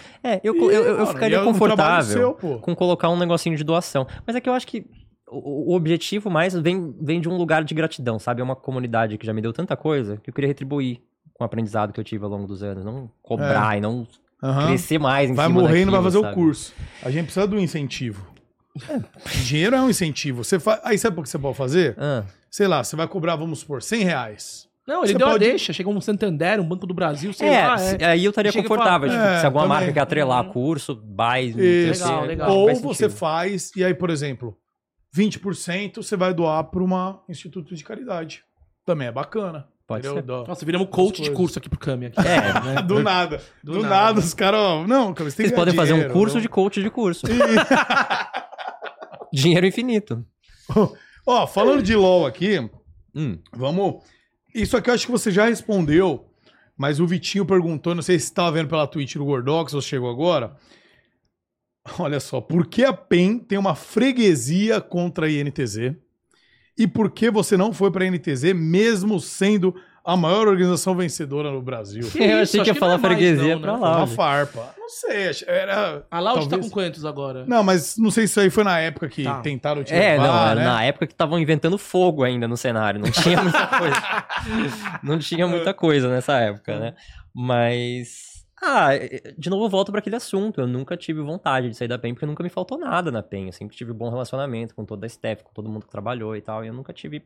Eu ficaria confortável com colocar um negocinho de doação. Mas é que eu acho que o objetivo mais vem de um lugar de gratidão, sabe? É uma comunidade que já me deu tanta coisa que eu queria retribuir com o aprendizado que eu tive ao longo dos anos. Não cobrar e não crescer mais em cima daquilo. Vai morrer e não vai fazer o curso. A gente precisa do incentivo. Dinheiro é um incentivo. Aí sabe o que você pode fazer? Sei lá, você vai cobrar, vamos supor, 100 reais. Não, ele deu a deixa. Chegou um Santander, um Banco do Brasil, sei lá. Aí eu estaria confortável. Se alguma marca quer atrelar curso, buy. Legal. Ou você faz, e aí, por exemplo, 20% você vai doar para um instituto de caridade. Também é bacana. Pode ser. Nossa, viramos coach de curso aqui pro Cami. Né? Do nada, os caras... Não, cara, vocês podem fazer um curso de coach de curso. Dinheiro infinito. Ó, falando de LoL aqui, vamos... Isso aqui eu acho que você já respondeu, mas o Vitinho perguntou, não sei se você estava vendo pela Twitch do Gordox ou chegou agora. Olha só, por que a PEN tem uma freguesia contra a INTZ? E por que você não foi pra INTZ, mesmo sendo a maior organização vencedora no Brasil? Eu achei que ia falar freguesia pra lá. Uma farpa. Não sei, era... A Loud tá com quantos agora? Não, mas não sei se isso aí foi na época que tentaram te levar, né? Na época que estavam inventando fogo ainda no cenário. Não tinha muita coisa. Não tinha muita coisa nessa época, né? Mas... De novo eu volto para aquele assunto. Eu nunca tive vontade de sair da PEN, porque nunca me faltou nada na PEN. Eu sempre tive bom relacionamento com toda a staff, com todo mundo que trabalhou e tal. E eu nunca tive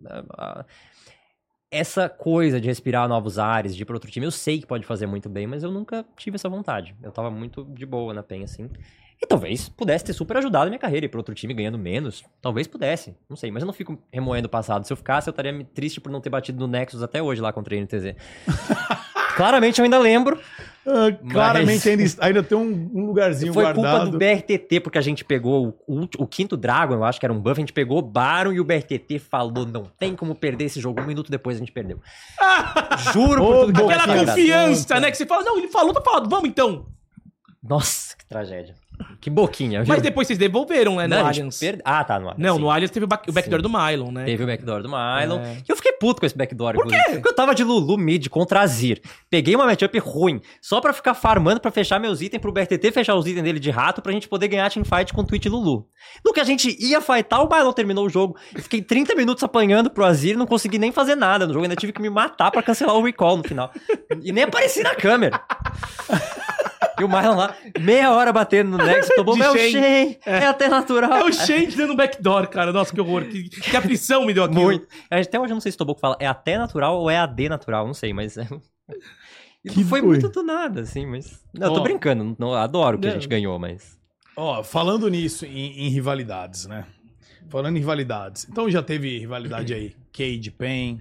essa coisa de respirar novos ares, de ir para outro time. Eu sei que pode fazer muito bem, mas eu nunca tive essa vontade. Eu tava muito de boa na PEN, assim. E talvez pudesse ter super ajudado a minha carreira, ir para outro time ganhando menos. Talvez pudesse, não sei. Mas eu não fico remoendo o passado. Se eu ficasse, eu estaria triste por não ter batido no Nexus até hoje lá contra a NTZ. Claramente eu ainda lembro. Claramente ainda tem um lugarzinho guardado. Foi culpa do BRTT, porque a gente pegou o quinto Dragon, eu acho que era um buff, a gente pegou o Baron e o BRTT falou, não tem como perder esse jogo. 1 minuto depois a gente perdeu. Juro por tudo que aquela confiança, né? Que você fala, não, ele falou, tá falando, vamos então. Nossa, que tragédia. Que boquinha, viu? Mas depois vocês devolveram, né, no não, Allianz. Ah, tá, no Allianz. Não, sim. no Allianz teve o backdoor do Mylon, né? Teve o backdoor do Mylon. E eu fiquei puto com esse backdoor. Por quê? Porque eu tava de Lulu mid contra Azir. Peguei uma matchup ruim, só pra ficar farmando pra fechar meus itens, pro BRTT fechar os itens dele de rato, pra gente poder ganhar teamfight com Twitch e Lulu. No que a gente ia fightar, o Mylon terminou o jogo. Eu fiquei 30 minutos apanhando pro Azir, não consegui nem fazer nada no jogo. Ainda tive que me matar pra cancelar o recall no final. E nem apareci na câmera. E o Mylon lá, meia hora batendo no Nexus, tomou meu Shen, é até natural. É o Shen dando backdoor, cara. Nossa, que horror. Que aflição me deu aquilo. Muito. Até hoje eu não sei se o Toboco fala, é até natural ou é AD natural, não sei, mas... Que foi muito do nada, assim, mas... Não, eu tô brincando, não, adoro que a gente ganhou, mas... Falando nisso, em rivalidades, né? Falando em rivalidades. Então já teve rivalidade aí, Cade, PEN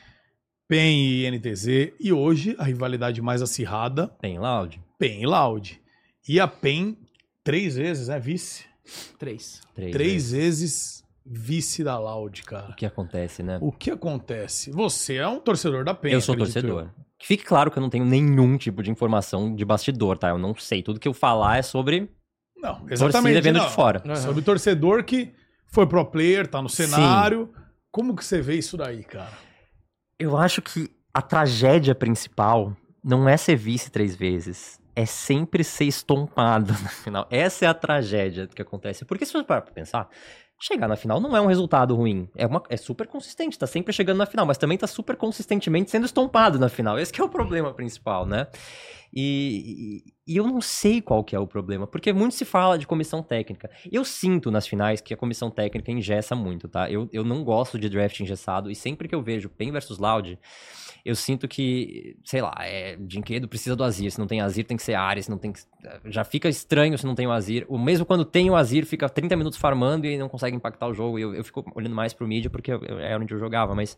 e NTZ. E hoje, a rivalidade mais acirrada... PEN Loud. PEN e Loud. E a PEN 3 vezes, né? Vice. 3 vezes vice da Loud, cara. O que acontece, né? O que acontece? Você é um torcedor da PEN. Eu sou torcedor. Que fique claro que eu não tenho nenhum tipo de informação de bastidor, tá? Eu não sei. Tudo que eu falar é sobre... Não, exatamente. Vendo de fora. Sobre torcedor que foi pro player, tá no cenário. Sim. Como que você vê isso daí, cara? Eu acho que a tragédia principal não é ser vice 3 vezes. É sempre ser estompado na final. Essa é a tragédia que acontece. Porque se você parar pra pensar, chegar na final não é um resultado ruim. É super consistente, tá sempre chegando na final, mas também tá super consistentemente sendo estompado na final. Esse que é o problema principal, né? E eu não sei qual que é o problema, porque muito se fala de comissão técnica. Eu sinto nas finais que a comissão técnica engessa muito, tá? Eu não gosto de draft engessado, e sempre que eu vejo PEN versus Loud, eu sinto que, sei lá, Jinquedo precisa do Azir. Se não tem Azir, tem que ser Ares. Não tem que... Já fica estranho se não tem o Azir. O mesmo quando tem o Azir, fica 30 minutos farmando e não consegue impactar o jogo. E eu fico olhando mais pro mid porque é onde eu jogava, mas...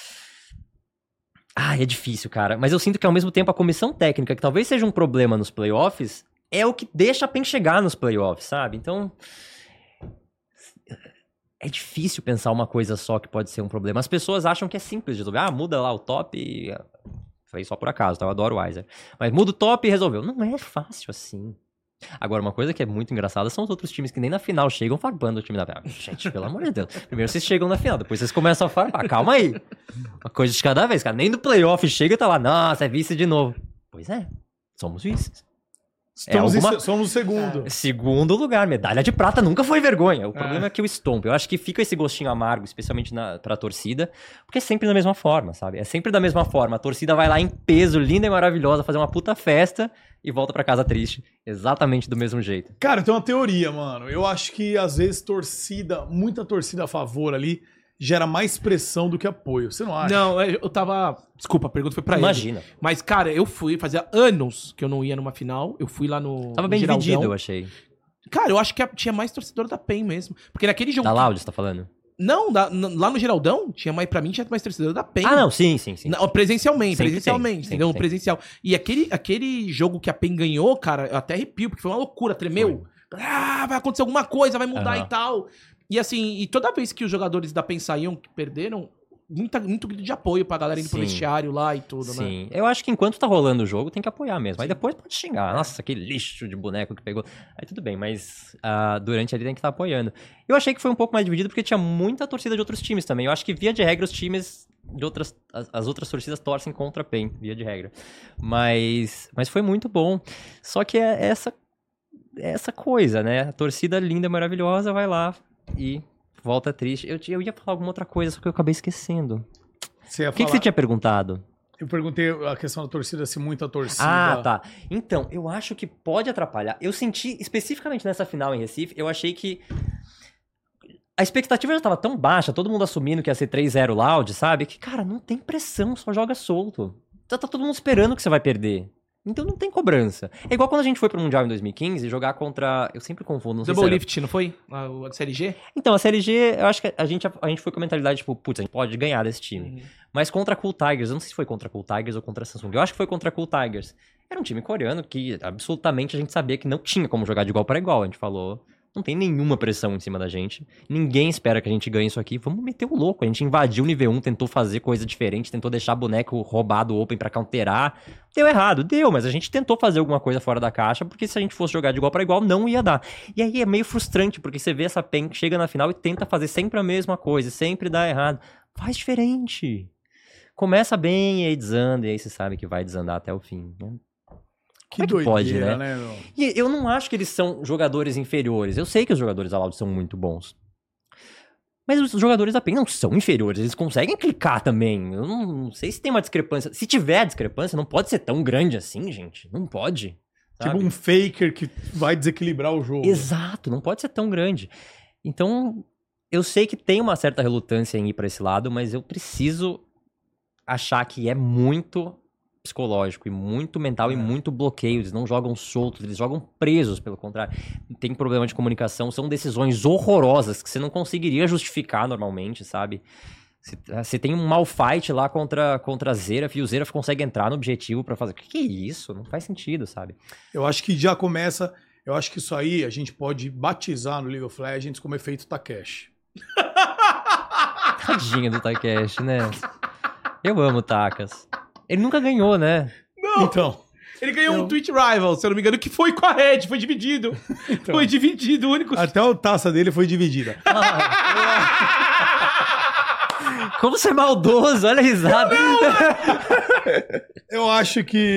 é difícil, cara. Mas eu sinto que ao mesmo tempo a comissão técnica, que talvez seja um problema nos playoffs, é o que deixa a PEN chegar nos playoffs, sabe? Então... É difícil pensar uma coisa só que pode ser um problema. As pessoas acham que é simples de resolver. Muda lá o top e... Foi só por acaso, tá? Eu adoro o Weiser. Mas muda o top e resolveu. Não é fácil assim. Agora, uma coisa que é muito engraçada são os outros times que nem na final chegam farmando o time da... Gente, pelo amor de Deus. Primeiro vocês chegam na final, depois vocês começam a farmar. Calma aí. Uma coisa de cada vez, cara. Nem no playoff chega e tá lá, nossa, é vice de novo. Pois é, somos vices. Somos o segundo. Segundo lugar, medalha de prata nunca foi vergonha. O problema é que o Stomp, eu acho que fica esse gostinho amargo, especialmente pra torcida, porque é sempre da mesma forma, sabe? É sempre da mesma forma. A torcida vai lá em peso, linda e maravilhosa, fazer uma puta festa e volta pra casa triste. Exatamente do mesmo jeito. Cara, tem uma teoria, mano. Eu acho que às vezes muita torcida a favor ali, gera mais pressão do que apoio. Você não acha? Não, eu tava... Desculpa, a pergunta foi pra ele. Imagina. Mas, cara, eu fui... Fazia anos que eu não ia numa final. Eu fui lá no... Tava bem dividido, eu achei. Cara, eu acho que tinha mais torcedor da PEN mesmo. Porque naquele jogo... Da Loud, você tá falando? Não, lá no Geraldão, pra mim tinha mais torcedor da PEN. Ah, não, sim. Presencialmente, entendeu? Sempre. Presencial. E aquele jogo que a PEN ganhou, cara, eu até arrepio, porque foi uma loucura, tremeu. Vai acontecer alguma coisa, vai mudar e tal. E assim, e toda vez que os jogadores da PEN saíam, que perderam, muito grito de apoio pra galera indo pro vestiário lá e tudo, né? Sim, eu acho que enquanto tá rolando o jogo, tem que apoiar mesmo. Aí depois pode xingar. Nossa, aquele lixo de boneco que pegou. Aí tudo bem, mas durante ali tem que estar apoiando. Eu achei que foi um pouco mais dividido porque tinha muita torcida de outros times também. Eu acho que, via de regra, os times de as outras torcidas torcem contra a PEN, via de regra. Mas foi muito bom. Só que é essa coisa, né? A torcida linda, maravilhosa, vai lá e volta triste. Eu ia falar alguma outra coisa, só que eu acabei esquecendo. O que você tinha perguntado? Eu perguntei a questão da torcida, se muita torcida... Ah, tá. Então, eu acho que pode atrapalhar. Eu senti, especificamente nessa final em Recife, eu achei que a expectativa já estava tão baixa, todo mundo assumindo que ia ser 3-0 Loud, sabe? Que, cara, não tem pressão, só joga solto. Tá todo mundo esperando que você vai perder. Então não tem cobrança. É igual quando a gente foi pro Mundial em 2015 jogar contra... Eu sempre confundo, não sei Double Lift, não foi? A CLG? Então, a CLG, eu acho que a gente foi com a mentalidade, tipo, putz, a gente pode ganhar desse time. Mas contra a Cool Tigers, eu não sei se foi contra a Cool Tigers ou contra a Samsung. Eu acho que foi contra a Cool Tigers. Era um time coreano que, absolutamente, a gente sabia que não tinha como jogar de igual para igual. A gente falou, não tem nenhuma pressão em cima da gente. Ninguém espera que a gente ganhe isso aqui. Vamos meter o louco. A gente invadiu o nível 1, tentou fazer coisa diferente, tentou deixar boneco roubado open pra counterar. Deu errado, mas a gente tentou fazer alguma coisa fora da caixa, porque se a gente fosse jogar de igual para igual, não ia dar. E aí é meio frustrante, porque você vê essa PEN que chega na final e tenta fazer sempre a mesma coisa, sempre dá errado. Faz diferente. Começa bem e aí desanda, e aí você sabe que vai desandar até o fim, né? Que doideira, pode, né? E eu não acho que eles são jogadores inferiores. Eu sei que os jogadores da Loud são muito bons. Mas os jogadores da PEN não são inferiores. Eles conseguem clicar também. Eu não sei se tem uma discrepância. Se tiver discrepância, não pode ser tão grande assim, gente. Não pode. Sabe? Tipo um faker que vai desequilibrar o jogo. Exato, não pode ser tão grande. Então, eu sei que tem uma certa relutância em ir pra esse lado, mas eu preciso achar que é muito psicológico e muito mental e muito bloqueio. Eles não jogam soltos, eles jogam presos, pelo contrário. Tem problema de comunicação, são decisões horrorosas que você não conseguiria justificar normalmente, sabe? Você tem um mal fight lá contra a Xerath e o Xerath consegue entrar no objetivo pra fazer... Que é isso? Não faz sentido, sabe? Eu acho que já começa... Eu acho que isso aí a gente pode batizar no League of Legends como efeito Takeshi. Tadinha do Takeshi, né? Eu amo o Takas. Ele nunca ganhou, né? Não! Então... Ele ganhou um Twitch Rival, se eu não me engano, que foi com a Red, foi dividido. Então, foi dividido, o único... Até a taça dele foi dividida. Como você é maldoso, olha a risada. Eu acho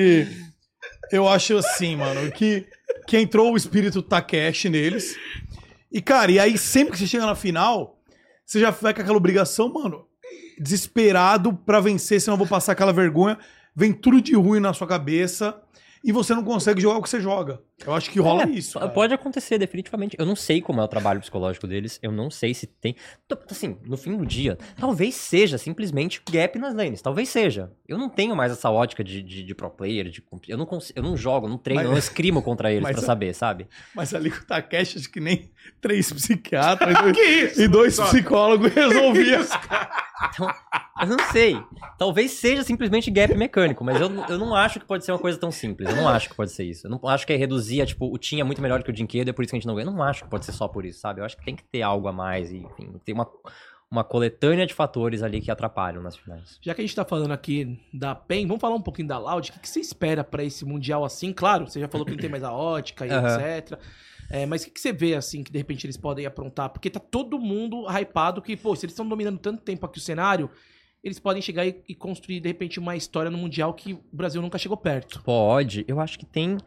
assim, mano, que entrou o espírito Takeshi neles. E, cara, e aí sempre que você chega na final, você já vai com aquela obrigação, mano, desesperado pra vencer, senão eu vou passar aquela vergonha. Vem tudo de ruim na sua cabeça e você não consegue jogar o que você joga. Eu acho que rola isso. Cara. Pode acontecer, definitivamente. Eu não sei como é o trabalho psicológico deles. Eu não sei se tem... Assim, no fim do dia, talvez seja simplesmente gap nas lanes. Talvez seja. Eu não tenho mais essa ótica de pro player. Eu não jogo, não treino, eu não escrimo contra eles pra saber, sabe? Mas ali com o Takeshi, acho que nem 3 psiquiatras e 2 psicólogos resolviam. Então, eu não sei. Talvez seja simplesmente gap mecânico, mas eu não acho que pode ser uma coisa tão simples. Eu não acho que pode ser isso. Eu não acho que é reduzir, tipo, o Team é muito melhor que o Jinkedo, é por isso que a gente não ganha. Eu não acho que pode ser só por isso, sabe? Eu acho que tem que ter algo a mais e, enfim, ter uma coletânea de fatores ali que atrapalham nas finais. Já que a gente tá falando aqui da PEN, vamos falar um pouquinho da Loud. O que você espera pra esse Mundial assim? Claro, você já falou que não tem mais a ótica e etc. Mas o que você vê, assim, que de repente eles podem aprontar? Porque tá todo mundo hypado que, pô, se eles estão dominando tanto tempo aqui o cenário, eles podem chegar e construir, de repente, uma história no Mundial que o Brasil nunca chegou perto. Pode. Eu acho que tem...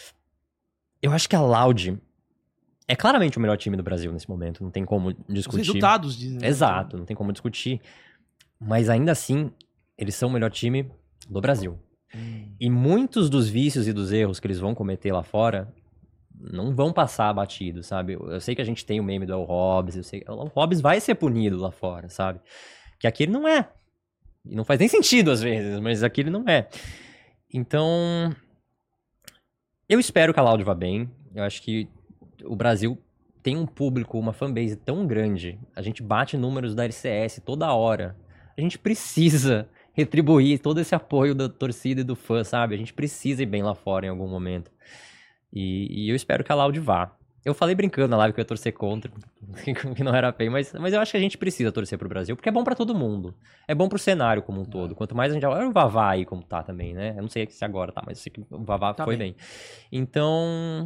Eu acho que a Loud é claramente o melhor time do Brasil nesse momento. Não tem como discutir. Os resultados dizem. Né? Exato, não tem como discutir. Mas ainda assim, eles são o melhor time do Brasil. E muitos dos vícios e dos erros que eles vão cometer lá fora não vão passar batido, sabe? Eu sei que a gente tem o meme do El Hobbs, eu sei que o Hobbs vai ser punido lá fora, sabe? Que aqui ele não é. E não faz nem sentido às vezes, mas aqui ele não é. Então, eu espero que a Loud vá bem. Eu acho que o Brasil tem um público, uma fanbase tão grande. A gente bate números da LCS toda hora. A gente precisa retribuir todo esse apoio da torcida e do fã, sabe? A gente precisa ir bem lá fora em algum momento. E eu espero que a Loud vá. Eu falei brincando na live que eu ia torcer contra, que não era PEN, mas eu acho que a gente precisa torcer pro Brasil, porque é bom pra todo mundo. É bom pro cenário como um todo. Quanto mais a gente... Olha o Vavá aí como tá também, né? Eu não sei se agora tá, mas eu sei que o Vavá foi bem. Então...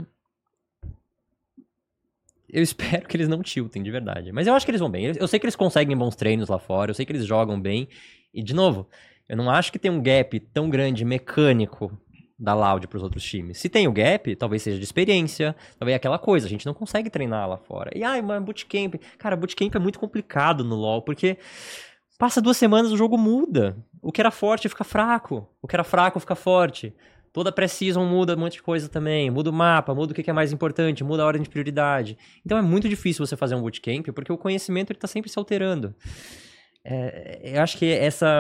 Eu espero que eles não tiltem, de verdade. Mas eu acho que eles vão bem. Eu sei que eles conseguem bons treinos lá fora, eu sei que eles jogam bem. E, de novo, eu não acho que tem um gap tão grande mecânico da Loud para os outros times. Se tem o gap, talvez seja de experiência, talvez é aquela coisa, a gente não consegue treinar lá fora. E, mas bootcamp... Cara, bootcamp é muito complicado no LoL, porque Passa 2 semanas, o jogo muda. O que era forte fica fraco. O que era fraco fica forte. Toda pré-season muda um monte de coisa também. Muda o mapa, muda o que é mais importante, muda a ordem de prioridade. Então é muito difícil você fazer um bootcamp, porque o conhecimento ele tá sempre se alterando. Eu acho que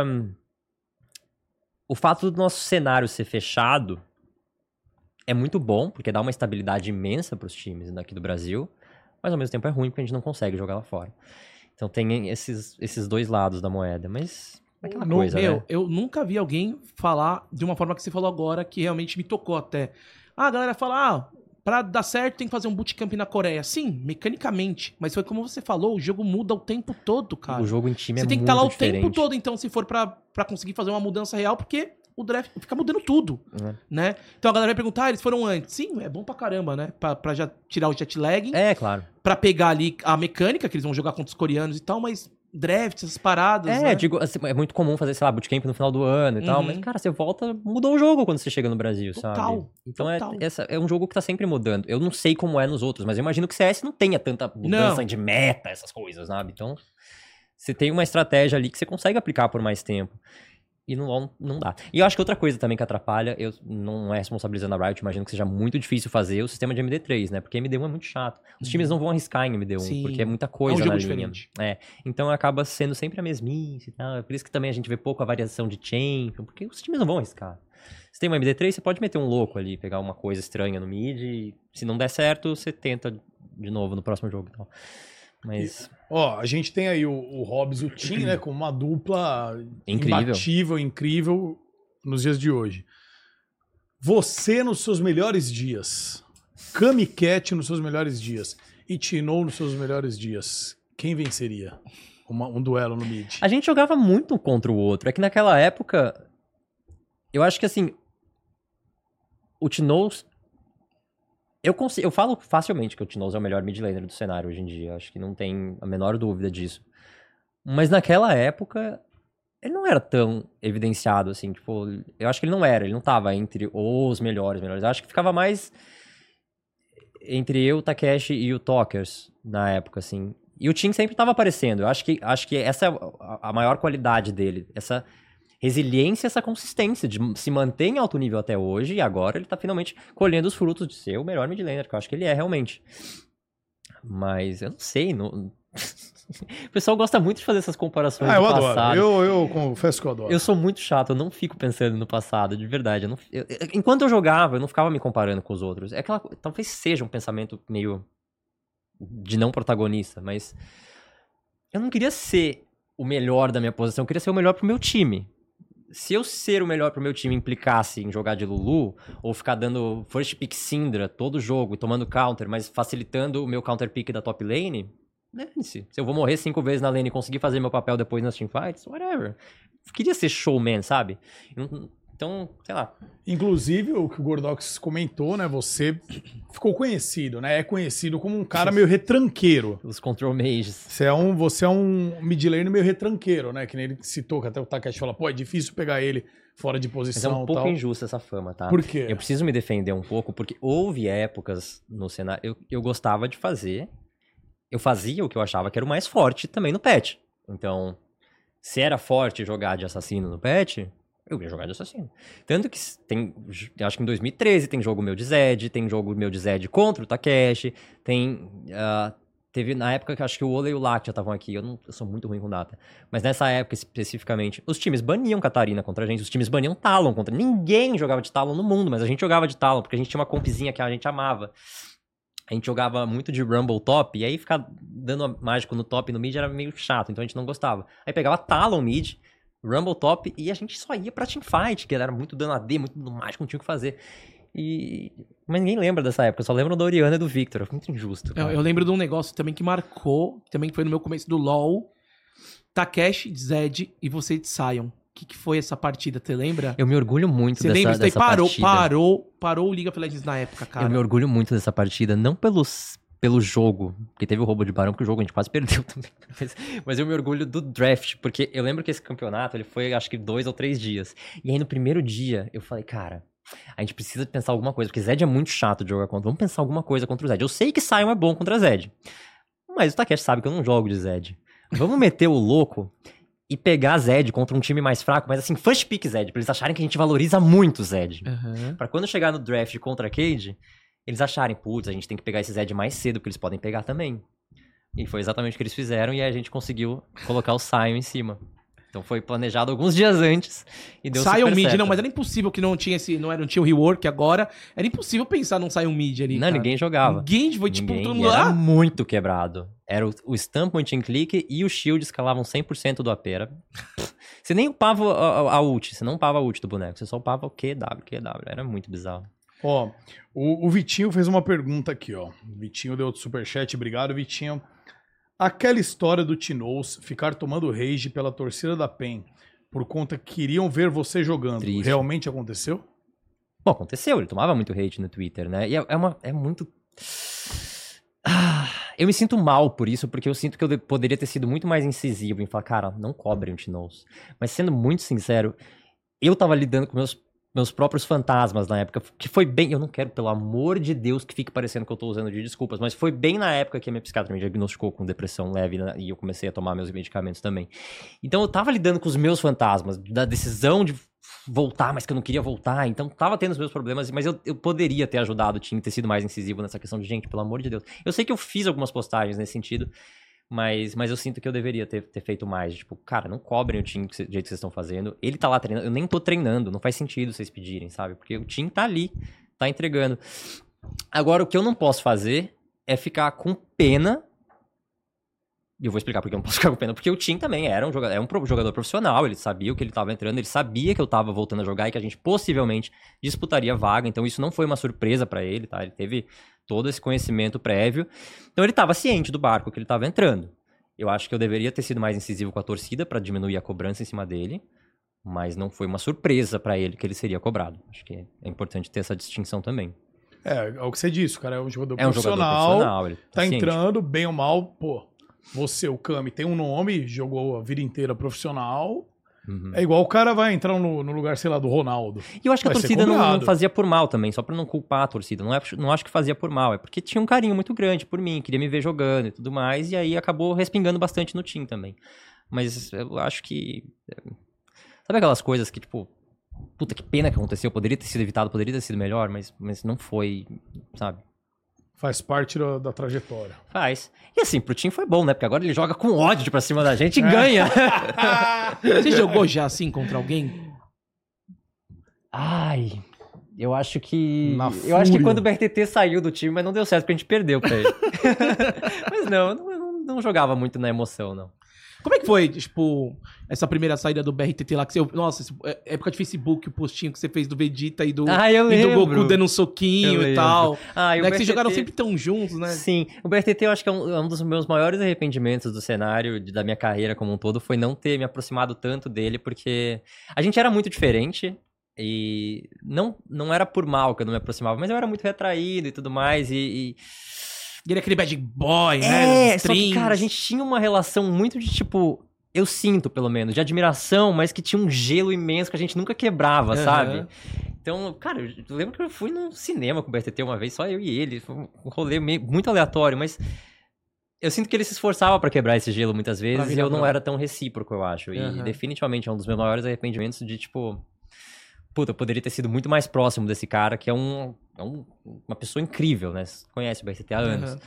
o fato do nosso cenário ser fechado é muito bom, porque dá uma estabilidade imensa para os times daqui do Brasil, mas ao mesmo tempo é ruim, porque a gente não consegue jogar lá fora. Então tem esses 2 lados da moeda, mas é aquela coisa, né? Eu nunca vi alguém falar de uma forma que você falou agora, que realmente me tocou até. A galera fala, pra dar certo tem que fazer um bootcamp na Coreia. Sim, mecanicamente, mas foi como você falou, o jogo muda o tempo todo, cara. O jogo em time você tem que estar lá o tempo todo, então, se for pra conseguir fazer uma mudança real, porque o draft fica mudando tudo, né? Então a galera vai perguntar, eles foram antes. Sim, é bom pra caramba, né? Pra já tirar o jet lagging. Claro. Pra pegar ali a mecânica, que eles vão jogar contra os coreanos e tal, mas draft, essas paradas, né? Digo, assim, é muito comum fazer, sei lá, bootcamp no final do ano e tal, mas, cara, você volta, mudou o jogo quando você chega no Brasil, sabe? Então é um jogo que tá sempre mudando. Eu não sei como é nos outros, mas eu imagino que CS não tenha tanta mudança de meta, essas coisas, sabe? Então, você tem uma estratégia ali que você consegue aplicar por mais tempo. E não dá. E eu acho que outra coisa também que atrapalha, eu não é responsabilizando a Riot, imagino que seja muito difícil fazer o sistema de MD3, né? Porque MD1 é muito chato. Os times não vão arriscar em MD1, porque é muita coisa na linha. Diferente. Então acaba sendo sempre a mesmice e tal. Por isso que também a gente vê pouco a variação de champion, porque os times não vão arriscar. Se tem uma MD3, você pode meter um louco ali, pegar uma coisa estranha no mid e se não der certo, você tenta de novo no próximo jogo e tal. Mas... a gente tem aí o Hobbs e o Tim, né, com uma dupla imbatível, incrível nos dias de hoje. Você nos seus melhores dias, Camicat nos seus melhores dias e Tino nos seus melhores dias, quem venceria um duelo no mid? A gente jogava muito contra o outro. É que naquela época, eu acho que assim, o Tino... Eu falo facilmente que o Tinoz é o melhor mid laner do cenário hoje em dia. Acho que não tem a menor dúvida disso. Mas naquela época, ele não era tão evidenciado, assim. Tipo, eu acho que ele não tava entre os melhores. Eu acho que ficava mais entre eu, o Takeshi e o Tokers na época, assim. E o Tim sempre tava aparecendo. Eu acho que essa é a maior qualidade dele. Essa resiliência, essa consistência de se manter em alto nível até hoje, e agora ele tá finalmente colhendo os frutos de ser o melhor mid laner, que eu acho que ele é realmente. Mas eu não sei, o pessoal gosta muito de fazer essas comparações do passado. Adoro, eu confesso que eu adoro. Eu sou muito chato, eu não fico pensando no passado, de verdade. Enquanto eu jogava, eu não ficava me comparando com os outros. Talvez seja um pensamento meio de não protagonista, mas eu não queria ser o melhor da minha posição, eu queria ser o melhor pro meu time. Se eu ser o melhor pro meu time implicasse em jogar de Lulu, ou ficar dando first pick Syndra todo jogo e tomando counter, mas facilitando o meu counter pick da top lane, dane-se. Se eu vou morrer 5 vezes na lane e conseguir fazer meu papel depois nas teamfights, whatever. Eu queria ser showman, sabe? Então, sei lá. Inclusive, o que o Gordox comentou, né? Você ficou conhecido, né? É conhecido como um cara meio retranqueiro. Os control mages. Você é um mid laner meio retranqueiro, né? Que nem ele citou, que até o Takeshi fala, é difícil pegar ele fora de posição. Mas é um pouco injusta essa fama, tá? Por quê? Eu preciso me defender um pouco, porque houve épocas no cenário... Eu gostava de fazer... Eu fazia o que eu achava que era o mais forte também no patch. Então, se era forte jogar de assassino no patch... Eu ia jogar de assassino. Tanto que tem, acho que em 2013 tem jogo meu de Zed, tem jogo meu de Zed contra o Takeshi, teve na época que acho que o Ola e o Lactia estavam aqui, eu sou muito ruim com data, mas nessa época especificamente, os times baniam Catarina contra a gente, os times baniam Talon contra ninguém jogava de Talon no mundo, mas a gente jogava de Talon, porque a gente tinha uma compzinha que a gente amava. A gente jogava muito de Rumble top, e aí ficar dando mágico no top e no mid era meio chato, então a gente não gostava. Aí pegava Talon mid, Rumble top, e a gente só ia pra teamfight, que era muito dano AD, muito dano mágico, não tinha o que fazer. Mas ninguém lembra dessa época, só lembro da Orianna e do Victor, foi muito injusto. Eu lembro de um negócio também que marcou, também foi no meu começo do LoL, Takeshi, Zed e você de Sion. O que foi essa partida, você lembra? Eu me orgulho muito dessa partida. Você lembra? Parou o League of Legends na época, cara. Eu me orgulho muito dessa partida, não pelo jogo, porque teve o roubo de barão, porque o jogo a gente quase perdeu também. Mas eu me orgulho do draft, porque eu lembro que esse campeonato, ele foi acho que 2 ou 3 dias. E aí no primeiro dia, eu falei, cara, a gente precisa pensar alguma coisa, porque Zed é muito chato de jogar contra, vamos pensar alguma coisa contra o Zed. Eu sei que Sion é bom contra Zed, mas o Takeshi sabe que eu não jogo de Zed. Vamos meter o louco e pegar Zed contra um time mais fraco, mas assim, first pick Zed, pra eles acharem que a gente valoriza muito o Zed. Pra quando chegar no draft contra a Cade, eles acharem, putz, a gente tem que pegar esse Zed mais cedo, porque eles podem pegar também. E foi exatamente o que eles fizeram, e aí a gente conseguiu colocar o Sion em cima. Então foi planejado alguns dias antes e deu super Sion mid, certo. não, mas era impossível que não tinha o rework agora. Era impossível pensar num Sion mid ali, Não, cara. ninguém jogava. Ninguém, foi tipo... Ninguém, todo e mundo, era muito quebrado. Era o Stamp, Point and Click e o Shield escalavam 100% do AP. Você nem upava a ult, você não upava a ult do boneco, você só upava o QW. Era muito bizarro. Ó, o Vitinho fez uma pergunta aqui, ó. O Vitinho deu outro superchat, obrigado, Vitinho. Aquela história do Tinoz ficar tomando rage pela torcida da PEN por conta que queriam ver você jogando, Triste. realmente aconteceu? Bom, aconteceu, ele tomava muito hate no Twitter, né? E é muito... eu me sinto mal por isso, porque eu sinto que eu poderia ter sido muito mais incisivo em falar, cara, não cobrem o Tinoz. Mas sendo muito sincero, eu tava lidando com meus próprios fantasmas na época, que foi bem... Eu não quero, pelo amor de Deus, que fique parecendo que eu tô usando de desculpas, mas foi bem na época que a minha psiquiatra me diagnosticou com depressão leve, né, e eu comecei a tomar meus medicamentos também. Então eu tava lidando com os meus fantasmas, da decisão de voltar, mas que eu não queria voltar, então tava tendo os meus problemas, mas eu poderia ter ajudado o time, ter sido mais incisivo nessa questão de, gente, pelo amor de Deus. Eu sei que eu fiz algumas postagens nesse sentido, mas eu sinto que eu deveria ter feito mais. Tipo, cara, não cobrem o time do jeito que vocês estão fazendo. Ele tá lá treinando, eu nem tô treinando, não faz sentido vocês pedirem, sabe? Porque o time tá ali, tá entregando. Agora, o que eu não posso fazer é ficar com pena. E eu vou explicar porque eu não posso ficar com pena. Porque o Tim também era um jogador profissional, ele sabia o que ele tava entrando, ele sabia que eu tava voltando a jogar e que a gente possivelmente disputaria vaga. Então isso não foi uma surpresa pra ele, tá? Ele teve todo esse conhecimento prévio. Então ele tava ciente do barco que ele tava entrando. Eu acho que eu deveria ter sido mais incisivo com a torcida pra diminuir a cobrança em cima dele. Mas não foi uma surpresa pra ele que ele seria cobrado. Acho que é importante ter essa distinção também. É o que você disse, o cara é um jogador É um profissional. jogador profissional, ele Tá ciente. entrando, bem ou mal, pô. Você, o Kami, tem um nome, jogou a vida inteira profissional. Uhum. É igual o cara vai entrar no lugar, sei lá, do Ronaldo. E eu acho que a Vai ser torcida não cobrado. fazia por mal também, só pra não culpar a torcida. Não acho que fazia por mal, é porque tinha um carinho muito grande por mim, queria me ver jogando e tudo mais, e aí acabou respingando bastante no time também. Mas eu acho que... Sabe aquelas coisas que, tipo, puta, que pena que aconteceu, poderia ter sido evitado, poderia ter sido melhor, mas não foi, sabe? Faz parte da trajetória. Faz. E assim, pro time foi bom, né? Porque agora ele joga com ódio pra cima da gente e ganha. Você jogou já assim contra alguém? Ai, eu acho que... Na Eu acho que fúria. quando o BRTT saiu do time, mas não deu certo, porque a gente perdeu pra ele. Mas não, eu não jogava muito na emoção, não. Como é que foi, tipo, essa primeira saída do BRTT lá? Que você, nossa, época de Facebook, o postinho que você fez do Vegeta e do, Eu e do lembro. Goku dando um soquinho Eu e tal. Ah, e o Né, que vocês BRTT jogaram sempre tão juntos, né? Sim, o BRTT eu acho que é um dos meus maiores arrependimentos do cenário, da minha carreira como um todo, foi não ter me aproximado tanto dele, porque a gente era muito diferente e não era por mal que eu não me aproximava, mas eu era muito retraído e tudo mais e E ele é aquele bad boy, né? só que, cara, a gente tinha uma relação muito de, tipo, eu sinto, pelo menos, de admiração, mas que tinha um gelo imenso que a gente nunca quebrava, sabe? Então, cara, eu lembro que eu fui no cinema com o BRTT uma vez, só eu e ele, foi um rolê muito aleatório, mas eu sinto que ele se esforçava pra quebrar esse gelo muitas vezes e eu não era tão recíproco, eu acho. E definitivamente é um dos meus maiores arrependimentos de, tipo... Puta, eu poderia ter sido muito mais próximo desse cara, que é uma pessoa incrível, né? Você conhece o BRTT há anos.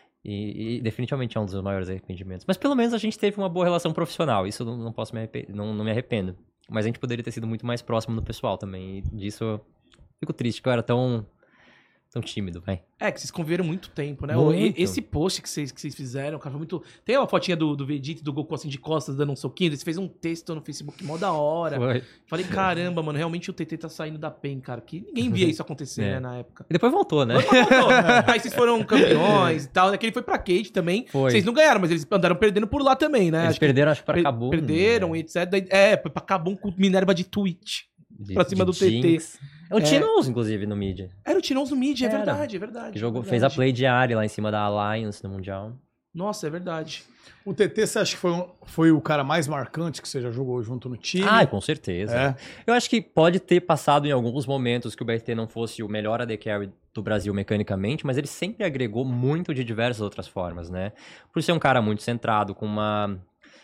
E definitivamente é um dos meus maiores arrependimentos. Mas pelo menos a gente teve uma boa relação profissional. Isso eu não posso não me arrependo. Mas a gente poderia ter sido muito mais próximo do pessoal também. E disso eu fico triste, que eu era tão tímido, vai. É, que vocês conviveram muito tempo, né? Muito. Esse post que vocês fizeram, cara, foi muito... Tem uma fotinha do Vegeta e do Goku assim de costas dando um soquinho. Você fez um texto no Facebook mó da hora. Foi. Falei, caramba, mano, realmente o TT tá saindo da PEN, cara. Que ninguém via isso acontecer, né, na época. E depois voltou, né? Voltou. Aí vocês foram campeões e tal, né? Que ele foi pra Cade também. Foi. Vocês não ganharam, mas eles andaram perdendo por lá também, né? Eles perderam, acho que pra Kabum. Perderam, né? etc. Daí, foi pra Kabum com Minerva de Twitch. Pra cima do TT. Jinx. É o Tinoz, inclusive, no mid. Era o Tinoz no mid, é Era. verdade, é verdade. Que jogou, é fez a verdade. play de Ari lá em cima da Alliance no Mundial. Nossa, é verdade. O TT, você acha que foi o cara mais marcante que você já jogou junto no time? Ah, com certeza. É. Eu acho que pode ter passado em alguns momentos que o BRT não fosse o melhor AD Carry do Brasil mecanicamente, mas ele sempre agregou muito de diversas outras formas, né? Por ser um cara muito centrado, com uma...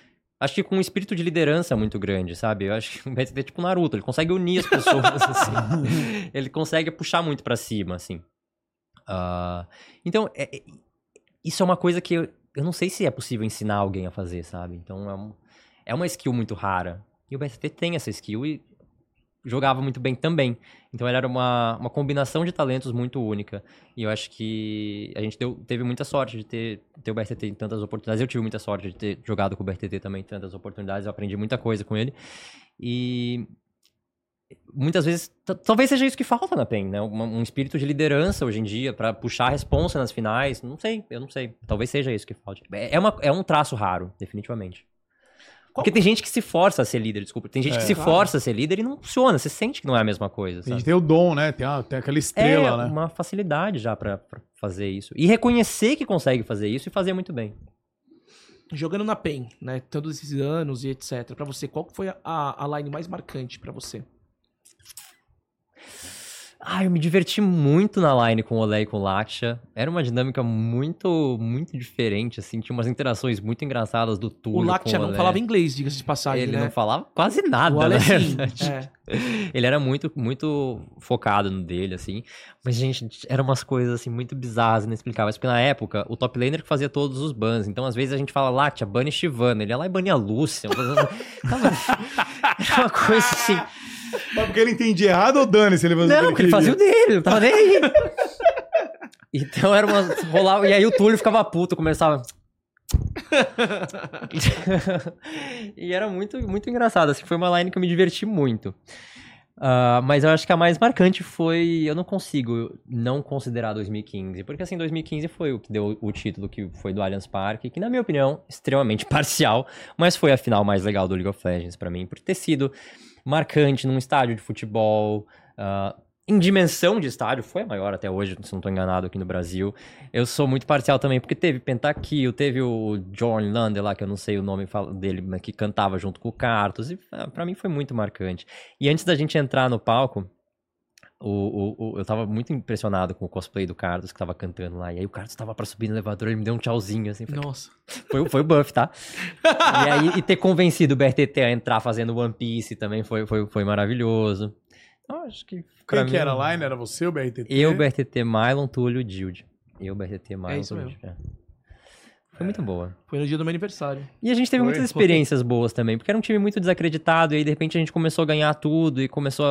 Acho que com um espírito de liderança muito grande, sabe? Eu acho que o BRTT é tipo Naruto, ele consegue unir as pessoas, assim. Ele consegue puxar muito pra cima, assim. Então, isso é uma coisa que eu não sei se é possível ensinar alguém a fazer, sabe? Então, é uma skill muito rara. E o BRTT tem essa skill e jogava muito bem também. Então, ele era uma combinação de talentos muito única. E eu acho que a gente teve muita sorte de ter o BRTT em tantas oportunidades. Eu tive muita sorte de ter jogado com o BRTT também em tantas oportunidades. Eu aprendi muita coisa com ele. E muitas vezes, talvez seja isso que falta na PEN, né? Um espírito de liderança hoje em dia para puxar a responsa nas finais. Eu não sei. Talvez seja isso que falta. É um traço raro, definitivamente. Porque tem gente que se força a ser líder, desculpa. Tem gente que se força a ser líder e não funciona. Você sente que não é a mesma coisa, sabe? A gente tem o dom, né? Tem aquela estrela, né? Uma facilidade já pra fazer isso. E reconhecer que consegue fazer isso e fazer muito bem. Jogando na PEN, né? Todos esses anos e etc. Pra você, qual foi a line mais marcante pra você? Eu me diverti muito na line com o Olé e com o Laksha. Era uma dinâmica muito, muito diferente, assim. Tinha umas interações muito engraçadas do Túlio O Laksha não falava inglês, diga-se de passagem, Ele né? não falava quase nada, O Olé, sim. Ele era muito, muito focado no dele, assim. Mas, gente, eram umas coisas, assim, muito bizarras, inexplicáveis. Porque na época, o top laner que fazia todos os bans. Então, às vezes, a gente fala, Laksha, bane Shyvana. Ele ia lá e bania a Lúcia. Era uma coisa, assim... Mas porque ele entendia errado ou dane-se? Não, porque ele fazia o dele, não tava nem aí. Então era uma... rolava, e aí o Túlio ficava puto, começava... E era muito, muito engraçado, assim, foi uma line que eu me diverti muito. Mas eu acho que a mais marcante foi... Eu não consigo não considerar 2015, porque assim, 2015 foi o que deu o título que foi do Allianz Parque, que na minha opinião, extremamente parcial, mas foi a final mais legal do League of Legends pra mim, por ter sido marcante num estádio de futebol, em dimensão de estádio, foi a maior até hoje, se não estou enganado, aqui no Brasil. Eu sou muito parcial também, porque teve Pentakill, teve o John Lander lá, que eu não sei o nome dele, mas que cantava junto com o Karthus, e pra mim foi muito marcante. E antes da gente entrar no palco, eu tava muito impressionado com o cosplay do Karthus, que tava cantando lá, e aí o Karthus tava pra subir no elevador, ele me deu um tchauzinho, assim. Nossa. Foi o buff, tá? E aí, e ter convencido o BRTT a entrar fazendo One Piece também foi maravilhoso. Então, acho que... Quem que era a line? Era você, o BRTT? Eu, BRTT, Mylon, Túlio e Dilde. Eu, BRTT, Mylon, isso Túlio. mesmo. Foi muito boa. Foi no dia do meu aniversário. E a gente teve muitas experiências boas também, porque era um time muito desacreditado, e aí de repente a gente começou a ganhar tudo,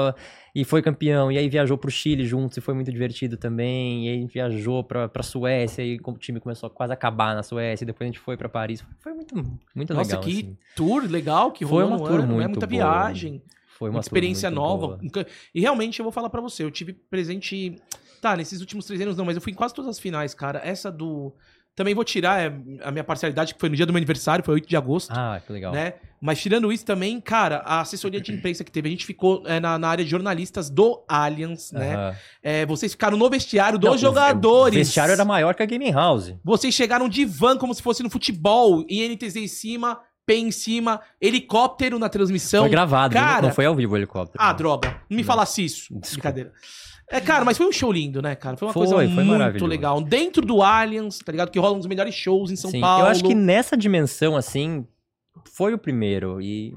e foi campeão, e aí viajou pro Chile juntos, e foi muito divertido também, e aí viajou pra Suécia, e o time começou a quase acabar na Suécia, e depois a gente foi pra Paris. Foi muito, muito Nossa, legal. Que assim. Tour legal que foi rolou uma tour ano, muito é muita boa. viagem. Foi uma experiência nova. Boa. E realmente eu vou falar pra você, eu tive presente... Tá, nesses últimos 3 anos não, mas eu fui em quase todas as finais, cara. Essa do... Também vou tirar a minha parcialidade, que foi no dia do meu aniversário, foi 8 de agosto. Ah, que legal. Né? Mas tirando isso também, cara, a assessoria de imprensa que teve, a gente ficou na área de jornalistas do Allianz, né? Vocês ficaram no vestiário dos jogadores. O vestiário era maior que a Gaming House. Vocês chegaram de van como se fosse no futebol, INTZ em cima, PEN em cima, helicóptero na transmissão. Foi gravado, cara, não foi ao vivo o helicóptero. Droga. Não me falasse isso. Desculpa. Brincadeira. Cara, mas foi um show lindo, né, cara? Foi uma coisa foi muito maravilhoso. legal. Dentro do Allianz, tá ligado? Que rolam os melhores shows em São Sim, Paulo. eu acho que nessa dimensão, assim, foi o primeiro. E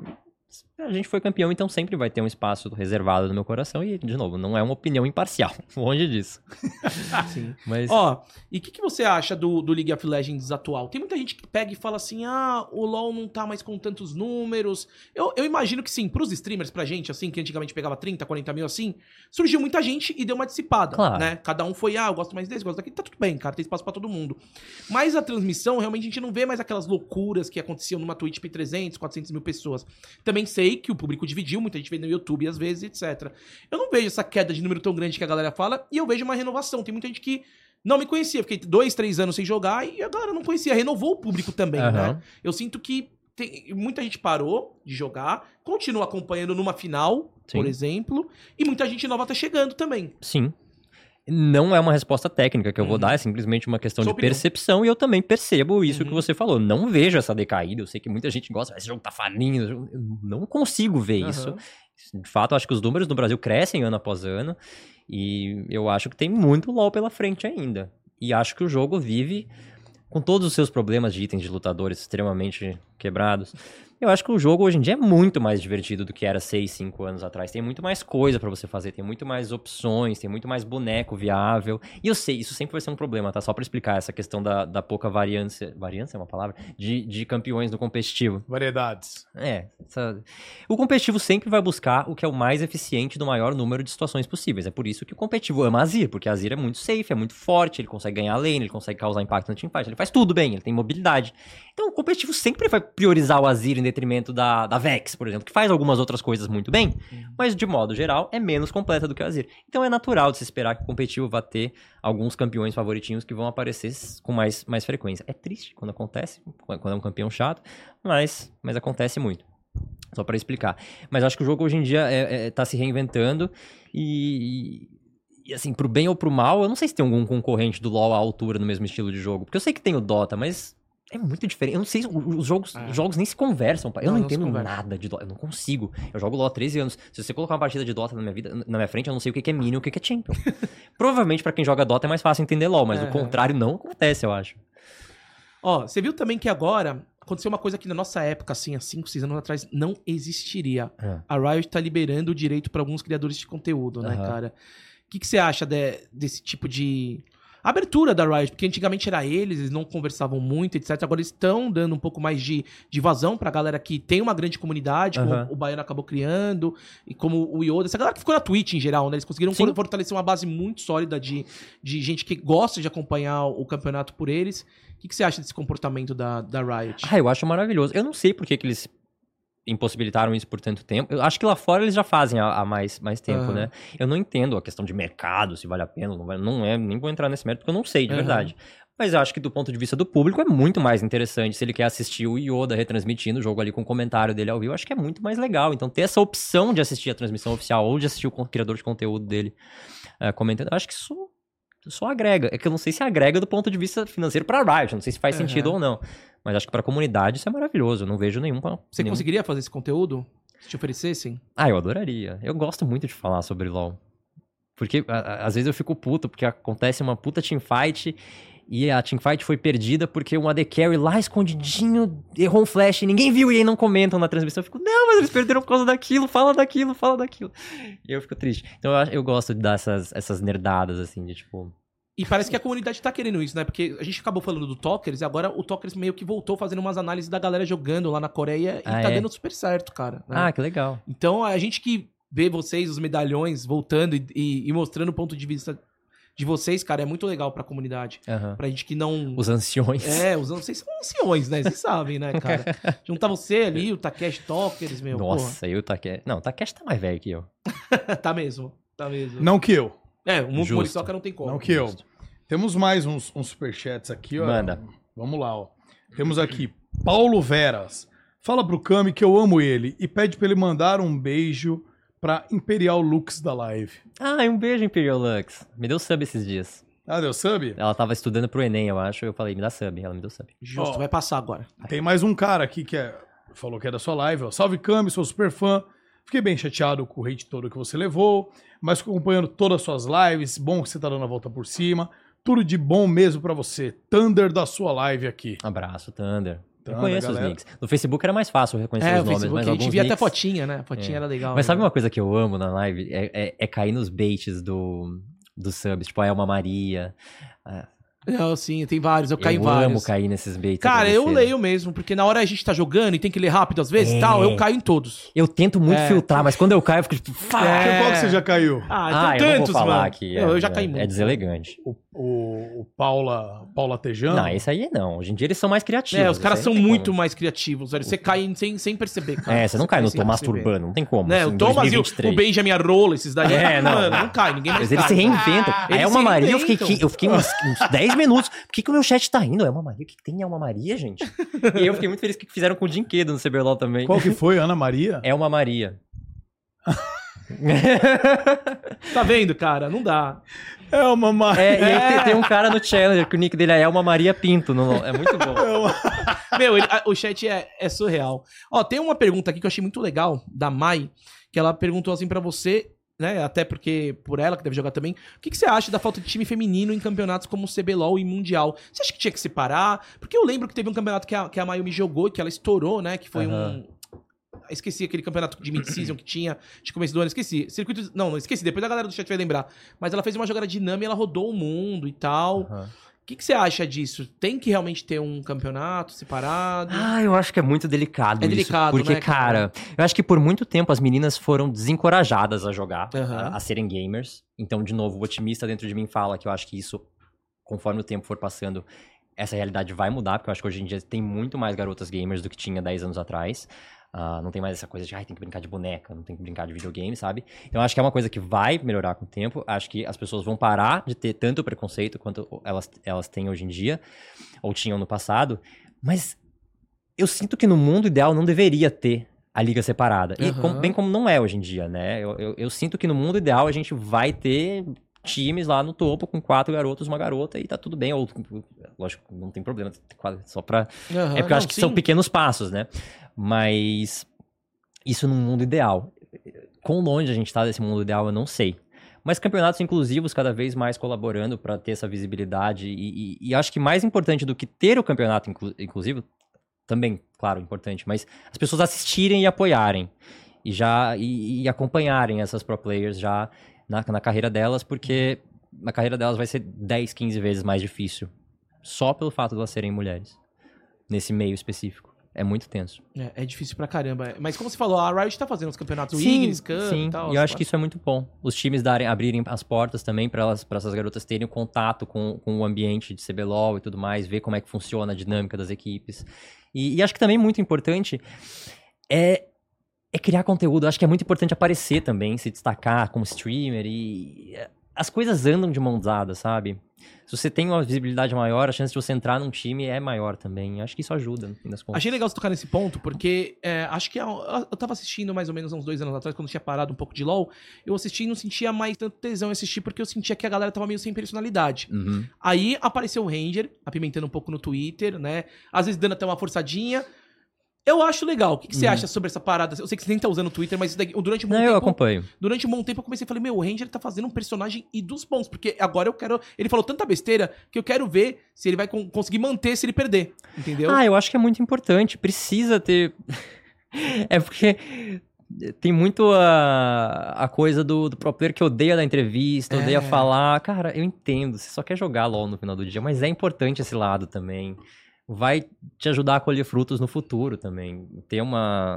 a gente foi campeão, então sempre vai ter um espaço reservado no meu coração. E, de novo, não é uma opinião imparcial. Longe disso. Sim. Mas... E o que você acha do League of Legends atual? Tem muita gente que pega e fala assim, o LoL não tá mais com tantos números. Eu imagino que sim, pros streamers, pra gente, assim, que antigamente pegava 30, 40 mil, assim, surgiu muita gente e deu uma dissipada, claro. Né? Cada um foi, eu gosto mais desse, gosto daquele, tá tudo bem, cara, tem espaço pra todo mundo. Mas a transmissão, realmente, a gente não vê mais aquelas loucuras que aconteciam numa Twitch pra 300, 400 mil pessoas. Também sei que o público dividiu, muita gente vê no YouTube às vezes, etc. Eu não vejo essa queda de número tão grande que a galera fala, e eu vejo uma renovação. Tem muita gente que não me conhecia, fiquei 2, 3 anos sem jogar e a galera não conhecia, renovou o público também, né? Eu sinto que muita gente parou de jogar, continua acompanhando numa final, por exemplo, e muita gente nova tá chegando também. Sim. Não é uma resposta técnica que eu vou dar, é simplesmente uma questão de percepção, e eu também percebo isso que você falou. Não vejo essa decaída, eu sei que muita gente gosta, esse jogo tá faninho, eu não consigo ver isso. De fato, acho que os números do Brasil crescem ano após ano, e eu acho que tem muito LoL pela frente ainda. E acho que o jogo vive com todos os seus problemas de itens de lutadores extremamente quebrados. Eu acho que o jogo hoje em dia é muito mais divertido do que era 6, 5 anos atrás. Tem muito mais coisa pra você fazer, tem muito mais opções, tem muito mais boneco viável. E eu sei, isso sempre vai ser um problema, tá? Só pra explicar essa questão da pouca variância. Variância é uma palavra? De campeões no competitivo. Variedades. O competitivo sempre vai buscar o que é o mais eficiente do maior número de situações possíveis. É por isso que o competitivo ama a Azir, porque a Azir é muito safe, é muito forte, ele consegue ganhar a lane, ele consegue causar impacto no teamfight, ele faz tudo bem, ele tem mobilidade. Então o competitivo sempre vai priorizar o Azir em detrimento da Vex, por exemplo, que faz algumas outras coisas muito bem, mas de modo geral é menos completa do que o Azir. Então é natural de se esperar que o competitivo vá ter alguns campeões favoritinhos que vão aparecer com mais frequência. É triste quando acontece, quando é um campeão chato, mas acontece muito. Só pra explicar. Mas acho que o jogo hoje em dia tá se reinventando e assim, pro bem ou pro mal, eu não sei se tem algum concorrente do LoL à altura no mesmo estilo de jogo. Porque eu sei que tem o Dota, mas é muito diferente. Eu não sei, os jogos nem se conversam. Eu não entendo nada de Dota, eu não consigo. Eu jogo LoL há 13 anos. Se você colocar uma partida de Dota na minha frente, eu não sei o que é Minion e o que é Champion. Provavelmente pra quem joga Dota é mais fácil entender LoL, mas o contrário não acontece, eu acho. Ó, você viu também que agora aconteceu uma coisa que na nossa época, assim, há 5, 6 anos atrás, não existiria. A Riot tá liberando o direito pra alguns criadores de conteúdo, né, cara? O que você acha desse tipo de abertura da Riot? Porque antigamente era eles não conversavam muito, etc. Agora eles estão dando um pouco mais de vazão pra galera que tem uma grande comunidade, como o Baiano acabou criando, e como o Yoda, essa galera que ficou na Twitch em geral, né? Eles conseguiram fortalecer uma base muito sólida de gente que gosta de acompanhar o campeonato por eles. O que você acha desse comportamento da Riot? Eu acho maravilhoso. Eu não sei por que eles impossibilitaram isso por tanto tempo. Eu acho que lá fora eles já fazem há mais tempo, né? Eu não entendo a questão de mercado, se vale a pena, não é, nem vou entrar nesse mérito, porque eu não sei, de verdade. Mas eu acho que do ponto de vista do público é muito mais interessante se ele quer assistir o Yoda retransmitindo o jogo ali com o comentário dele ao vivo. Eu acho que é muito mais legal. Então ter essa opção de assistir a transmissão oficial ou de assistir o criador de conteúdo dele comentando, eu acho que isso só agrega. É que eu não sei se agrega do ponto de vista financeiro pra Riot, não sei se faz sentido ou não. Mas acho que pra comunidade isso é maravilhoso, eu não vejo nenhum... Você conseguiria fazer esse conteúdo? Se te oferecessem? Eu adoraria. Eu gosto muito de falar sobre LoL. Porque às vezes eu fico puto, porque acontece uma puta teamfight e a teamfight foi perdida porque um AD Carry lá escondidinho errou um flash e ninguém viu e aí não comentam na transmissão. Eu fico, não, mas eles perderam por causa daquilo, fala daquilo. E eu fico triste. Então eu gosto de dar essas nerdadas, assim, de tipo... E parece que a comunidade tá querendo isso, né? Porque a gente acabou falando do Talkers e agora o Talkers meio que voltou fazendo umas análises da galera jogando lá na Coreia e tá dando super certo, cara. Né? Que legal. Então a gente que vê vocês, os medalhões, voltando e mostrando o ponto de vista de vocês, cara, é muito legal pra comunidade. Pra gente que não... Os anciões. Vocês são anciões, né? Vocês sabem, né, cara? Juntar você ali, o Takeshi Talkers, meu. Nossa, e o Takeshi... Não, o Takeshi tá mais velho que eu. Tá mesmo. Não que eu. O Muriçoca não tem como. Não que eu. Temos mais uns superchats aqui, ó. Manda. Vamos lá, ó. Temos aqui Paulo Veras. Fala pro Cami que eu amo ele e pede pra ele mandar um beijo pra Imperial Lux da live. Um beijo, Imperial Lux. Me deu sub esses dias. Deu sub? Ela tava estudando pro Enem, eu acho. Eu falei, me dá sub. Ela me deu sub. Justo, vai passar agora. Tem mais um cara aqui que falou que é da sua live, ó. Salve, Cami, sou super fã. Fiquei bem chateado com o hate todo que você levou, mas fico acompanhando todas as suas lives. Bom que você tá dando a volta por cima. Tudo de bom mesmo pra você. Thunder da sua live aqui. Abraço, Thunder. Eu conheço os nicks. No Facebook era mais fácil reconhecer os nomes, Facebook, mas a gente via nicks... até fotinha, né? A fotinha era legal. Mas sabe uma coisa que eu amo na live? É cair nos baits do subs. Tipo, a Elma Maria... Sim, tem vários, eu caio em vários. Eu amo cair nesses baits. Cara, eu leio mesmo, porque na hora a gente tá jogando e tem que ler rápido às vezes e tal, eu caio em todos. Eu tento muito filtrar, mas quando eu caio, eu fico tipo... Qual que você já caiu? Então eu não vou falar aqui. Eu já caí muito. É deselegante. O Paula Tejano? Não, esse aí não. Hoje em dia eles são mais criativos. Os caras são muito mais criativos, velho. Você cai sem perceber, cara. Você não cai no Tô Masturbando, não tem como. O Thomas e o Benjamin Rola, esses daí. Não cai, ninguém mais cai. Mas eles se reinventam. A Elma Maria, eu fiquei uns 10 minutos. Por que o meu chat tá rindo? Elma Maria? O que tem Elma Maria, gente? E eu fiquei muito feliz que fizeram com o Dinquedo no CBLOL também. Qual que foi? Ana Maria? Elma Maria. Tá vendo, cara? Não dá. Elma Maria. E aí tem um cara no Challenger que o nick dele é Elma Maria Pinto. É muito bom. Meu, o chat é surreal. Ó, tem uma pergunta aqui que eu achei muito legal, da Mai, que ela perguntou assim pra você né? Até porque, por ela, que deve jogar também. O que você acha da falta de time feminino em campeonatos como o CBLOL e Mundial? Você acha que tinha que separar? Porque eu lembro que teve um campeonato que a Mayumi jogou, que ela estourou, né? Que foi esqueci aquele campeonato de mid-season que tinha de começo do ano, esqueci. Circuito... Não, esqueci, depois a galera do chat vai lembrar. Mas ela fez uma jogada dinâmica, ela rodou o mundo e tal. O que você acha disso? Tem que realmente ter um campeonato separado? Eu acho que é muito delicado isso. É delicado, porque, né, cara, eu acho que por muito tempo as meninas foram desencorajadas a jogar, a serem gamers. Então, de novo, o otimista dentro de mim fala que eu acho que isso, conforme o tempo for passando, essa realidade vai mudar, porque eu acho que hoje em dia tem muito mais garotas gamers do que tinha 10 anos atrás. Não tem mais essa coisa de, tem que brincar de boneca, não tem que brincar de videogame, sabe? Então, acho que é uma coisa que vai melhorar com o tempo. Acho que as pessoas vão parar de ter tanto preconceito quanto elas têm hoje em dia, ou tinham no passado. Mas eu sinto que no mundo ideal não deveria ter a liga separada. E bem como não é hoje em dia, né? Eu sinto que no mundo ideal a gente vai ter times lá no topo com 4 garotos, uma garota, e tá tudo bem. Ou, lógico, não tem problema, só pra... é porque eu acho que são pequenos passos, né? Mas isso num mundo ideal. Quão longe a gente tá desse mundo ideal, eu não sei. Mas campeonatos inclusivos cada vez mais colaborando para ter essa visibilidade. E acho que mais importante do que ter o campeonato inclusivo, também, claro, importante, mas as pessoas assistirem e apoiarem. E acompanharem essas pro players já na carreira delas, porque na carreira delas vai ser 10, 15 vezes mais difícil. Só pelo fato de elas serem mulheres. Nesse meio específico. É muito tenso. É difícil pra caramba. Mas como você falou, a Riot tá fazendo os campeonatos Ignis, Cup e tal. E eu acho que isso é muito bom. Os times abrirem as portas também pra essas garotas terem contato com o ambiente de CBLOL e tudo mais, ver como é que funciona a dinâmica das equipes. E acho que também muito importante é criar conteúdo. Eu acho que é muito importante aparecer também, se destacar como streamer e... As coisas andam de mãos dadas, sabe? Se você tem uma visibilidade maior, a chance de você entrar num time é maior também. Acho que isso ajuda, no fim das contas. Achei legal você tocar nesse ponto, porque acho que eu tava assistindo mais ou menos uns 2 anos atrás, quando eu tinha parado um pouco de LoL, eu assisti e não sentia mais tanto tesão em assistir, porque eu sentia que a galera tava meio sem personalidade. Aí apareceu o Ranger, apimentando um pouco no Twitter, né? Às vezes dando até uma forçadinha. Eu acho legal. O que você acha sobre essa parada? Eu sei que você nem tá usando o Twitter, mas durante um bom tempo... eu acompanho. Durante um bom tempo eu comecei a falar, o Ranger tá fazendo um personagem e dos bons, porque agora eu quero... Ele falou tanta besteira que eu quero ver se ele vai conseguir manter se ele perder, entendeu? Eu acho que é muito importante. Precisa ter... É porque... Tem muito a coisa do pro player que odeia dar entrevista, odeia falar. Cara, eu entendo. Você só quer jogar LOL no final do dia, mas é importante esse lado também. Vai te ajudar a colher frutos no futuro também. Ter uma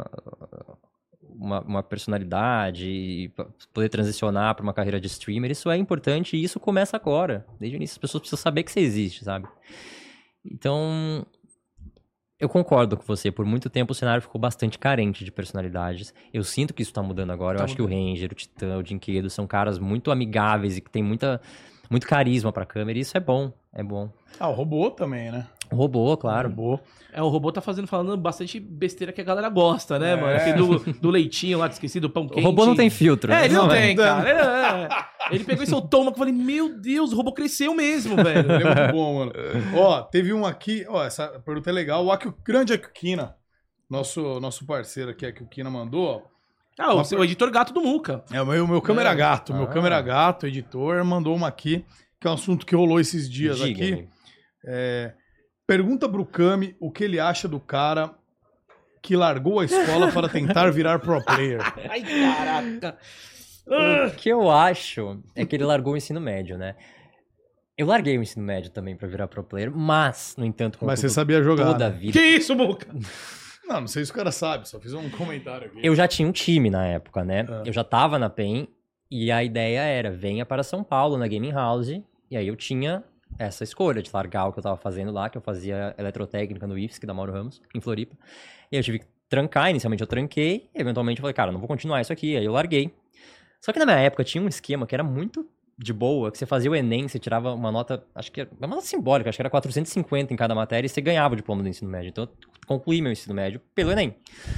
personalidade, poder transicionar para uma carreira de streamer, isso é importante e isso começa agora. Desde o início as pessoas precisam saber que você existe, sabe? Então, eu concordo com você. Por muito tempo o cenário ficou bastante carente de personalidades. Eu sinto que isso tá mudando agora. Eu acho que o Ranger, o Titã, o Jinquedo são caras muito amigáveis e que tem muito carisma pra câmera, e isso é bom, é bom. O robô também, né? O robô, claro. O robô tá falando bastante besteira que a galera gosta, né, mano? Aquele do leitinho lá, esqueci, do pão quente. O robô não tem filtro. Ele não tem, cara. Ele pegou e soltou uma que eu falei, meu Deus, o robô cresceu mesmo, velho. Ele é muito bom, mano. Teve um aqui, essa pergunta é legal. O grande Akukina, nosso parceiro aqui, Akukina, mandou, o editor gato do Muca. É, o meu câmera gato. Meu câmera gato, editor, mandou uma aqui, que é um assunto que rolou esses dias aqui. Pergunta pro Kami o que ele acha do cara que largou a escola para tentar virar pro player. Ai, caraca. O que eu acho é que ele largou o ensino médio, né? Eu larguei o ensino médio também pra virar pro player, mas, no entanto, mas você sabia jogar, toda a né? vida. Que isso, Muca? Não sei se o cara sabe, só fiz um comentário aqui. Eu já tinha um time na época, né? Eu já tava na PEN e a ideia era, venha para São Paulo, na Gaming House, e aí eu tinha essa escolha de largar o que eu tava fazendo lá, que eu fazia eletrotécnica no IFSC da Mauro Ramos, em Floripa. E eu tive que trancar, inicialmente eu tranquei, e eventualmente eu falei, cara, não vou continuar isso aqui, aí eu larguei. Só que na minha época tinha um esquema que era muito de boa, que você fazia o Enem, você tirava uma nota, acho que era uma nota simbólica, acho que era 450 em cada matéria, e você ganhava o diploma do ensino médio. Então eu concluí meu ensino médio pelo Enem.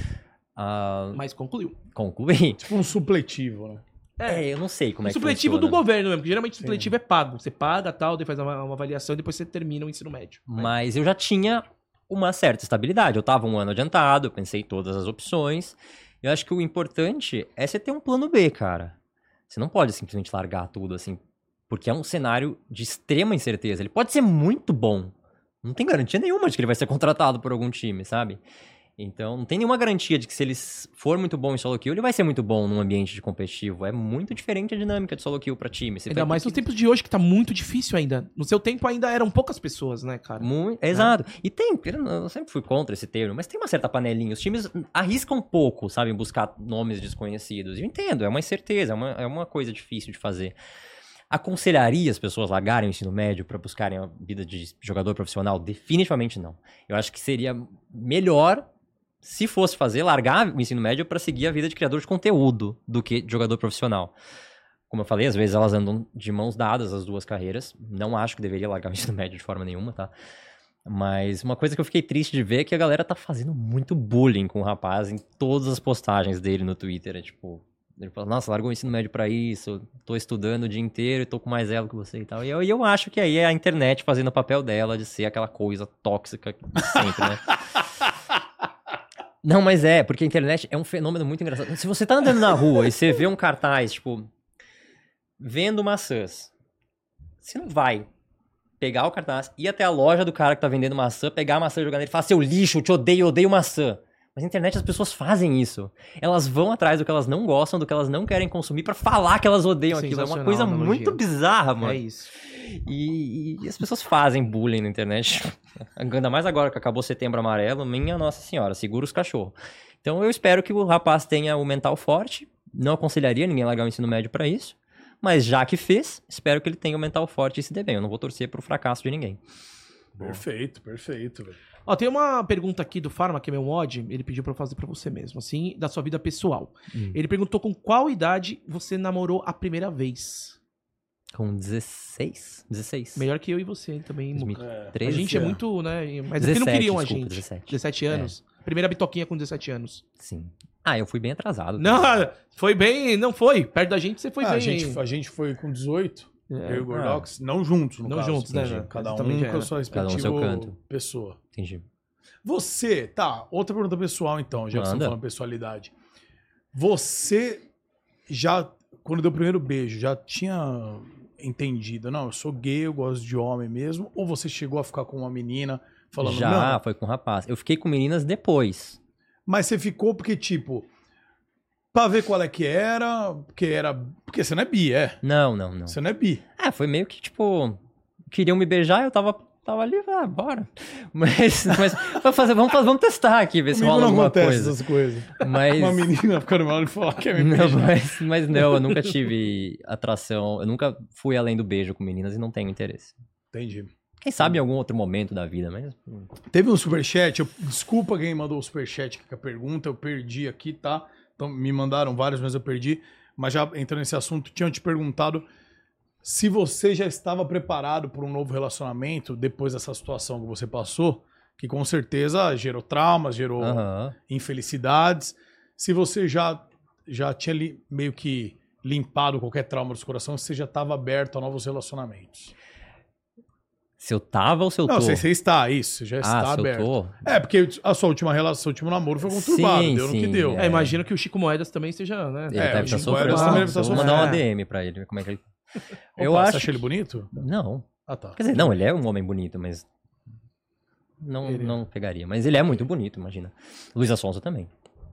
Mas concluiu. Concluí. Tipo um supletivo, né? Eu não sei como é que funciona. Supletivo do governo mesmo, porque geralmente o supletivo é pago. Você paga, tal, depois faz uma avaliação e depois você termina o ensino médio. Mas eu já tinha uma certa estabilidade. Eu tava um ano adiantado, eu pensei em todas as opções. Eu acho que o importante é você ter um plano B, cara. Você não pode simplesmente largar tudo, assim, porque é um cenário de extrema incerteza. Ele pode ser muito bom. Não tem garantia nenhuma de que ele vai ser contratado por algum time, sabe? Então, não tem nenhuma garantia de que se ele for muito bom em solo kill, ele vai ser muito bom num ambiente de competitivo. É muito diferente a dinâmica de solo kill pra time. Ainda mais nos tempos de hoje, que tá muito difícil ainda. No seu tempo ainda eram poucas pessoas, né, cara? Exato. E tem, eu sempre fui contra esse termo, mas tem uma certa panelinha. Os times arriscam um pouco, sabe, em buscar nomes desconhecidos. Eu entendo, é uma incerteza, é uma coisa difícil de fazer. Aconselharia as pessoas largarem o ensino médio para buscarem a vida de jogador profissional? Definitivamente não. Eu acho que seria melhor, se fosse largar o ensino médio para seguir a vida de criador de conteúdo do que de jogador profissional. Como eu falei, às vezes elas andam de mãos dadas as duas carreiras. Não acho que deveria largar o ensino médio de forma nenhuma, tá? Mas uma coisa que eu fiquei triste de ver é que a galera tá fazendo muito bullying com o rapaz em todas as postagens dele no Twitter. É tipo, ele fala, nossa, largou o ensino médio pra isso, tô estudando o dia inteiro e tô com mais elo que você e tal. E eu acho que aí é a internet fazendo o papel dela de ser aquela coisa tóxica sempre, né? Não, mas porque a internet é um fenômeno muito engraçado. Se você tá andando na rua e você vê um cartaz, tipo, vendo maçãs, você não vai pegar o cartaz, ir até a loja do cara que tá vendendo maçã, pegar a maçã e jogar nele e falar, seu lixo, eu te odeio, eu odeio maçã. Mas na internet as pessoas fazem isso. Elas vão atrás do que elas não gostam, do que elas não querem consumir pra falar que elas odeiam aquilo. É uma coisa muito bizarra, mano. É isso. E as pessoas fazem bullying na internet. Ainda mais agora que acabou Setembro Amarelo, minha Nossa Senhora, segura os cachorros. Então eu espero que o rapaz tenha o mental forte. Não aconselharia ninguém largar o ensino médio pra isso. Mas já que fez, espero que ele tenha o mental forte e se dê bem. Eu não vou torcer pro fracasso de ninguém. Perfeito, velho. Ó, tem uma pergunta aqui do Pharma, que é meu mod, ele pediu pra eu fazer pra você mesmo, assim, da sua vida pessoal. Ele perguntou com qual idade você namorou a primeira vez? Com 16? 16. Melhor que eu e você também, Muca. 2013. A gente é muito, né, mas 17, aqui não queriam a desculpa, gente. 17. 17 anos. Primeira bitoquinha com 17 anos. Sim. Eu fui bem atrasado. Não, foi bem, não foi. Perto da gente você foi bem. A gente foi com 18, eu e o Gordox, Ah. não juntos, no Não caso. juntos, né? Entendi. Cada um Também já com a era. sua Cada um no seu respectiva canto. pessoa. Entendi. Você, tá, outra pergunta pessoal então, já que você Manda. tá falando pessoalidade. Você já, quando deu o primeiro beijo, já tinha entendido, não, eu sou gay, eu gosto de homem mesmo? Ou você chegou a ficar com uma menina falando, Já, não? foi com rapaz. Eu fiquei com meninas depois. Mas você ficou porque, tipo, pra ver qual é que era, porque você não é bi, é? Não. Você não é bi. Foi meio que, tipo, queriam me beijar, eu tava ali, bora. Mas vamos testar aqui, ver se Comigo rola não alguma acontece coisa. essas coisas. Mas... Uma menina ficando mal e falar que é me Não, beijar. mas não, eu nunca tive atração, eu nunca fui além do beijo com meninas e não tenho interesse. Entendi. Quem sabe em algum outro momento da vida, mas... Teve um superchat, desculpa quem mandou o superchat aqui com a pergunta, eu perdi aqui, tá? Então me mandaram vários, mas eu perdi. Mas já entrando nesse assunto, tinham te perguntado se você já estava preparado para um novo relacionamento depois dessa situação que você passou, que com certeza gerou traumas, gerou infelicidades. Se você já tinha meio que limpado qualquer trauma do seu coração, se você já estava aberto a novos relacionamentos. Se eu tava ou se eu tô? Não, você está, isso, você já está se aberto. eu tô? Porque a sua última relação, seu último namoro foi conturbado, deu no que deu. Imagino que o Chico Moedas também seja, né? Ele deve estar Chico Moedas sofrendo. também deve estar Eu vou mandar uma sofrendo. DM pra ele, ver como é que ele... Eu acho. Você acha ele bonito? Não. Ah, tá. Quer dizer, não, ele é um homem bonito, mas... Não pegaria. Mas ele é muito bonito, imagina. Luísa Sonza também.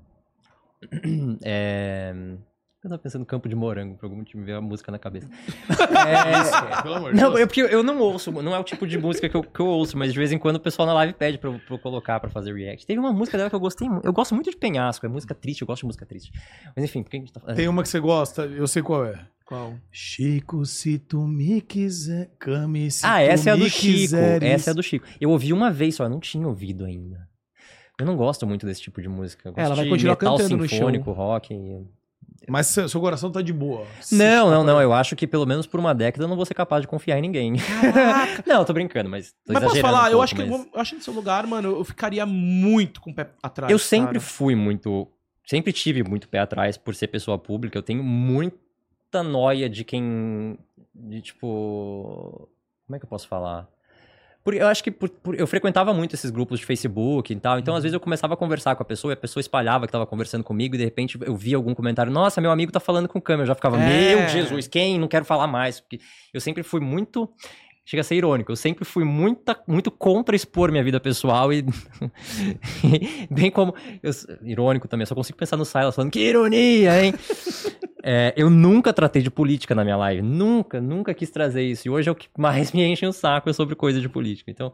Eu tava pensando no Campo de Morango, por algum motivo me veio a música na cabeça. Pelo amor de Não, Deus. porque eu não ouço, não é o tipo de música que eu ouço, mas de vez em quando o pessoal na live pede pra eu colocar pra fazer react. Teve uma música dela que eu gostei muito. Eu gosto muito de Penhasco, é música triste, eu gosto de música triste. Mas enfim, por que a gente tá falando? Tem uma que você gosta, eu sei qual é. Qual? Chico, se tu me quiser, Cami, se tu Essa é a me do Chico. quiseres. Essa é a do Chico. Eu ouvi uma vez só, eu não tinha ouvido ainda. Eu não gosto muito desse tipo de música. Eu gosto Ela vai de continuar metal cantando no sinfônico, rock. Mas seu coração tá de boa. Não. Eu acho que pelo menos por uma década eu não vou ser capaz de confiar em ninguém. Não, tô brincando, mas tô Mas posso exagerando falar, um eu pouco, acho que mas- eu acho que no seu lugar, mano, eu ficaria muito com o pé atrás. Eu sempre cara. fui muito... Sempre tive muito pé atrás por ser pessoa pública. Eu tenho muita noia de quem... De tipo... Como é que eu posso falar? Eu acho que eu frequentava muito esses grupos de Facebook e tal, então às vezes eu começava a conversar com a pessoa e a pessoa espalhava que tava conversando comigo e de repente eu via algum comentário, nossa, meu amigo tá falando com câmera, eu já ficava, meu Jesus, quem? Não quero falar mais, porque eu sempre fui muito... Chega a ser irônico, eu sempre fui muito contra expor minha vida pessoal e bem como... irônico também, eu só consigo pensar no Silas falando, que ironia, hein? Eu nunca tratei de política na minha live, nunca quis trazer isso. E hoje é o que mais me enche o saco, é sobre coisa de política. Então,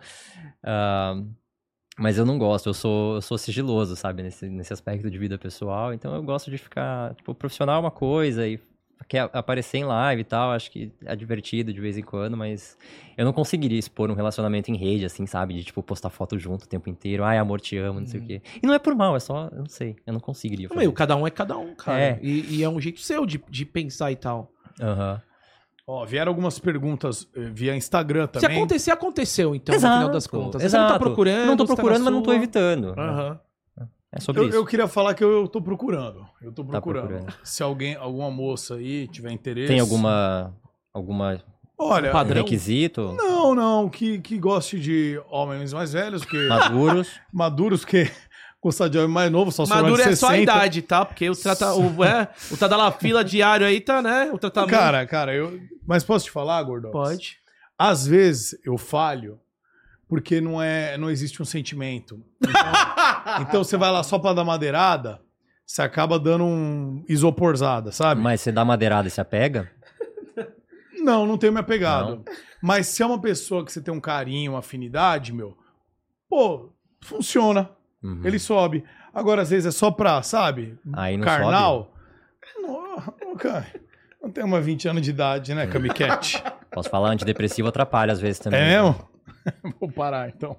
mas eu não gosto, eu sou sigiloso, sabe, nesse aspecto de vida pessoal. Então eu gosto de ficar, tipo, profissional é uma coisa e quer aparecer em live e tal, acho que é divertido de vez em quando, mas eu não conseguiria expor um relacionamento em rede, assim, sabe? De, tipo, postar foto junto o tempo inteiro, ai, amor, te amo, não sei o quê. E não é por mal, é só, eu não sei, eu não conseguiria fazer isso. Cada um é cada um, cara. E é um jeito seu de pensar e tal. Ó, vieram algumas perguntas via Instagram também. Se acontecer, aconteceu, então, exato, no final das contas. Exato. Você não tá procurando. Não tô procurando, mas não tô evitando. É sobre isso. Eu queria falar que eu tô procurando. Eu tô procurando. Se alguma moça aí tiver interesse... Tem alguma Olha, requisito? Não, que goste de homens mais velhos, que... Maduros, que gostar de homem mais novo, só Maduro é 60. só a idade, tá? Porque o Tadalafila diário aí tá, né? O tratamento... Cara, mas posso te falar, Gordão? Pode. Às vezes eu falho porque não existe um sentimento. Então você vai lá só pra dar madeirada, você acaba dando um isoporzada, sabe? Mas você dá madeirada e se apega? Não tenho me apegado. Não. Mas se é uma pessoa que você tem um carinho, uma afinidade, funciona. Ele sobe. Agora, às vezes, é só pra, sabe? Aí não carnal. Não, cara. Não tem uma 20 anos de idade, né, Camiquete? Posso falar, antidepressivo atrapalha às vezes também. É mesmo? Vou parar, então.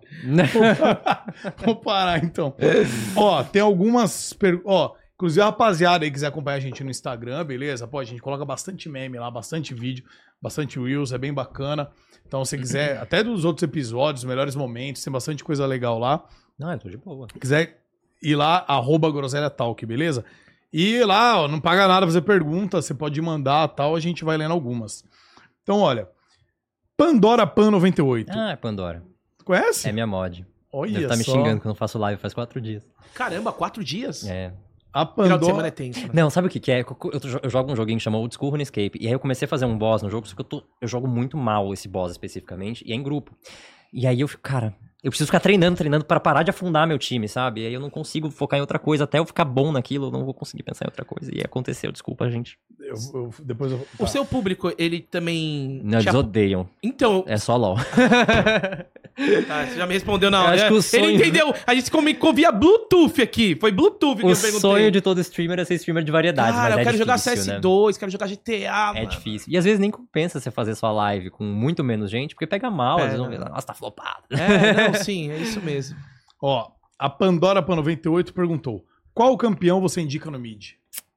Ó, tem algumas... inclusive a rapaziada aí quiser acompanhar a gente no Instagram, beleza? Pô, a gente coloca bastante meme lá, bastante vídeo, bastante reels, é bem bacana. Então, se você quiser, até dos outros episódios, os melhores momentos, tem bastante coisa legal lá. Não, eu tô de boa. Quiser ir lá, @groselhatalk, beleza? E lá, ó, não paga nada fazer pergunta, você pode mandar tal, a gente vai lendo algumas. Então, olha, Pandora Pan 98. Ah, é Pandora. Conhece? É minha mod. Olha Deve tá me xingando que eu não faço live faz 4 dias. Caramba, 4 dias? É. A Final de semana Pandora... é tenso, né? Não, sabe o que é? Eu jogo um joguinho chamado Old School RuneScape. E aí eu comecei a fazer um boss no jogo, só que eu jogo muito mal esse boss especificamente, e é em grupo. E aí eu fico, cara, eu preciso ficar treinando pra parar de afundar meu time, sabe? E aí eu não consigo focar em outra coisa. Até eu ficar bom naquilo, eu não vou conseguir pensar em outra coisa. E aconteceu, desculpa, gente. Depois eu... O seu público, ele também... Não, eles odeiam. Então... É só LOL. Você já me respondeu na hora. Acho que o sonho... Ele entendeu. A gente comunicou via Bluetooth aqui. Foi Bluetooth que eu perguntei. O sonho de todo streamer é ser streamer de variedades, mas é eu quero difícil, jogar né? CS2, quero jogar GTA, É mano. difícil. E às vezes nem compensa você fazer sua live com muito menos gente, porque pega mal, às vezes vão ver, nossa, tá flopado. Sim, é isso mesmo. Ó, a Pandora Pan 98 perguntou: qual campeão você indica no mid?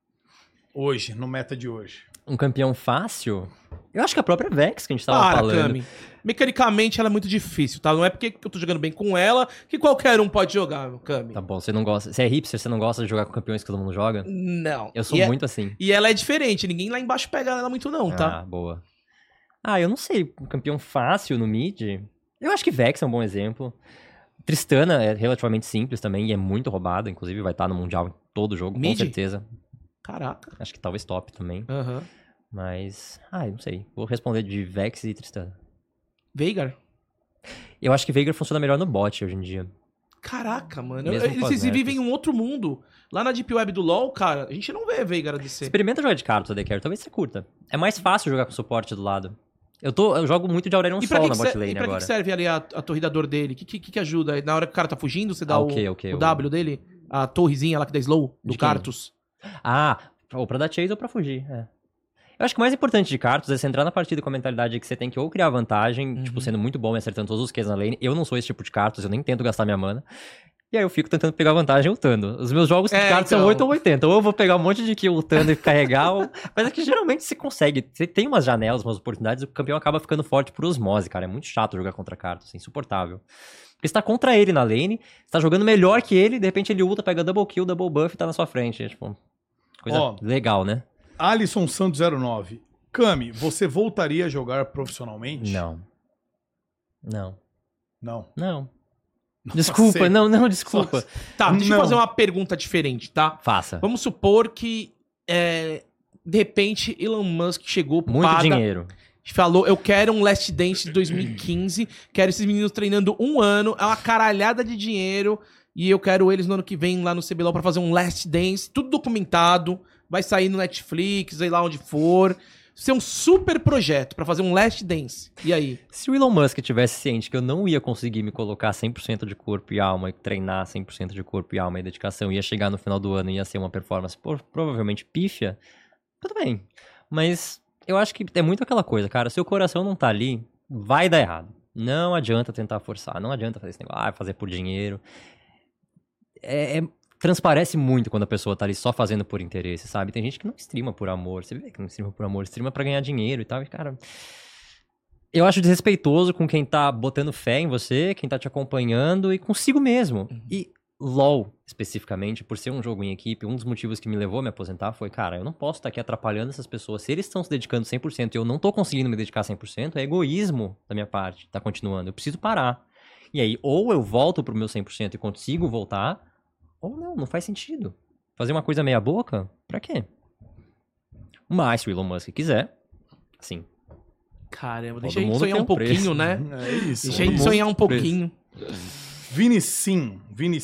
Hoje, no meta de hoje. Um campeão fácil? Eu acho que a própria Vex que a gente tava falando. Kami. Mecanicamente ela é muito difícil, tá? Não é porque eu tô jogando bem com ela que qualquer um pode jogar, Kami. Tá bom, você não gosta. Você é hipster, você não gosta de jogar com campeões que todo mundo joga? Não. Eu sou muito assim. E ela é diferente, ninguém lá embaixo pega ela muito não, tá? Ah, boa. Ah, eu não sei, um campeão fácil no mid? Eu acho que Vex é um bom exemplo. Tristana é relativamente simples também e é muito roubada, inclusive vai estar no Mundial em todo jogo, mid? Com certeza. Caraca. Acho que talvez top também. Aham. Mas, eu não sei. Vou responder de Vex e Tristana. Veigar? Eu acho que Veigar funciona melhor no bot hoje em dia. Caraca, mano. Mesmo com as Eles nerfs. vivem em um outro mundo. Lá na Deep Web do LoL, cara, a gente não vê Veigar ADC. Experimenta jogar de Carlos AD Carry, talvez você curta. É mais fácil jogar com suporte do lado. Eu jogo muito de Aurelion Sol na bot lane e pra agora. que serve ali a torre da dor dele? O que ajuda? Na hora que o cara tá fugindo, você dá o o W dele? A torrezinha lá que dá slow do De quem? Karthus? Ou pra dar chase ou pra fugir, Eu acho que o mais importante de Karthus é você entrar na partida com a mentalidade de que você tem que ou criar vantagem, tipo, sendo muito bom e acertando todos os Qs na lane. Eu não sou esse tipo de Karthus, eu nem tento gastar minha mana. E aí eu fico tentando pegar vantagem ultando. Os meus jogos de Karthus são 8 ou 80. Ou eu vou pegar um monte de kill ultando e carregar, mas é que geralmente você consegue. Você tem umas janelas, umas oportunidades, o campeão acaba ficando forte por osmose, cara. É muito chato jogar contra Karthus, é insuportável. Porque você tá contra ele na lane, você tá jogando melhor que ele, de repente ele ulta, pega double kill, double buff e tá na sua frente. É, tipo, coisa legal, né? Alisson Santos 09. Kami, você voltaria a jogar profissionalmente? Não. Não. Não. Desculpa, Nossa, não, desculpa. Tá, deixa eu Não. fazer uma pergunta diferente, tá? Faça. Vamos supor que, de repente, Elon Musk chegou pro Muito Pada, dinheiro. falou, eu quero um Last Dance de 2015, quero esses meninos treinando 1 ano, é uma caralhada de dinheiro, e eu quero eles no ano que vem lá no CBLOL pra fazer um Last Dance, tudo documentado, vai sair no Netflix, sei lá onde for, ser um super projeto pra fazer um Last Dance. E aí? Se o Elon Musk tivesse ciente que eu não ia conseguir me colocar 100% de corpo e alma, e treinar 100% de corpo e alma e dedicação, ia chegar no final do ano e ia ser uma performance provavelmente pífia, tudo bem. Mas eu acho que é muito aquela coisa, cara, se o coração não tá ali, vai dar errado. Não adianta tentar forçar, não adianta fazer esse negócio, fazer por dinheiro. Transparece muito quando a pessoa tá ali só fazendo por interesse, sabe? Tem gente que não streama por amor, você vê que não streama por amor, streama pra ganhar dinheiro e tal, e cara... Eu acho desrespeitoso com quem tá botando fé em você, quem tá te acompanhando e consigo mesmo. E LoL, especificamente, por ser um jogo em equipe, um dos motivos que me levou a me aposentar foi, cara, eu não posso estar aqui atrapalhando essas pessoas. Se eles estão se dedicando 100% e eu não tô conseguindo me dedicar 100%, é egoísmo da minha parte, tá continuando. Eu preciso parar. E aí, ou eu volto pro meu 100% e consigo voltar, ou não faz sentido. Fazer uma coisa meia boca, pra quê? Mas se o Elon Musk quiser, assim... Caramba, Todo deixa ele mundo sonhar tem um um preço. pouquinho, né? É isso. Deixa ele sonhar um pouquinho. Vinicim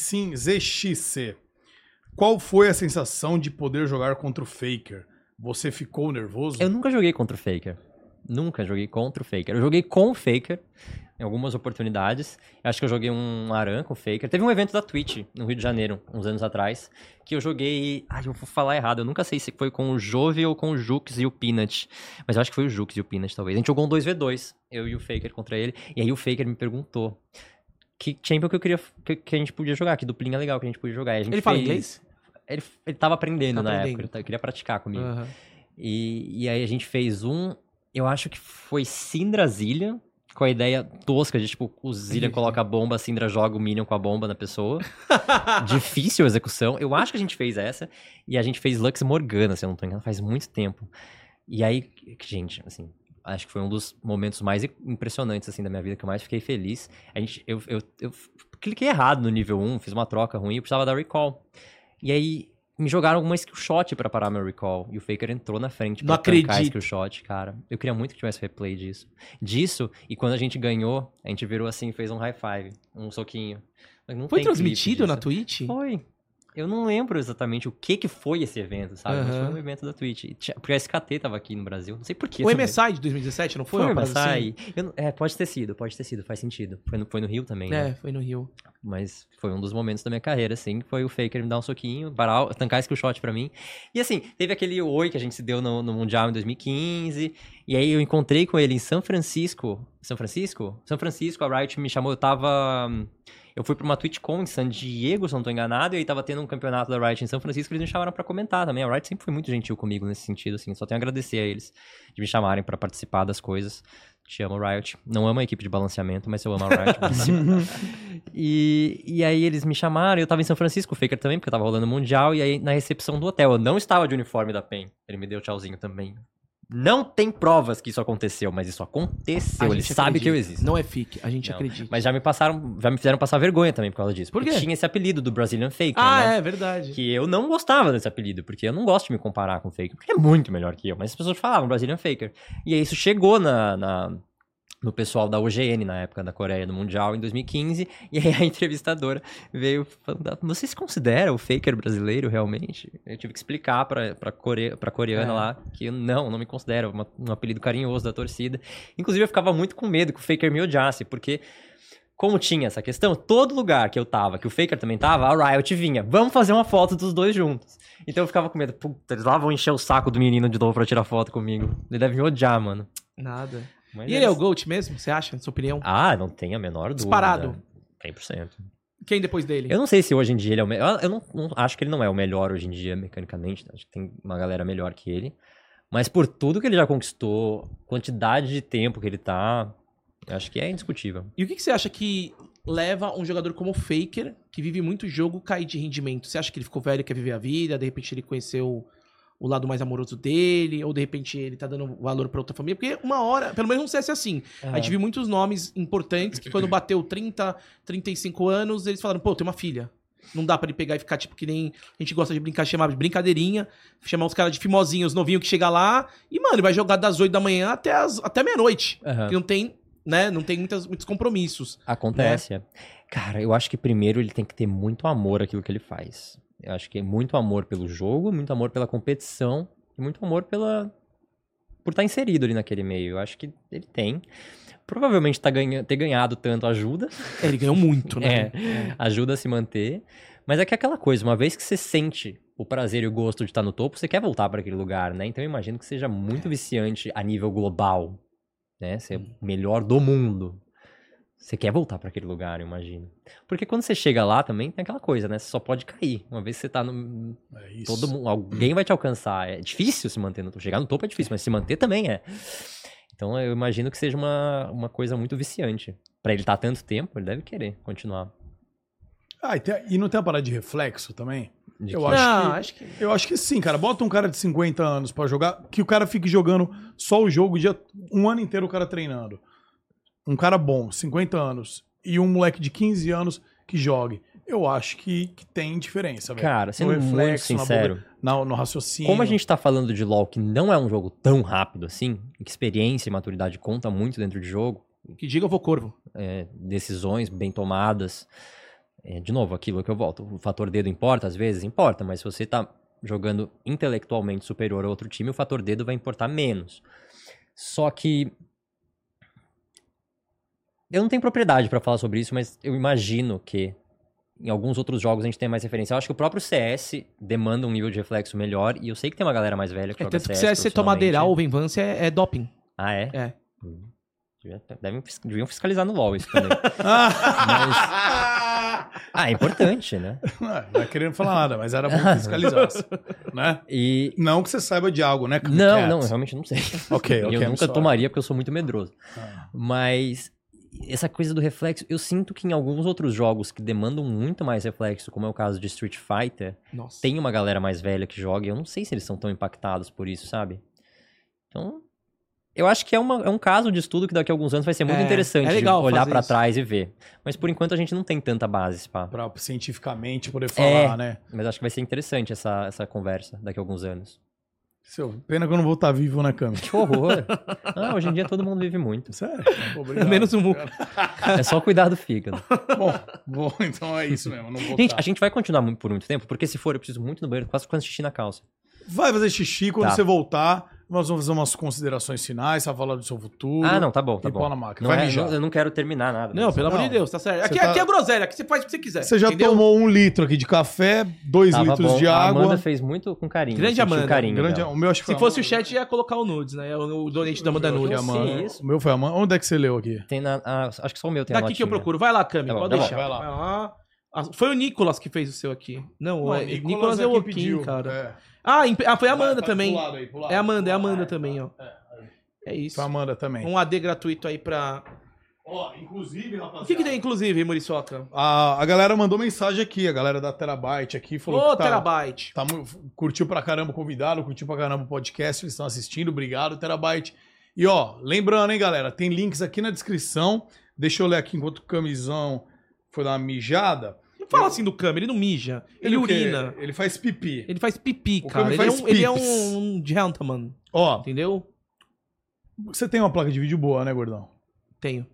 ZXC. Qual foi a sensação de poder jogar contra o Faker? Você ficou nervoso? Eu nunca joguei contra o Faker. Nunca joguei contra o Faker. Eu joguei com o Faker em algumas oportunidades. Eu acho que eu joguei um Aran com o Faker. Teve um evento da Twitch no Rio de Janeiro, uns anos atrás, que eu joguei... eu vou falar errado. Eu nunca sei se foi com o Jove ou com o Jux e o Peanut. Mas eu acho que foi o Jux e o Peanut, talvez. A gente jogou um 2v2, eu e o Faker contra ele. E aí o Faker me perguntou que champion que eu queria que a gente podia jogar, que duplinha legal que a gente podia jogar. E a gente Ele fala inglês? Ele tava aprendendo Tá na aprendendo. época. Eu queria praticar comigo. Aham. E aí a gente fez eu acho que foi Syndra Zillion, com a ideia tosca de, tipo, o Zillion coloca a bomba, a Syndra joga o Minion com a bomba na pessoa. Difícil a execução. Eu acho que a gente fez essa. E a gente fez Lux Morgana, se eu não tô enganado, faz muito tempo. E aí, gente, assim, acho que foi um dos momentos mais impressionantes, assim, da minha vida, que eu mais fiquei feliz. Eu cliquei errado no nível 1, fiz uma troca ruim, eu precisava dar recall. E aí... me jogaram alguma skill shot pra parar meu recall. E o Faker entrou na frente pra tancar a skill shot, cara. Eu queria muito que tivesse replay disso. E quando a gente ganhou, a gente virou assim, fez um high five, um soquinho. Mas não Foi tem transmitido clipe na disso. Twitch? Foi. Eu não lembro exatamente o que foi esse evento, sabe? Mas foi um evento da Twitch. Porque a SKT tava aqui no Brasil. Não sei porquê. O MSI de 2017, não foi? Foi o uma parada MSI. Pode ter sido, faz sentido. Foi no Rio também, né? Foi no Rio. Mas foi um dos momentos da minha carreira, assim, foi o Faker me dar um soquinho, tancar skill shot pra mim. E assim, teve aquele oi que a gente se deu no Mundial em 2015, e aí eu encontrei com ele em São Francisco. São Francisco, a Riot me chamou, eu fui pra uma TwitchCon em San Diego, se não tô enganado, e aí tava tendo um campeonato da Riot em São Francisco, eles me chamaram pra comentar também. A Riot sempre foi muito gentil comigo nesse sentido, assim, só tenho a agradecer a eles de me chamarem pra participar das coisas. Te amo, Riot. Não amo a equipe de balanceamento, mas eu amo a Riot. E aí eles me chamaram, eu tava em São Francisco, o Faker também, porque tava rolando o Mundial, e aí na recepção do hotel, eu não estava de uniforme da PEN. Ele me deu tchauzinho também. Não tem provas que isso aconteceu, mas isso aconteceu. Ele sabe que eu existo. Não é fic, a gente Não. acredita. Mas já me fizeram passar vergonha também por causa disso. Por quê? Porque tinha esse apelido do Brazilian Faker, né? É verdade. Que eu não gostava desse apelido, porque eu não gosto de me comparar com o Faker, porque ele é muito melhor que eu, mas as pessoas falavam Brazilian Faker. E aí isso chegou no pessoal da OGN, na época da Coreia, do Mundial, em 2015, e aí a entrevistadora veio falando, você se considera o Faker brasileiro, realmente? Eu tive que explicar pra coreana lá, que eu não me considero, um apelido carinhoso da torcida. Inclusive, eu ficava muito com medo que o Faker me odiasse, porque... como tinha essa questão, todo lugar que eu tava, que o Faker também tava, a Riot vinha, vamos fazer uma foto dos dois juntos. Então eu ficava com medo, puta, eles lá vão encher o saco do menino de novo pra tirar foto comigo. Ele deve me odiar, mano. Nada. Mas E ele é o GOAT mesmo, você acha, na sua opinião? Não tem a menor dúvida. Disparado. 100%. Quem depois dele? Eu não sei se hoje em dia ele é o melhor. Eu não acho que ele não é o melhor hoje em dia, mecanicamente. Acho que tem uma galera melhor que ele. Mas por tudo que ele já conquistou, quantidade de tempo que ele tá, eu acho que é indiscutível. E o que você acha que leva um jogador como o Faker, que vive muito jogo, cair de rendimento? Você acha que ele ficou velho, quer viver a vida, de repente ele conheceu o lado mais amoroso dele, ou de repente ele tá dando valor pra outra família, porque uma hora, pelo menos no CS é assim, a gente viu muitos nomes importantes que quando bateu 30, 35 anos, eles falaram, pô, tem uma filha. Não dá pra ele pegar e ficar, tipo, que nem a gente gosta de brincar, chamar de brincadeirinha, chamar os caras de fimosinhos, novinho que chega lá, e, mano, ele vai jogar das 8 da manhã até meia-noite, que não tem, né, não tem muitos compromissos. Acontece, Cara, eu acho que primeiro ele tem que ter muito amor àquilo que ele faz. Eu acho que é muito amor pelo jogo, muito amor pela competição e muito amor por estar inserido ali naquele meio. Eu acho que ele tem. Provavelmente ter ganhado tanto ajuda. Ele ganhou muito, né? Ajuda a se manter. Mas é que é aquela coisa, uma vez que você sente o prazer e o gosto de estar no topo, você quer voltar para aquele lugar, né? Então eu imagino que seja muito viciante a nível global, né? Ser o melhor do mundo. Você quer voltar para aquele lugar, eu imagino. Porque quando você chega lá também tem aquela coisa, né? Você só pode cair. Uma vez que você tá no... todo mundo, alguém vai te alcançar. É difícil se manter no topo. Chegar no topo é difícil, mas se manter também é. Então eu imagino que seja uma coisa muito viciante. Pra ele estar tanto tempo, ele deve querer continuar. E não tem a parada de reflexo também? Eu acho que sim, cara. Bota um cara de 50 anos pra jogar, que o cara fique jogando só o jogo um ano inteiro o cara treinando. Um cara bom, 50 anos, e um moleque de 15 anos que jogue. Eu acho que tem diferença, velho. Cara, sendo muito sincero, no raciocínio. Como a gente tá falando de LoL, que não é um jogo tão rápido assim, que experiência e maturidade conta muito dentro de jogo. Que diga eu vou corvo. Decisões bem tomadas. De novo, aquilo que eu volto. O fator dedo importa? Às vezes importa, mas se você tá jogando intelectualmente superior a outro time, o fator dedo vai importar menos. Só que eu não tenho propriedade pra falar sobre isso, mas eu imagino que em alguns outros jogos a gente tem mais referência. Eu acho que o próprio CS demanda um nível de reflexo melhor, e eu sei que tem uma galera mais velha que joga CS. Tanto que se você tomar Deral ou Venvance é doping. Ah, é? É. Deviam fiscalizar no LoL isso também. É importante, né? Não é querendo falar nada, mas era bom que fiscalizasse, né? Não que você saiba de algo, né? Não, realmente não sei. Ok. Eu nunca tomaria porque eu sou muito medroso. Mas essa coisa do reflexo, eu sinto que em alguns outros jogos que demandam muito mais reflexo, como é o caso de Street Fighter, tem uma galera mais velha que joga, e eu não sei se eles são tão impactados por isso, sabe? Então, eu acho que é um caso de estudo que daqui a alguns anos vai ser muito interessante de olhar pra trás e ver. Mas por enquanto a gente não tem tanta base pra cientificamente poder falar, né? Mas acho que vai ser interessante essa conversa daqui a alguns anos. Pena que eu não vou estar vivo, né, Cami? Que horror. Hoje em dia todo mundo vive muito. Sério? Obrigado. Menos o Mu. É só cuidar do fígado. Bom, então é isso mesmo. Não vou gente, a gente vai continuar por muito tempo, porque se for, eu preciso muito no banheiro, quase fazendo xixi na calça. Vai fazer xixi, quando você voltar, nós vamos fazer umas considerações finais, você vai falar do seu futuro. Não, tá bom. Pau na máquina. Vai mijar. Eu não quero terminar nada. Não, pelo amor de Deus, tá certo. Aqui é groselha, aqui você faz o que você quiser. Você já tomou 1 litro aqui de café, 2 litros de água. A Amanda fez muito com carinho. Grande Amanda. O meu, acho que se fosse o chat, ia colocar o nudes, né? O donate da Amanda Nudes. O meu foi a Amanda. Onde é que você leu aqui? Tem acho que só o meu tem Daqui que eu procuro. Vai lá, Cami, pode deixar. Vai lá. Foi o Nicolas que fez o seu aqui. Não, o Nicolas é o Oquim, cara. Foi a Amanda também. Pro lado, é a Amanda também, ó. É isso. Foi a Amanda também. Um AD gratuito aí pra... Inclusive, rapaziada... O que tem inclusive, Muriçoca? A galera mandou mensagem aqui, a galera da Terabyte aqui falou que Terabyte. Curtiu pra caramba o convidado, curtiu pra caramba o podcast, eles estão assistindo, obrigado, Terabyte. E lembrando, hein, galera, tem links aqui na descrição, deixa eu ler aqui enquanto o Camisão foi dar uma mijada. Não fala assim do Cami, ele não mija, ele urina. Ele faz pipi. Ele faz pipi, cara. Ele é um gentleman. Entendeu? Você tem uma placa de vídeo boa, né, gordão? Tenho.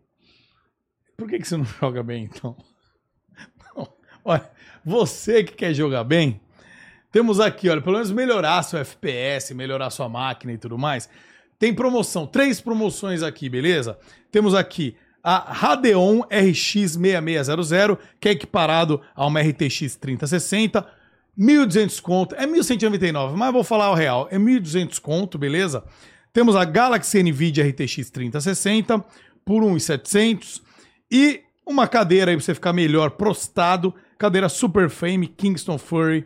Por que você não joga bem, então? Não. Olha, você que quer jogar bem, temos aqui, olha, pelo menos melhorar seu FPS, melhorar sua máquina e tudo mais. Tem promoção, 3 promoções aqui, beleza? Temos aqui a Radeon RX 6600, que é equiparado a uma RTX 3060, 1.200 conto, é 1.199, mas vou falar o real, é 1.200 conto, beleza? Temos a Galaxy NVIDIA RTX 3060 por 1.700 e uma cadeira aí pra você ficar melhor prostado, cadeira Super Frame Kingston Fury,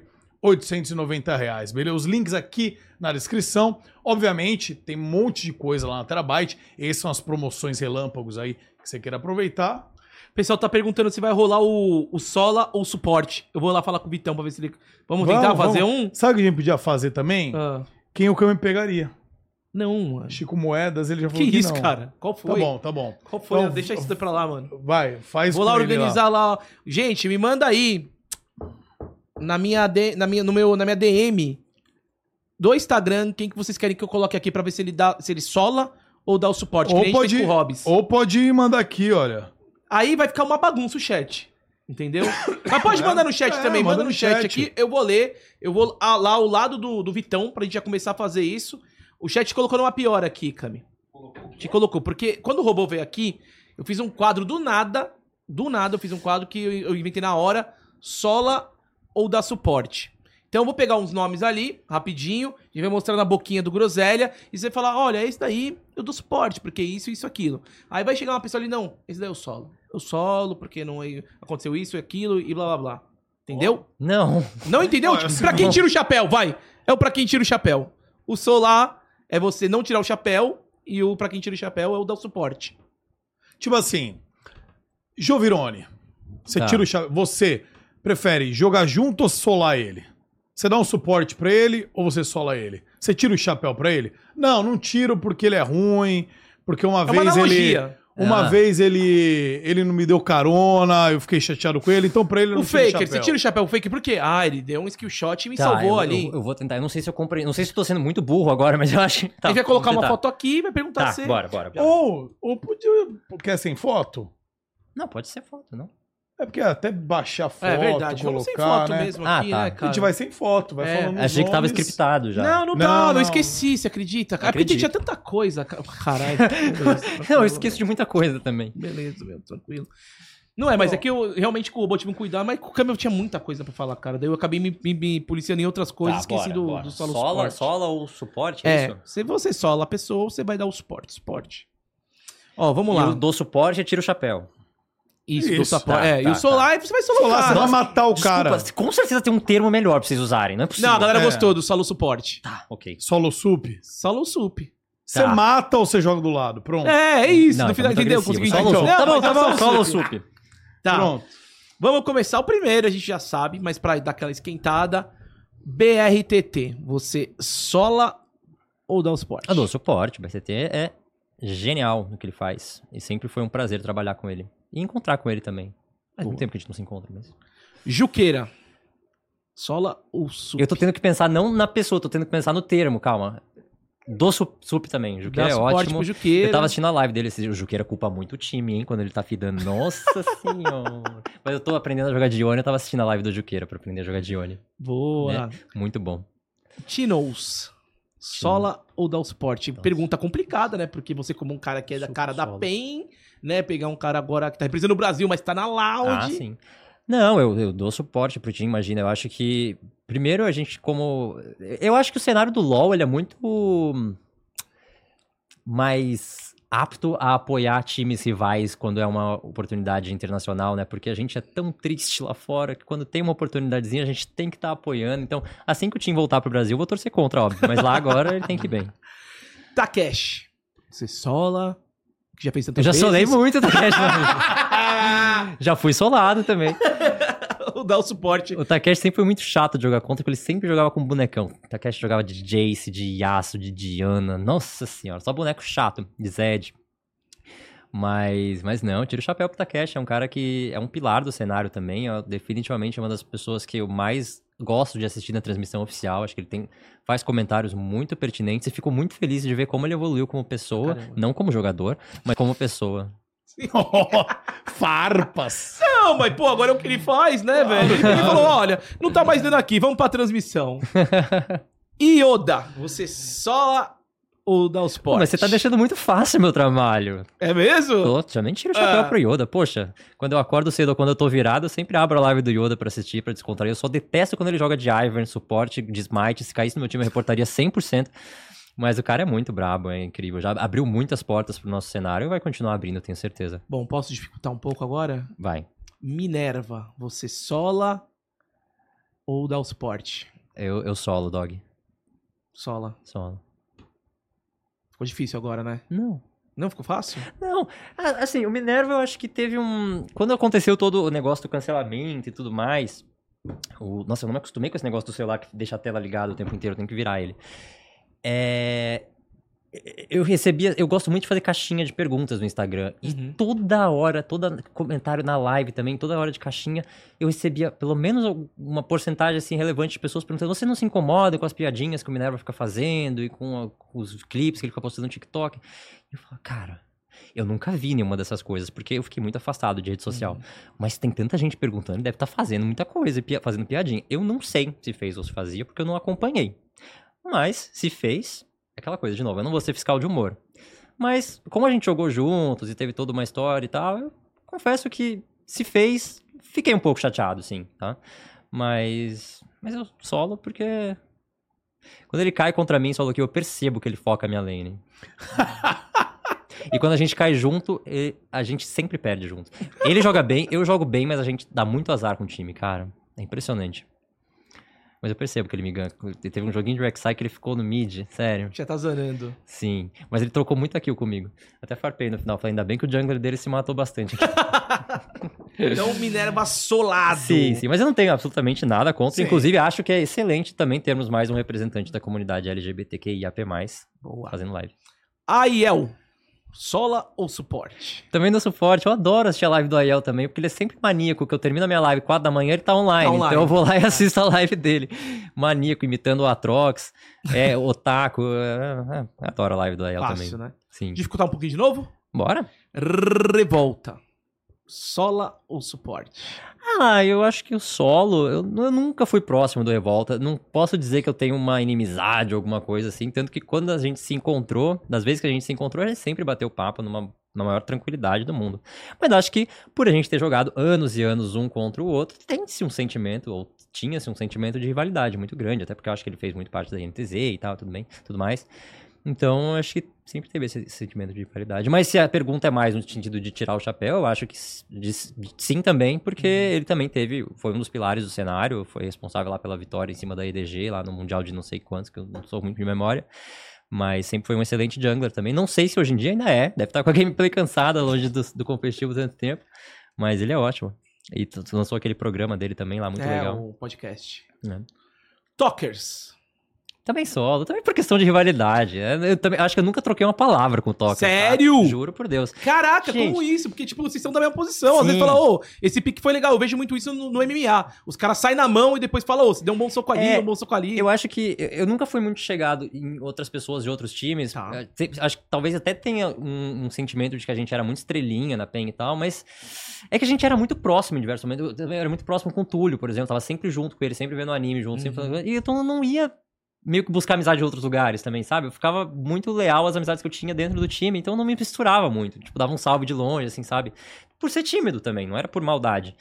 R$890, beleza? Os links aqui na descrição. Obviamente, tem um monte de coisa lá na Terabyte. Essas são as promoções relâmpagos aí que você queira aproveitar. O pessoal tá perguntando se vai rolar o Sola ou o suporte. Eu vou lá falar com o Vitão pra ver se ele... Vamos tentar fazer um? Sabe o que a gente podia fazer também? Ah, Quem o Cami pegaria? não, mano. Chico Moedas, ele já Que falou que isso, não. cara? Qual foi? Tá bom. Qual foi? Então, Deixa isso pra lá, mano. Vai, faz Vou lá com ele organizar lá. Gente, me manda aí na minha DM do Instagram quem que vocês querem que eu coloque aqui pra ver se ele sola ou dá o suporte. Ou que nem a gente pode, fez com o Hobbs. ou pode mandar aqui, olha. Aí vai ficar uma bagunça o chat. Entendeu? Mas pode mandar no chat também. Manda no chat aqui. Eu vou ler. Eu vou lá ao lado do Vitão pra gente já começar a fazer isso. O chat colocou numa pior aqui, Cami. Te colocou. Porque quando o robô veio aqui, eu fiz um quadro do nada. Do nada eu fiz um quadro que eu inventei na hora. Sola ou dá suporte. Então eu vou pegar uns nomes ali, rapidinho. A gente vai mostrar na boquinha do Groselha. E você vai falar, olha, esse daí eu dou suporte, porque isso, aquilo. Aí vai chegar uma pessoa ali, não, esse daí eu solo. Eu solo, porque não aconteceu isso e aquilo e blá blá blá. Entendeu? Não. Não entendeu? Pra quem tira o chapéu, vai. É o pra quem tira o chapéu. O solar é você não tirar o chapéu. E o pra quem tira o chapéu é o dar suporte. Tipo assim, Jovirone, você Tá. tira o chapéu. Você prefere jogar junto ou solar ele? Você dá um suporte pra ele ou você sola ele? Você tira o chapéu pra ele? Não tiro porque ele é ruim, porque uma vez analogia. Uma vez ele não me deu carona, eu fiquei chateado com ele, então pra ele eu O não tiro Faker, você tira o chapéu, o Faker por quê? Ah, ele deu um skill shot e me Tá, salvou eu, ali. Eu vou tentar. Eu não sei se eu comprei. Não sei se tô sendo muito burro agora, mas eu acho. Tá, A gente vai colocar vamos uma tentar. foto aqui e vai perguntar Tá, se... bora. Ou podia. Quer sem foto? Não, pode ser foto, não? É porque até baixar foto, É verdade, vamos sem colocar, foto né? mesmo Ah, aqui, tá. né, A cara? gente vai sem foto, vai falando os Achei que tava nomes. scriptado já. Não Não, tá, não. eu esqueci, você acredita? É porque tinha tanta coisa, caralho. Não, eu esqueço de muita coisa também. Beleza, meu, tranquilo. Não é, mas é que eu realmente com o robô tive um cuidado, mas com o Camel tinha muita coisa pra falar, cara. Daí eu acabei me policiando em outras coisas, esqueci do solo suporte. Sola ou suporte, é isso? Se você sola a pessoa, você vai dar o suporte. Ó, vamos E lá. eu dou suporte e tiro o chapéu. Isso, do Isso, suporte. tá, e o solar, você vai solar o Solar, você cara. vai matar o Desculpa, cara. com certeza tem um termo melhor pra vocês usarem, não é possível. Não, a galera É. gostou do solo suporte. Tá, ok. Solo sup. Solo o sup. Você Tá. mata ou você joga do lado? Pronto. É isso. Não, no final, tá muito entendeu? agressivo. Consegui Solo entender. sup. Tá bom, então tá bom. Solo sup. sup. Tá. Pronto. Vamos começar o primeiro, a gente já sabe, mas pra dar aquela esquentada. BRTT, você sola ou dá o suporte? Eu dou suporte. O BCT é genial no que ele faz. E sempre foi um prazer trabalhar com ele. E encontrar com ele também. Faz muito tempo que a gente não se encontra mesmo. Juqueira, sola ou sup? Eu tô tendo que pensar não na pessoa, tô tendo que pensar no termo, calma. Do sup também. O Juqueira Dá é suporte ótimo. pro Juqueira. Eu tava assistindo a live dele, o Juqueira culpa muito o time, hein, quando ele tá fidando. Nossa senhora. Mas eu tô aprendendo a jogar Dione, eu tava assistindo a live do Juqueira pra aprender a jogar Dione. Boa. Muito bom. Tinos, sola ou dá o suporte? Pergunta complicada, né? Porque você como um cara que é da Sup, cara da sola. PEN, né? Pegar um cara agora que tá representando o Brasil, mas tá na Loud. Ah, sim. Não, eu dou suporte pro time, imagina. Eu acho que, primeiro, a gente como... Eu acho que o cenário do LoL, ele é muito mais apto a apoiar times rivais quando é uma oportunidade internacional, né? Porque a gente é tão triste lá fora que quando tem uma oportunidadezinha a gente tem que estar apoiando. Então, assim que o time voltar pro Brasil, eu vou torcer contra, óbvio. Mas lá agora ele tem que ir bem. Takeshi, você sola, que já fez tantas Eu já vezes. solei muito, Takeshi. Já fui solado também. Ou dá o suporte. O Takeshi sempre foi muito chato de jogar contra, porque ele sempre jogava com bonecão. O Takeshi jogava de Jace, de Yasuo, de Diana. Nossa senhora, só boneco chato, de Zed. Mas não, tira o chapéu pro Takeshi. É um cara que é um pilar do cenário também. Definitivamente é uma das pessoas que eu mais gosto de assistir na transmissão oficial. Acho que ele faz comentários muito pertinentes e fico muito feliz de ver como ele evoluiu como pessoa. Caramba. Não como jogador, mas como pessoa. Farpas. Não, mas pô, agora é o que ele faz, né, velho? Ele falou, olha, não tá mais dando aqui, vamos pra transmissão. Yoda, você sola ou dá o Pô, suporte? mas você tá deixando muito fácil meu trabalho. É mesmo? Tô, já nem tiro o chapéu pro Yoda. Poxa, quando eu acordo cedo ou quando eu tô virado, eu sempre abro a live do Yoda pra assistir, pra descontrair. Eu só detesto quando ele joga de Ivern, suporte, de Smite. Se caísse no meu time, eu reportaria 100%. Mas o cara é muito brabo, é incrível. Já abriu muitas portas pro nosso cenário e vai continuar abrindo, eu tenho certeza. Bom, posso dificultar um pouco agora? Vai. Minerva, você sola ou dá o suporte? Eu solo, dog. Sola. Solo. Ficou difícil agora, né? Não. Não ficou fácil? Não, assim, o Minerva eu acho que teve um... Quando aconteceu todo o negócio do cancelamento e tudo mais... Nossa, eu não me acostumei com esse negócio do celular que deixa a tela ligada o tempo inteiro, eu tenho que virar ele. Eu gosto muito de fazer caixinha de perguntas no Instagram. E toda hora, todo comentário na live também, toda hora de caixinha, eu recebia pelo menos uma porcentagem assim relevante de pessoas perguntando: você não se incomoda com as piadinhas que o Minerva fica fazendo e com os clipes que ele fica postando no TikTok? Eu falo, cara, eu nunca vi nenhuma dessas coisas, porque eu fiquei muito afastado de rede social. Mas tem tanta gente perguntando, deve estar fazendo muita coisa, fazendo piadinha. Eu não sei se fez ou se fazia, porque eu não acompanhei. Mas, se fez, é aquela coisa, de novo, eu não vou ser fiscal de humor. Mas, como a gente jogou juntos e teve toda uma história e tal, eu confesso que, se fez, fiquei um pouco chateado, sim, tá? Mas eu solo porque... Quando ele cai contra mim, solo que eu percebo que ele foca a minha lane. E quando a gente cai junto, a gente sempre perde junto. Ele joga bem, eu jogo bem, mas a gente dá muito azar com o time, cara. É impressionante. Mas eu percebo que ele me ganha. Teve um joguinho de Rek'Sai que ele ficou no mid, sério. Já tá zanando. Sim, mas ele trocou muita kill comigo. Até farpei no final, falei, ainda bem que o jungler dele se matou bastante. Então o Minerva solado. Sim, mas eu não tenho absolutamente nada contra. Sim. Inclusive, acho que é excelente também termos mais um representante da comunidade LGBTQIAP+, Boa. fazendo live. Aiel, sola ou suporte? Também no suporte, eu adoro assistir a live do Aiel também, porque ele é sempre maníaco, que eu termino a minha live 4 da manhã, ele tá online. Então eu vou lá e assisto a live dele. Maníaco, imitando o Atrox, Otaku. Adoro a live do Aiel também. Fácil, né? Sim. Dificultar um pouquinho de novo? Bora. Revolta, sola ou suporte? Eu acho que o solo, eu nunca fui próximo do Revolta. Não posso dizer que eu tenho uma inimizade ou alguma coisa assim. Tanto que quando a gente se encontrou, das vezes que a gente se encontrou, a gente sempre bateu papo na maior tranquilidade do mundo. Mas acho que por a gente ter jogado anos e anos um contra o outro, tem-se um sentimento, ou tinha-se um sentimento de rivalidade muito grande. Até porque eu acho que ele fez muito parte da NTZ e tal, tudo mais. Então, acho que sempre teve esse sentimento de rivalidade. Mas se a pergunta é mais no sentido de tirar o chapéu, eu acho que sim também, porque ele também foi um dos pilares do cenário, foi responsável lá pela vitória em cima da EDG, lá no Mundial de não sei quantos, que eu não sou muito de memória. Mas sempre foi um excelente jungler também. Não sei se hoje em dia ainda vai estar com a gameplay cansada, longe do competitivo tanto tempo. Mas ele é ótimo. E lançou aquele programa dele também lá, muito legal. O podcast. É. Talkers. Também solo, também por questão de rivalidade. Eu também acho que eu nunca troquei uma palavra com o Talker. Sério? Tá? Juro por Deus. Caraca, Gente. como isso? Porque, tipo, vocês estão da mesma posição. Às Sim. vezes fala, esse pique foi legal. Eu vejo muito isso no MMA. Os caras saem na mão e depois falam, você deu um bom soco ali, um bom soco ali. Eu acho que eu nunca fui muito chegado em outras pessoas de outros times. Tá. Acho que talvez até tenha um sentimento de que a gente era muito estrelinha na PEN e tal, mas é que a gente era muito próximo em diversos momentos. Eu era muito próximo com o Túlio, por exemplo. Tava sempre junto com ele, sempre vendo anime junto. E então eu não ia meio que buscar amizade em outros lugares também, sabe? Eu ficava muito leal às amizades que eu tinha dentro do time, então eu não me misturava muito. Tipo, dava um salve de longe, assim, sabe? Por ser tímido também, não era por maldade.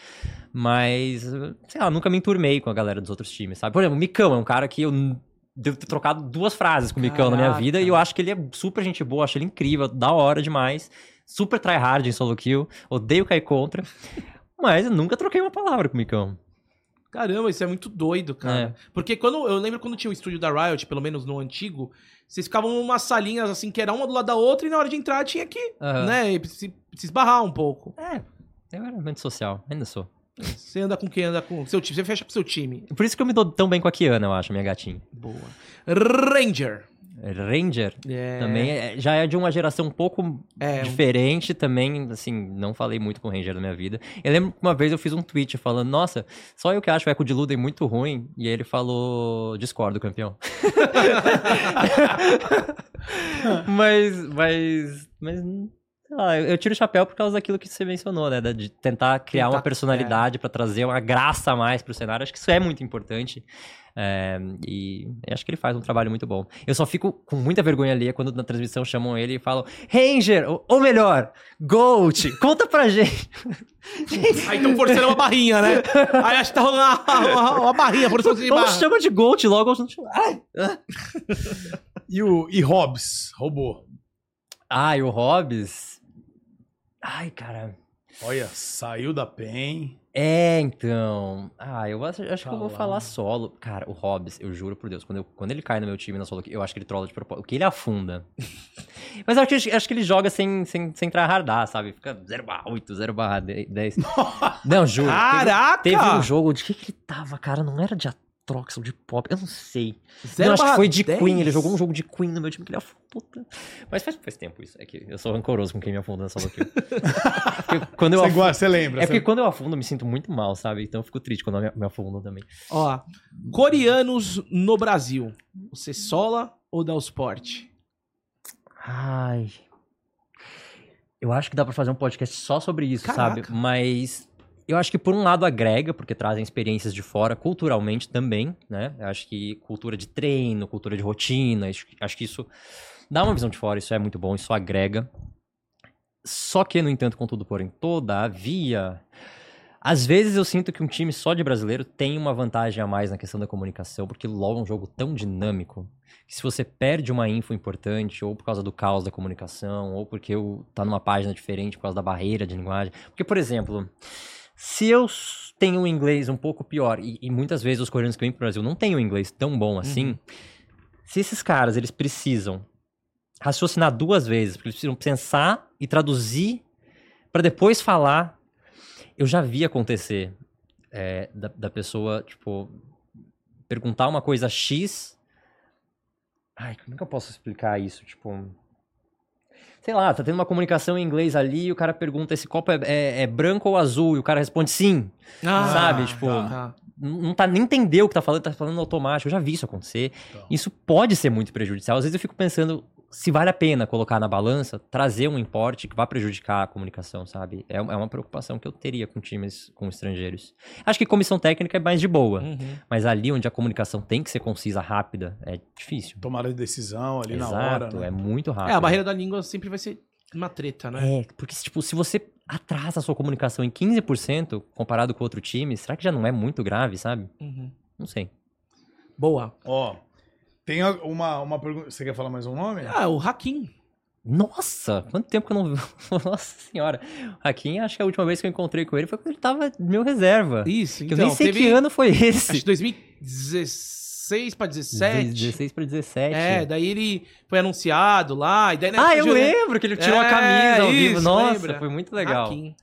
Mas, sei lá, nunca me enturmei com a galera dos outros times, sabe? Por exemplo, o Micão é um cara que eu devo ter trocado 2 frases com o Micão na minha vida, e eu acho que ele é super gente boa, acho ele incrível, da hora demais, super tryhard em solo kill, odeio cair contra, mas eu nunca troquei uma palavra com o Micão. Caramba, isso é muito doido, cara. Porque eu lembro quando tinha o estúdio da Riot, pelo menos no antigo, vocês ficavam em umas salinhas assim, que era uma do lado da outra, e na hora de entrar tinha que, né, se esbarrar um pouco. Eu era muito social, ainda sou. Você anda com quem anda com seu time, você fecha pro seu time. Por isso que eu me dou tão bem com a Kiana, eu acho, minha gatinha. Boa. Ranger. Ranger também já é de uma geração um pouco diferente também, assim, não falei muito com o Ranger na minha vida. Eu lembro que uma vez eu fiz um tweet falando, nossa, só eu que acho o Echo de Luden muito ruim, e ele falou, discordo, campeão. mas sei lá, eu tiro o chapéu por causa daquilo que você mencionou, né, de tentar criar uma personalidade pra trazer uma graça a mais pro cenário, acho que isso é muito importante. E acho que ele faz um trabalho muito bom. Eu só fico com muita vergonha ali quando na transmissão chamam ele e falam Ranger, ou melhor, Gold, conta pra gente. Aí estão forçando uma barrinha, né? Aí acho que tá rolando uma barrinha, forçando de barra. Vamos chama de Gold logo. E Hobbs, robô. E o Hobbs. Ai, cara. Olha, saiu da PEN. Então. Eu acho que eu vou falar solo. Cara, o Hobbs, eu juro por Deus, quando ele cai no meu time na solo, eu acho que ele trola de propósito. O que ele afunda. Mas eu acho que ele joga sem tryhardar, sabe? Fica 0/8, 0/10. Não, juro. Caraca! Teve um jogo, de que ele tava, cara? Não era de Atrox ou de Pop, eu não sei. 0/10? Não, acho que foi de Queen, ele jogou um jogo de Queen no meu time que ele afunda. Mas faz tempo isso, é que eu sou rancoroso com quem me afunda na solo kill. Você lembra. Porque quando eu afundo eu me sinto muito mal, sabe? Então eu fico triste quando eu me afundo também. Ó, coreanos no Brasil. Você sola ou dá o suporte? Eu acho que dá pra fazer um podcast só sobre isso, Caraca. sabe? Mas eu acho que por um lado agrega, porque trazem experiências de fora, culturalmente também, né? Eu acho que cultura de treino, cultura de rotina, acho que isso dá uma visão de fora, isso é muito bom, isso agrega. Só que, no entanto, contudo, porém, todavia, às vezes eu sinto que um time só de brasileiro tem uma vantagem a mais na questão da comunicação, porque LoL é um jogo tão dinâmico que se você perde uma info importante, ou por causa do caos da comunicação, ou porque tá numa página diferente por causa da barreira de linguagem. Porque, por exemplo, se eu tenho um inglês um pouco pior, e muitas vezes os coreanos que vêm pro Brasil não têm um inglês tão bom assim, se esses caras, eles precisam raciocinar 2 vezes, porque eles precisam pensar e traduzir para depois falar. Eu já vi acontecer da pessoa, tipo, perguntar uma coisa X. Como é que eu posso explicar isso? Tipo, sei lá, tá tendo uma comunicação em inglês ali e o cara pergunta esse copo é branco ou azul? E o cara responde sim, sabe? Tipo, não tá nem entendeu o que tá falando automático. Eu já vi isso acontecer. Isso pode ser muito prejudicial. Às vezes eu fico pensando se vale a pena colocar na balança, trazer um importe que vá prejudicar a comunicação, sabe? É uma preocupação que eu teria com times com estrangeiros. Acho que comissão técnica é mais de boa, mas ali onde a comunicação tem que ser concisa, rápida, é difícil. Tomar a decisão ali Exato, na hora, né? É muito rápido. A barreira da língua sempre vai ser uma treta, né? Porque tipo, se você atrasa a sua comunicação em 15% comparado com outro time, será que já não é muito grave, sabe? Não sei. Boa. Ó, tem uma pergunta. Você quer falar mais um nome? O Hakim. Nossa, quanto tempo que eu não... Nossa senhora. O Hakim, acho que a última vez que eu encontrei com ele foi quando ele tava meu reserva. Isso, então. Eu nem sei que ano foi esse. Acho que 2016 pra 17. 16 pra 17. Daí ele foi anunciado lá. E daí, eu lembro que ele tirou a camisa ao vivo. Nossa, lembra? Foi muito legal. Hakim.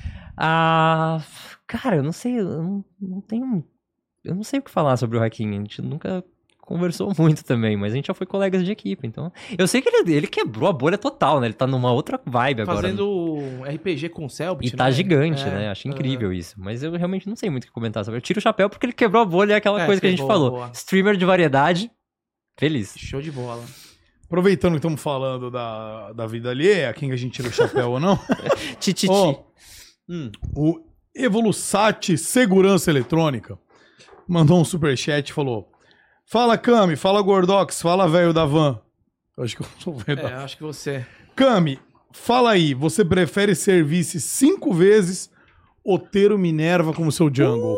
Cara, eu não sei, eu não sei o que falar sobre o Hakim. A gente nunca conversou muito também, mas a gente já foi colegas de equipe, então... Eu sei que ele quebrou a bolha total, né? Ele tá numa outra vibe agora. Fazendo RPG com o Selbit, e tá gigante, né? Acho incrível isso. Mas eu realmente não sei muito o que comentar sobre. Eu tiro o chapéu porque ele quebrou a bolha, é aquela coisa que a gente falou. Boa. Streamer de variedade, feliz. Show de bola. Aproveitando que estamos falando da vida alheia, a quem a gente tira o chapéu ou não. Tititi. O Evolusat Segurança Eletrônica mandou um superchat e falou: fala, Cami, fala, Gordox, fala, velho da van. Eu acho que eu sou velho da van. Acho que você. Cami, fala aí, você prefere service 5 vezes ou ter o Minerva como seu jungle?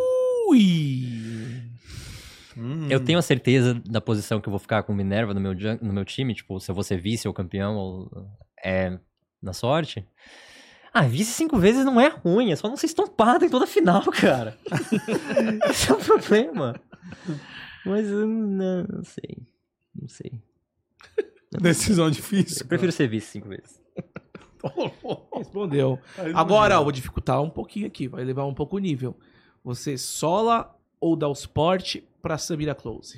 Eu tenho a certeza da posição que eu vou ficar com o Minerva no meu time, tipo, se eu vou ser vice ou campeão ou na sorte. Vice 5 vezes não é ruim, é só não ser estompado em toda a final, cara. Esse é o problema. Mas eu não sei. Não sei. Decisão difícil. Eu prefiro ser vice 5 vezes. Respondeu. Agora, vou dificultar um pouquinho aqui, vai levar um pouco o nível. Você sola ou dá o suporte pra Samira Close?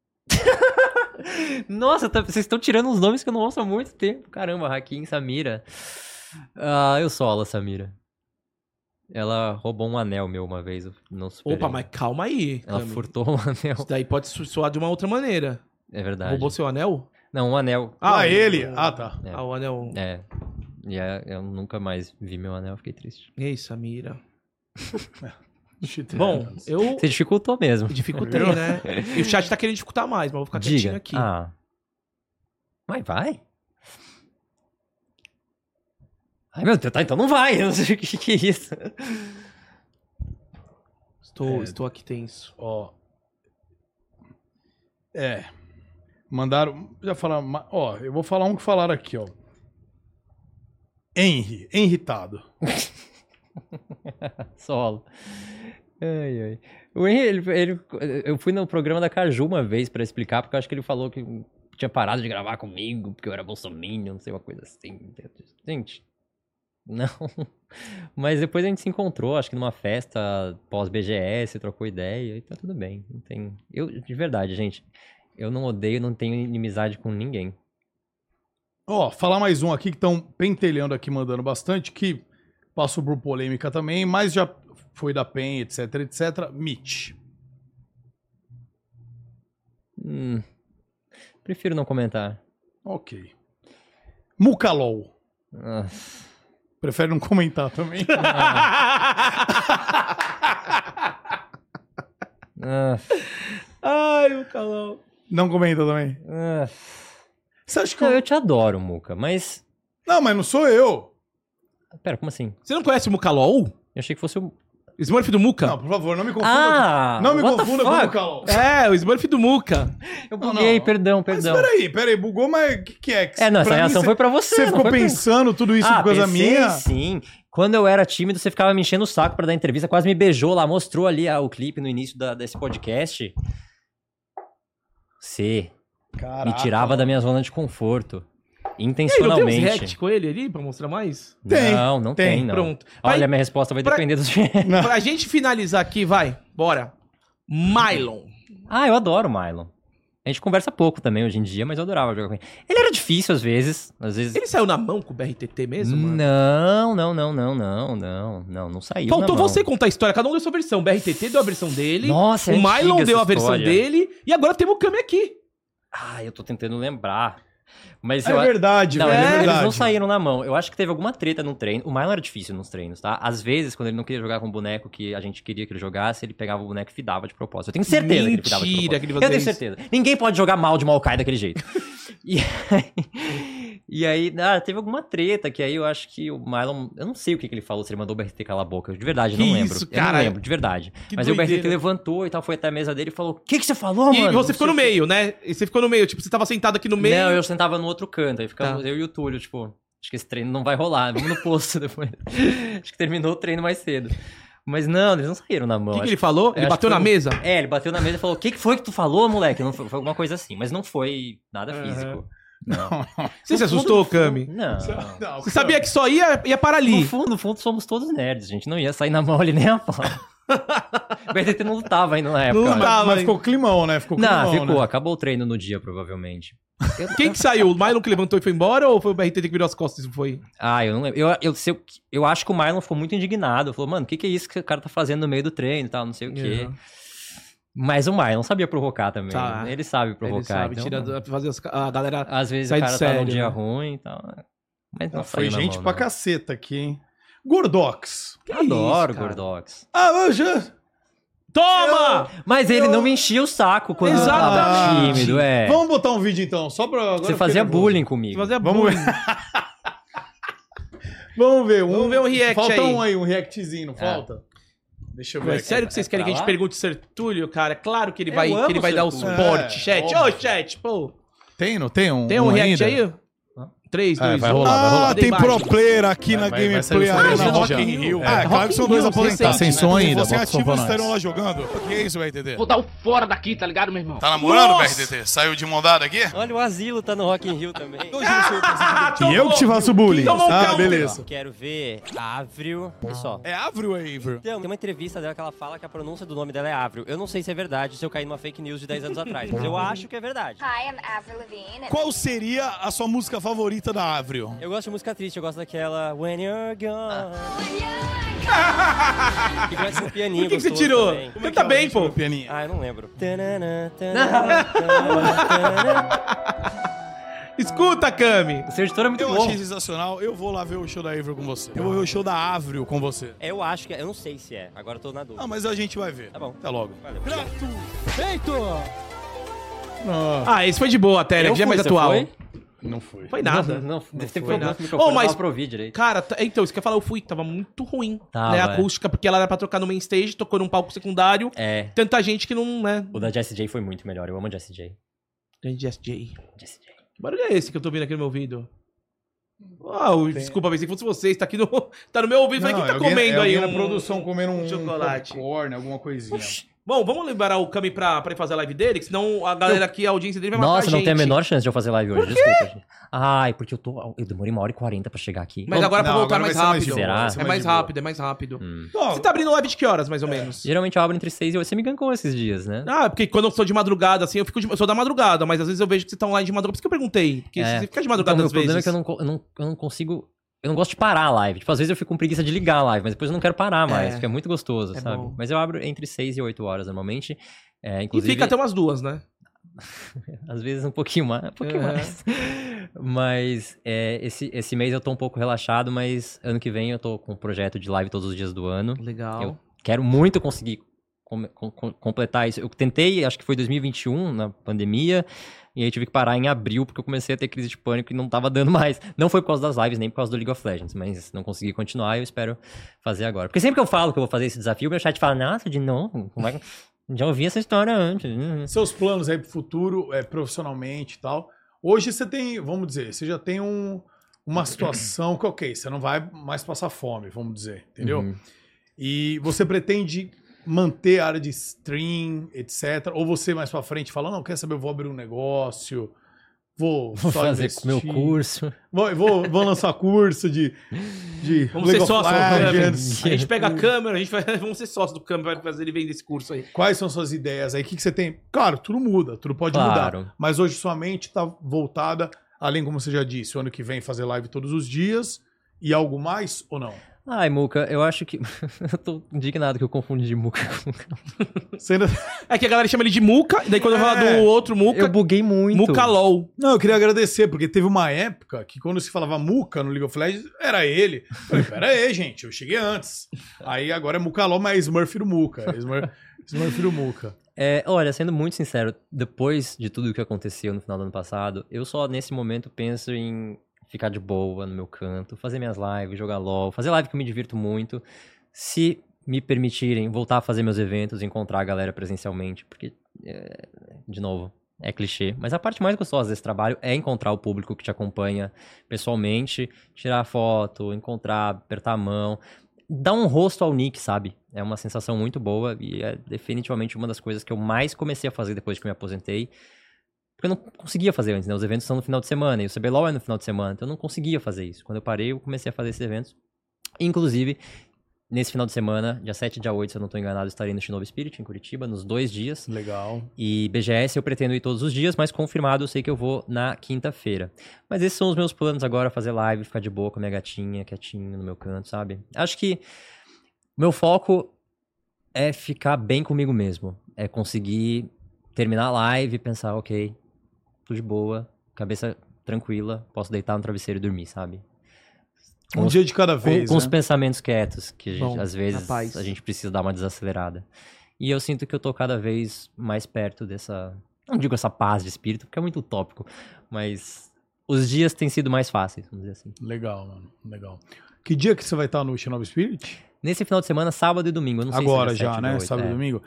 Nossa, vocês estão tirando uns nomes que eu não ouço há muito tempo. Caramba, Hakim, Samira. Eu solo a Samira. Ela roubou um anel meu uma vez, eu não superei. Opa, mas calma aí. Ela furtou um anel. Isso daí pode soar de uma outra maneira. É verdade. Roubou seu anel? Não, um anel. Ele? Tá. O anel. E eu nunca mais vi meu anel, fiquei triste. Ei, Samira. Bom, Você dificultou mesmo. Dificultei, né? E o chat tá querendo dificultar mais, mas vou ficar quietinho aqui. Mas vai. Ai, meu Deus, então não vai. Eu não sei o que é isso. Estou aqui tenso. Mandaram... Já falaram... eu vou falar um que falaram aqui, Henry. Henritado. Solo. Ai, ai. O Henry, eu fui no programa da Caju uma vez pra explicar, porque eu acho que ele falou que tinha parado de gravar comigo, porque eu era bolsominion, não sei, uma coisa assim. Gente, não. Mas depois a gente se encontrou, acho que numa festa pós-BGS, trocou ideia e tá tudo bem. Não tem... de verdade, gente, eu não odeio, não tenho inimizade com ninguém. Ó, falar mais um aqui que estão pentelhando aqui, mandando bastante, que passou por polêmica também, mas já foi da PEN, etc, etc. Mitch. Prefiro não comentar. Ok. Mucalol. Ah. Prefere não comentar também? Ai, o calão. Não comenta também? Você acha que eu te adoro, Muca, mas... Não, mas não sou eu. Pera, como assim? Você não conhece o Mucalol? Eu achei que fosse o... Smurf do Muca? Não, por favor, não me confunda. Não me confunda com o Mucalol. É, o Smurf do Muca. Eu buguei, perdão. Mas peraí, bugou, mas o que é? Essa reação foi pra você. Você ficou pensando tudo isso por causa minha? Sim. Quando eu era tímido, você ficava me enchendo o saco pra dar entrevista, quase me beijou lá, mostrou ali o clipe no início desse podcast. Você me tirava da minha zona de conforto. Intencionalmente. Não tem uns react com ele ali pra mostrar mais? Não tem. Pronto. Olha, minha resposta vai depender dos... Pra gente finalizar aqui, vai. Bora. Mylon. Eu adoro o Mylon. A gente conversa pouco também hoje em dia, mas eu adorava jogar com ele. Ele era difícil às vezes. Ele saiu na mão com o BRTT mesmo, mano? Não saiu. Faltou você contar a história. Cada um deu sua versão. O BRTT deu a versão dele. Nossa, o Mylon deu a versão dele. E agora temos o Kami aqui. Eu tô tentando lembrar. Mas é verdade, velho. É verdade. Eles não saíram na mão. Eu acho que teve alguma treta no treino. O Mylon era difícil nos treinos, tá? Às vezes, quando ele não queria jogar com o boneco que a gente queria que ele jogasse, ele pegava o boneco e fidava de propósito. Eu tenho certeza que ele fidava de propósito. Eu tenho certeza. Ninguém pode jogar mal de Maokai daquele jeito. E aí, teve alguma treta que aí eu acho que o Mylon... Eu não sei o que ele falou, se ele mandou o BRTT calar a boca. De verdade, eu não lembro. Eu não lembro, de verdade. Mas o BRTT levantou e tal, foi até a mesa dele e falou: o que você falou, mano? E você ficou no meio, né? E você ficou no meio, tipo, você tava sentado aqui no meio. Não, eu sentava no outro canto. Aí ficava eu e o Túlio, tipo... Acho que esse treino não vai rolar, vamos no posto depois. Acho que terminou o treino mais cedo. Mas não, eles não saíram na mão. O que ele falou? Ele bateu na mesa? Ele bateu na mesa e falou: o que foi que tu falou, moleque? Não foi alguma coisa assim, mas não foi nada físico. Não. Você se assustou, Kami? Não. Você sabia que só ia para ali? No fundo, somos todos nerds, gente. Não ia sair na mão ali nem a pau. O BRTT não lutava ainda na época. Não lutava, mas ficou climão, né? Ficou. Né? Acabou o treino no dia, provavelmente. Quem que saiu? O Mylon que levantou e foi embora ou foi o BRTT que virou as costas e foi? Eu não lembro. Eu acho que o Mylon ficou muito indignado. Falou: mano, o que é isso que o cara tá fazendo no meio do treino e tal, não sei o quê. Mas o Mylon sabia provocar também. Ele sabe provocar. Ele sabe, então, fazer a galera. Às vezes o cara tá num dia ruim e tal. Mas não foi gente pra caceta aqui, hein? Gordox. Adoro Gordox. Eu já... Toma! Mas ele não me enchia o saco quando eu tava tímido, Vamos botar um vídeo então, só pra... Agora você fazia bullying comigo. Você fazia bullying. Vamos ver um react falta aí. Falta um aí, um reactzinho, não falta? Deixa eu ver. Mas sério que vocês querem que a gente pergunte o Sertúlio, cara? Claro que ele vai dar o suporte. Chat. Chat, pô. Não tem um? Tem um react aí? 3, 2, 1. Vai rolar. Tem pro player aqui na Gameplay Arena Rock in Rio. Claro que são dois aposentados. Tá sem som ainda. Você ativa, eles estarão lá jogando. O que é isso, BRTT? Vou dar o fora daqui, tá ligado, meu irmão? Tá namorando, BRTT? Saiu de mão dada aqui? Olha, o Asilo tá no Rock in Rio também. E eu que te faço bullying. Beleza. Quero ver a Avril. Olha só. É Avril ou é Avril? Tem uma entrevista dela que ela fala que a pronúncia do nome dela é Avril. Eu não sei se é verdade, se eu caí numa fake news de 10 anos atrás, mas eu acho que é verdade. Hi, I'm Avril Lavigne. Qual seria a sua música favorita da Avril? Eu gosto de música triste, eu gosto daquela When You're Gone. E gosto do pianinho. Por que você tirou? Você tá bem, pô. Eu não lembro. Escuta, Kami. O seu editor é muito bom. Eu achei sensacional. Eu vou lá ver o show da Avril com você. Eu vou ver o show da Avril com você. Eu acho que... Eu não sei se é. Agora eu tô na dúvida. Mas a gente vai ver. Tá bom. Até logo. Valeu. Feito! Esse foi de boa até, né? Que já é mais atual. Não foi. Foi nada. Não foi foi nada. Mas pra ouvir direito. Cara, então, isso que eu ia falar, eu fui, tava muito ruim, Tava, né, a acústica, porque ela era pra tocar no main stage, tocou num palco secundário, tanta gente que não, né... O da Jessie J foi muito melhor, eu amo a Jessie J. Jessie J. Que barulho é esse que eu tô ouvindo aqui no meu ouvido? Desculpa, pensei que fosse você, tá aqui tá no meu ouvido. Falei, quem tá comendo aí? Na produção comendo um chocolate. Popcorn, alguma coisinha. Bom, vamos liberar o Cami pra ir fazer a live dele, que senão a galera aqui, a audiência dele vai matar a gente. Nossa, não tem a menor chance de eu fazer live hoje, desculpa, gente. Ai, porque eu demorei 1h40 pra chegar aqui. Mas agora pra voltar é mais rápido. Será? É mais rápido, é mais rápido. Você tá abrindo live de que horas, mais ou menos? Geralmente eu abro entre 6 e 8. Você me gancou esses dias, né? Porque quando eu sou de madrugada, assim, eu sou da madrugada, mas às vezes eu vejo que você tá online de madrugada. Por isso que eu perguntei. Porque você fica de madrugada às vezes. O problema é que eu não consigo... Eu não gosto de parar a live. Tipo, às vezes eu fico com preguiça de ligar a live, mas depois eu não quero parar mais, porque é muito gostoso, sabe? Bom. Mas eu abro entre 6 e 8 horas normalmente. Inclusive... E fica até umas 2, né? Às vezes um pouquinho mais. Mas esse mês eu tô um pouco relaxado, mas ano que vem eu tô com um projeto de live todos os dias do ano. Legal. Eu quero muito conseguir completar isso. Eu tentei, acho que foi 2021, na pandemia, e aí tive que parar em abril, porque eu comecei a ter crise de pânico e não tava dando mais. Não foi por causa das lives, nem por causa do League of Legends, mas não consegui continuar e eu espero fazer agora. Porque sempre que eu falo que eu vou fazer esse desafio, meu chat fala, nossa, de novo? Como é que... Já ouvi essa história antes. Seus planos aí pro futuro, profissionalmente e tal. Hoje você tem, vamos dizer, você já tem uma situação que, ok, você não vai mais passar fome, vamos dizer, entendeu? Uhum. E você pretende manter a área de stream, etc. Ou você mais pra frente fala, não, quer saber, eu vou abrir um negócio, vou fazer investir, meu curso. Vou lançar curso de Vamos ser sócios. Legends. A gente pega a câmera, vamos ser sócios do câmera, vai fazer ele vender esse curso aí. Quais são suas ideias aí? O que você tem? Claro, tudo muda, tudo pode mudar. Mas hoje sua mente tá voltada, além, como você já disse, o ano que vem fazer live todos os dias e algo mais ou não? Ai, Muca, eu acho que... eu tô indignado que eu confundi de Muca com É que a galera chama ele de Muca, e daí quando eu falar do outro Muca... Eu buguei muito. Muca LOL. Não, eu queria agradecer, porque teve uma época que quando se falava Muca no League of Legends, era ele. Eu falei, pera aí, gente, eu cheguei antes. Aí agora é Muca LOL, mas é Smurf do Muca. Smurf do Muca. Olha, sendo muito sincero, depois de tudo o que aconteceu no final do ano passado, eu só nesse momento penso em ficar de boa no meu canto, fazer minhas lives, jogar LOL, fazer live que eu me divirto muito. Se me permitirem voltar a fazer meus eventos, encontrar a galera presencialmente, porque, de novo, é clichê, mas a parte mais gostosa desse trabalho é encontrar o público que te acompanha pessoalmente, tirar foto, encontrar, apertar a mão, dar um rosto ao nick, sabe? É uma sensação muito boa e é definitivamente uma das coisas que eu mais comecei a fazer depois que me aposentei. Porque eu não conseguia fazer antes, né? Os eventos são no final de semana e o CBLOL é no final de semana, então eu não conseguia fazer isso. Quando eu parei, eu comecei a fazer esses eventos. Inclusive, nesse final de semana, dia 7 e dia 8, se eu não estou enganado, estarei no Shinobi Spirit, em Curitiba, nos 2 dias. Legal. E BGS eu pretendo ir todos os dias, mas confirmado eu sei que eu vou na quinta-feira. Mas esses são os meus planos agora, fazer live, ficar de boa com a minha gatinha, quietinho no meu canto, sabe? Acho que meu foco é ficar bem comigo mesmo. É conseguir terminar a live e pensar, ok, tô de boa, cabeça tranquila, posso deitar no travesseiro e dormir, sabe? Um dia de cada vez, com os pensamentos quietos, que às vezes paz. a gente precisa dar uma desacelerada. E eu sinto que eu tô cada vez mais perto dessa... Não digo essa paz de espírito, porque é muito utópico, mas os dias têm sido mais fáceis, vamos dizer assim. Legal, mano. Legal. Que dia que você vai estar no Shinobi Spirit? Nesse final de semana, sábado e domingo. Eu não sei agora se é já, né? 8, Sábado e domingo.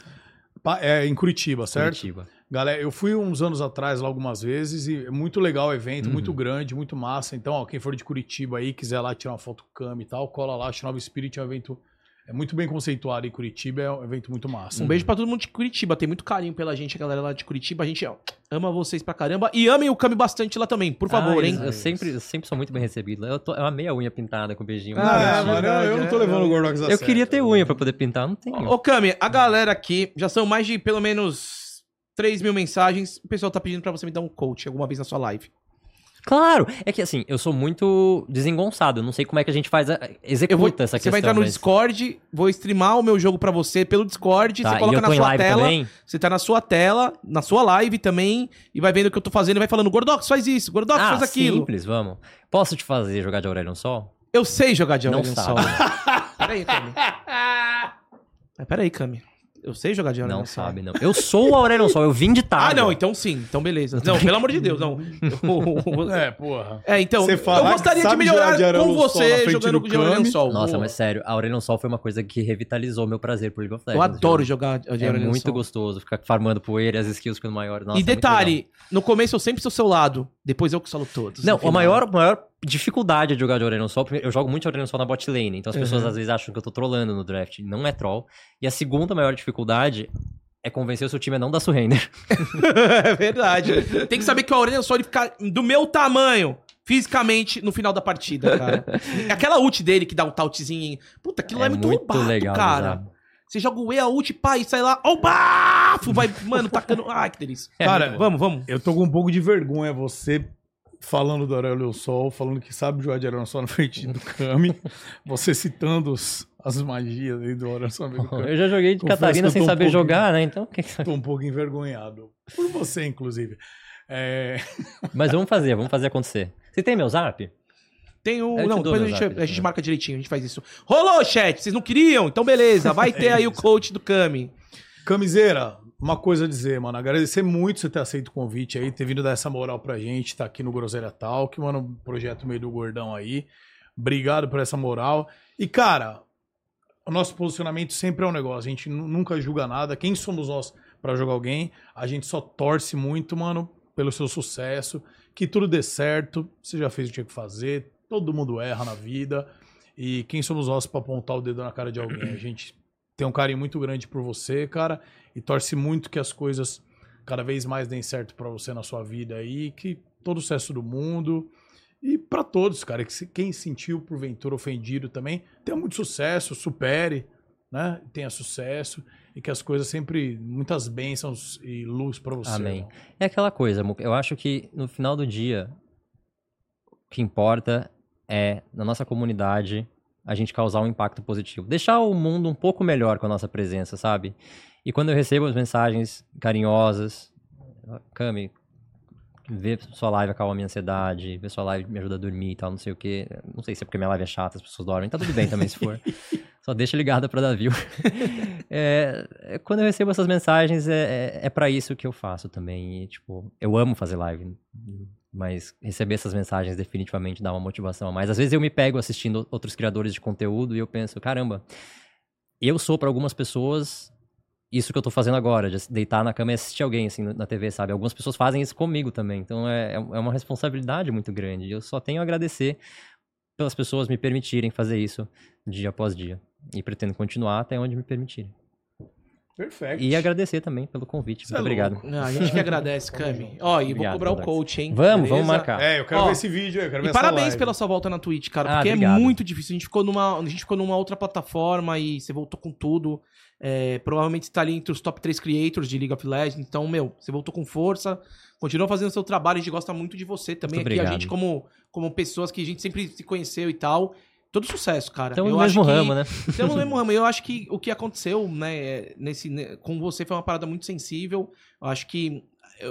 É em Curitiba, certo? Curitiba. Galera, eu fui uns anos atrás lá algumas vezes e é muito legal o evento, muito grande, muito massa. Então, ó, quem for de Curitiba aí, quiser lá tirar uma foto cam e tal, cola lá. Shinobi Spirit é um evento muito bem conceituado em Curitiba, é um evento muito massa. Um beijo pra todo mundo de Curitiba, tem muito carinho pela gente, a galera lá de Curitiba. A gente ama vocês pra caramba e amem o Cami bastante lá também, por favor, hein? Eu sempre sou muito bem recebido. Eu amei a unha pintada com beijinho. Mano, eu não tô levando o Gordox a sério. Eu queria ter unha pra poder pintar, não tenho. Ô, Cami, a galera aqui, já são mais de pelo menos 3 mil mensagens. O pessoal tá pedindo pra você me dar um coach alguma vez na sua live. Claro! É que assim, eu sou muito desengonçado. Eu não sei como é que a gente executa essa questão. Você vai entrar no Discord, vou streamar o meu jogo pra você pelo Discord. Tá, você coloca na sua tela. Também? Você tá na sua tela, na sua live também, e vai vendo o que eu tô fazendo e vai falando, Gordox, faz isso, Gordox, faz aquilo. Simples, vamos. Posso te fazer jogar de Aurelion Sol? Eu sei jogar de Aurelion Não Sol. sabe. Peraí, Cami. Eu sei jogar de Aurelion Não Sol. sabe, não. Eu sou o Aurelion Sol, eu vim de tarde. Não, então sim. Então beleza. Não, pelo amor de Deus, não. Porra. Então, Você eu gostaria de melhorar com você jogando de Aurelion Sol. Nossa, mas sério, a Aurelion Sol foi uma coisa que revitalizou meu prazer por League of Eu Legends. adoro jogar de Aurelion Sol. É muito gostoso, ficar farmando poeira e as skills ficando maiores. Nossa, e detalhe, no começo eu sempre sou seu lado. Depois eu que solo todos. Não, no final. a maior dificuldade de jogar de Orelha no Sol, eu jogo muito Orelha no Sol na bot lane, então as pessoas às vezes acham que eu tô trollando no draft. Não é troll. E a segunda maior dificuldade é convencer o seu time a não dar surrender. É verdade. Tem que saber que o Aurelion Sol ele fica do meu tamanho, fisicamente, no final da partida, cara. Aquela ult dele que dá um tautzinho. Puta, aquilo é muito roubado, legal, cara. exato. Você joga o E, a ult, pá, e sai lá, ó, o bafo! Vai, mano, tacando. Ai, que delícia. Cara, vamos. Eu tô com um pouco de vergonha você falando do Aurélio Sol, falando que sabe jogar de Aurélio Sol na frente do Kami, você citando as magias aí do Aurélio Sol. Eu já joguei de Confesso Catarina que eu sem tô saber um pouco- jogar, né? Então, Tô um pouco envergonhado. Por você, inclusive. Mas vamos fazer acontecer. Você tem meu zap? Tem o. Eu te Não, dou depois meu a zap, gente né? marca direitinho, a gente faz isso. Rolou, chat! Vocês não queriam? Então beleza, vai ter aí o coach do Kami. Camiseira, uma coisa a dizer, mano. Agradecer muito você ter aceito o convite aí, ter vindo dar essa moral pra gente, tá aqui no Groselha Talk, mano, projeto meio do gordão aí. Obrigado por essa moral. E, cara, o nosso posicionamento sempre é um negócio. A gente nunca julga nada. Quem somos nós pra jogar alguém? A gente só torce muito, mano, pelo seu sucesso. Que tudo dê certo. Você já fez o que tinha que fazer. Todo mundo erra na vida. E quem somos nós pra apontar o dedo na cara de alguém? A gente tem um carinho muito grande por você, cara. E torce muito que as coisas cada vez mais deem certo pra você na sua vida aí. Que todo o sucesso do mundo. E pra todos, cara, que quem se sentiu porventura ofendido também, tenha muito sucesso, supere, né? Tenha sucesso e que as coisas sempre, muitas bênçãos e luz pra você. Amém. Irmão. É aquela coisa, eu acho que no final do dia, o que importa é, na nossa comunidade, a gente causar um impacto positivo. Deixar o mundo um pouco melhor com a nossa presença, sabe? E quando eu recebo as mensagens carinhosas, Kami, ver sua live acalma a minha ansiedade, ver sua live me ajuda a dormir e tal, não sei o quê. Não sei se é porque minha live é chata, as pessoas dormem. Tá tudo bem também, se for. Só deixa ligada pra dar view. Quando eu recebo essas mensagens, é pra isso que eu faço também. E, tipo, eu amo fazer live, mas receber essas mensagens definitivamente dá uma motivação a mais. Às vezes eu me pego assistindo outros criadores de conteúdo e eu penso, caramba, eu sou pra algumas pessoas isso que eu tô fazendo agora, de deitar na cama e assistir alguém, assim, na TV, sabe? Algumas pessoas fazem isso comigo também. Então é uma responsabilidade muito grande. E eu só tenho a agradecer pelas pessoas me permitirem fazer isso dia após dia. E pretendo continuar até onde me permitirem. Perfeito. E agradecer também pelo convite. Cê Muito é obrigado. louco. Não, a gente que agradece, Kami. Ó, e vou Obrigado, cobrar o Alex. coach, hein? Vamos Beleza? marcar. Eu quero Ó, ver esse vídeo aí, eu quero ver E essa parabéns live. pela sua volta na Twitch, cara, porque obrigado. é muito difícil. A gente ficou numa outra plataforma e você voltou com tudo. Provavelmente está ali entre os top 3 creators de League of Legends. Então, você voltou com força, continua fazendo o seu trabalho. A gente gosta muito de você também. Muito Aqui a obrigado. gente, como pessoas que a gente sempre se conheceu e tal. Todo sucesso, cara. Estamos Eu no mesmo acho que- ramo, né? Estamos no mesmo ramo. Eu acho que o que aconteceu, né, com você foi uma parada muito sensível. Eu acho que.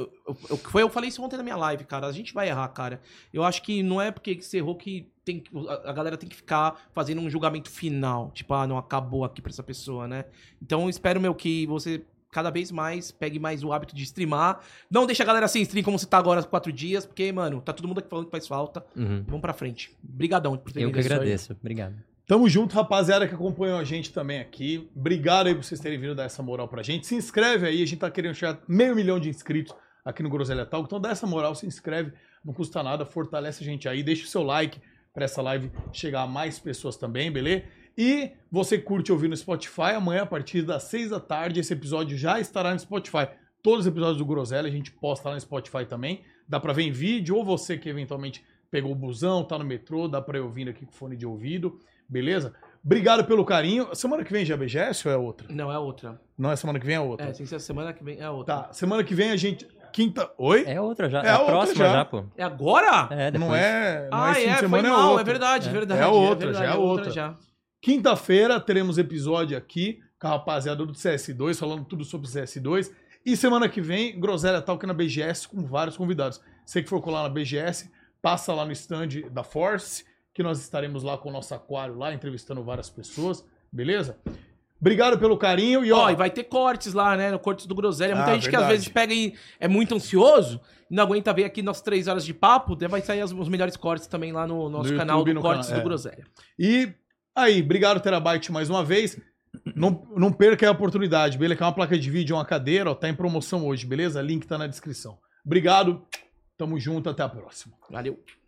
Eu falei isso ontem na minha live, cara. A gente vai errar, cara. Eu acho que não é porque você errou que a galera tem que ficar fazendo um julgamento final. Tipo, não acabou aqui pra essa pessoa, né? Então eu espero, que você cada vez mais pegue mais o hábito de streamar. Não deixa a galera sem stream como você tá agora 4 dias, porque, mano, tá todo mundo aqui falando que faz falta. Uhum. Vamos pra frente. Obrigadão por ter Eu vindo que isso aí. agradeço. Obrigado. Tamo junto, rapaziada que acompanhou a gente também aqui. Obrigado aí por vocês terem vindo dar essa moral pra gente. Se inscreve aí, a gente tá querendo chegar a 500 mil de inscritos aqui no Groselha Talk. Então dá essa moral, se inscreve, não custa nada, fortalece a gente aí. Deixa o seu like pra essa live chegar a mais pessoas também, beleza? E você curte ouvir no Spotify, amanhã a partir das 6 da tarde esse episódio já estará no Spotify. Todos os episódios do Groselha a gente posta lá no Spotify também. Dá pra ver em vídeo, ou você que eventualmente pegou o busão, tá no metrô, dá pra eu ouvir aqui com fone de ouvido, beleza? Obrigado pelo carinho. Semana que vem já é BGS ou é outra? Não, é outra. Não é semana que vem, é outra. Sem ser a semana que vem, é outra. Tá, semana que vem a gente... Quinta... Oi? É outra já. É É a outra próxima já. já, pô. É agora? É, depois. Não é esse fim de foi semana, é mal, outra. é verdade, verdade. É outra, verdade, já é outra. já. Quinta-feira teremos episódio aqui com a rapaziada do CS2, falando tudo sobre CS2. E semana que vem, Groselha Talk na BGS com vários convidados. Você que for colar na BGS, passa lá no stand da Force, que nós estaremos lá com o nosso aquário lá, entrevistando várias pessoas, beleza? Obrigado pelo carinho e ó... E vai ter cortes lá, né? No Cortes do Groselha. Muita gente que às verdade. vezes pega e é muito ansioso, e não aguenta ver aqui nossas 3 horas de papo, daí vai sair os melhores cortes também lá no nosso No canal YouTube, do no Cortes canal, do Groselha. E aí, obrigado Terabyte mais uma vez. Não perca a oportunidade, beleza? Que é uma placa de vídeo, uma cadeira, ó, tá em promoção hoje, beleza? Link tá na descrição. Obrigado, Tamo junto, até a próxima. Valeu.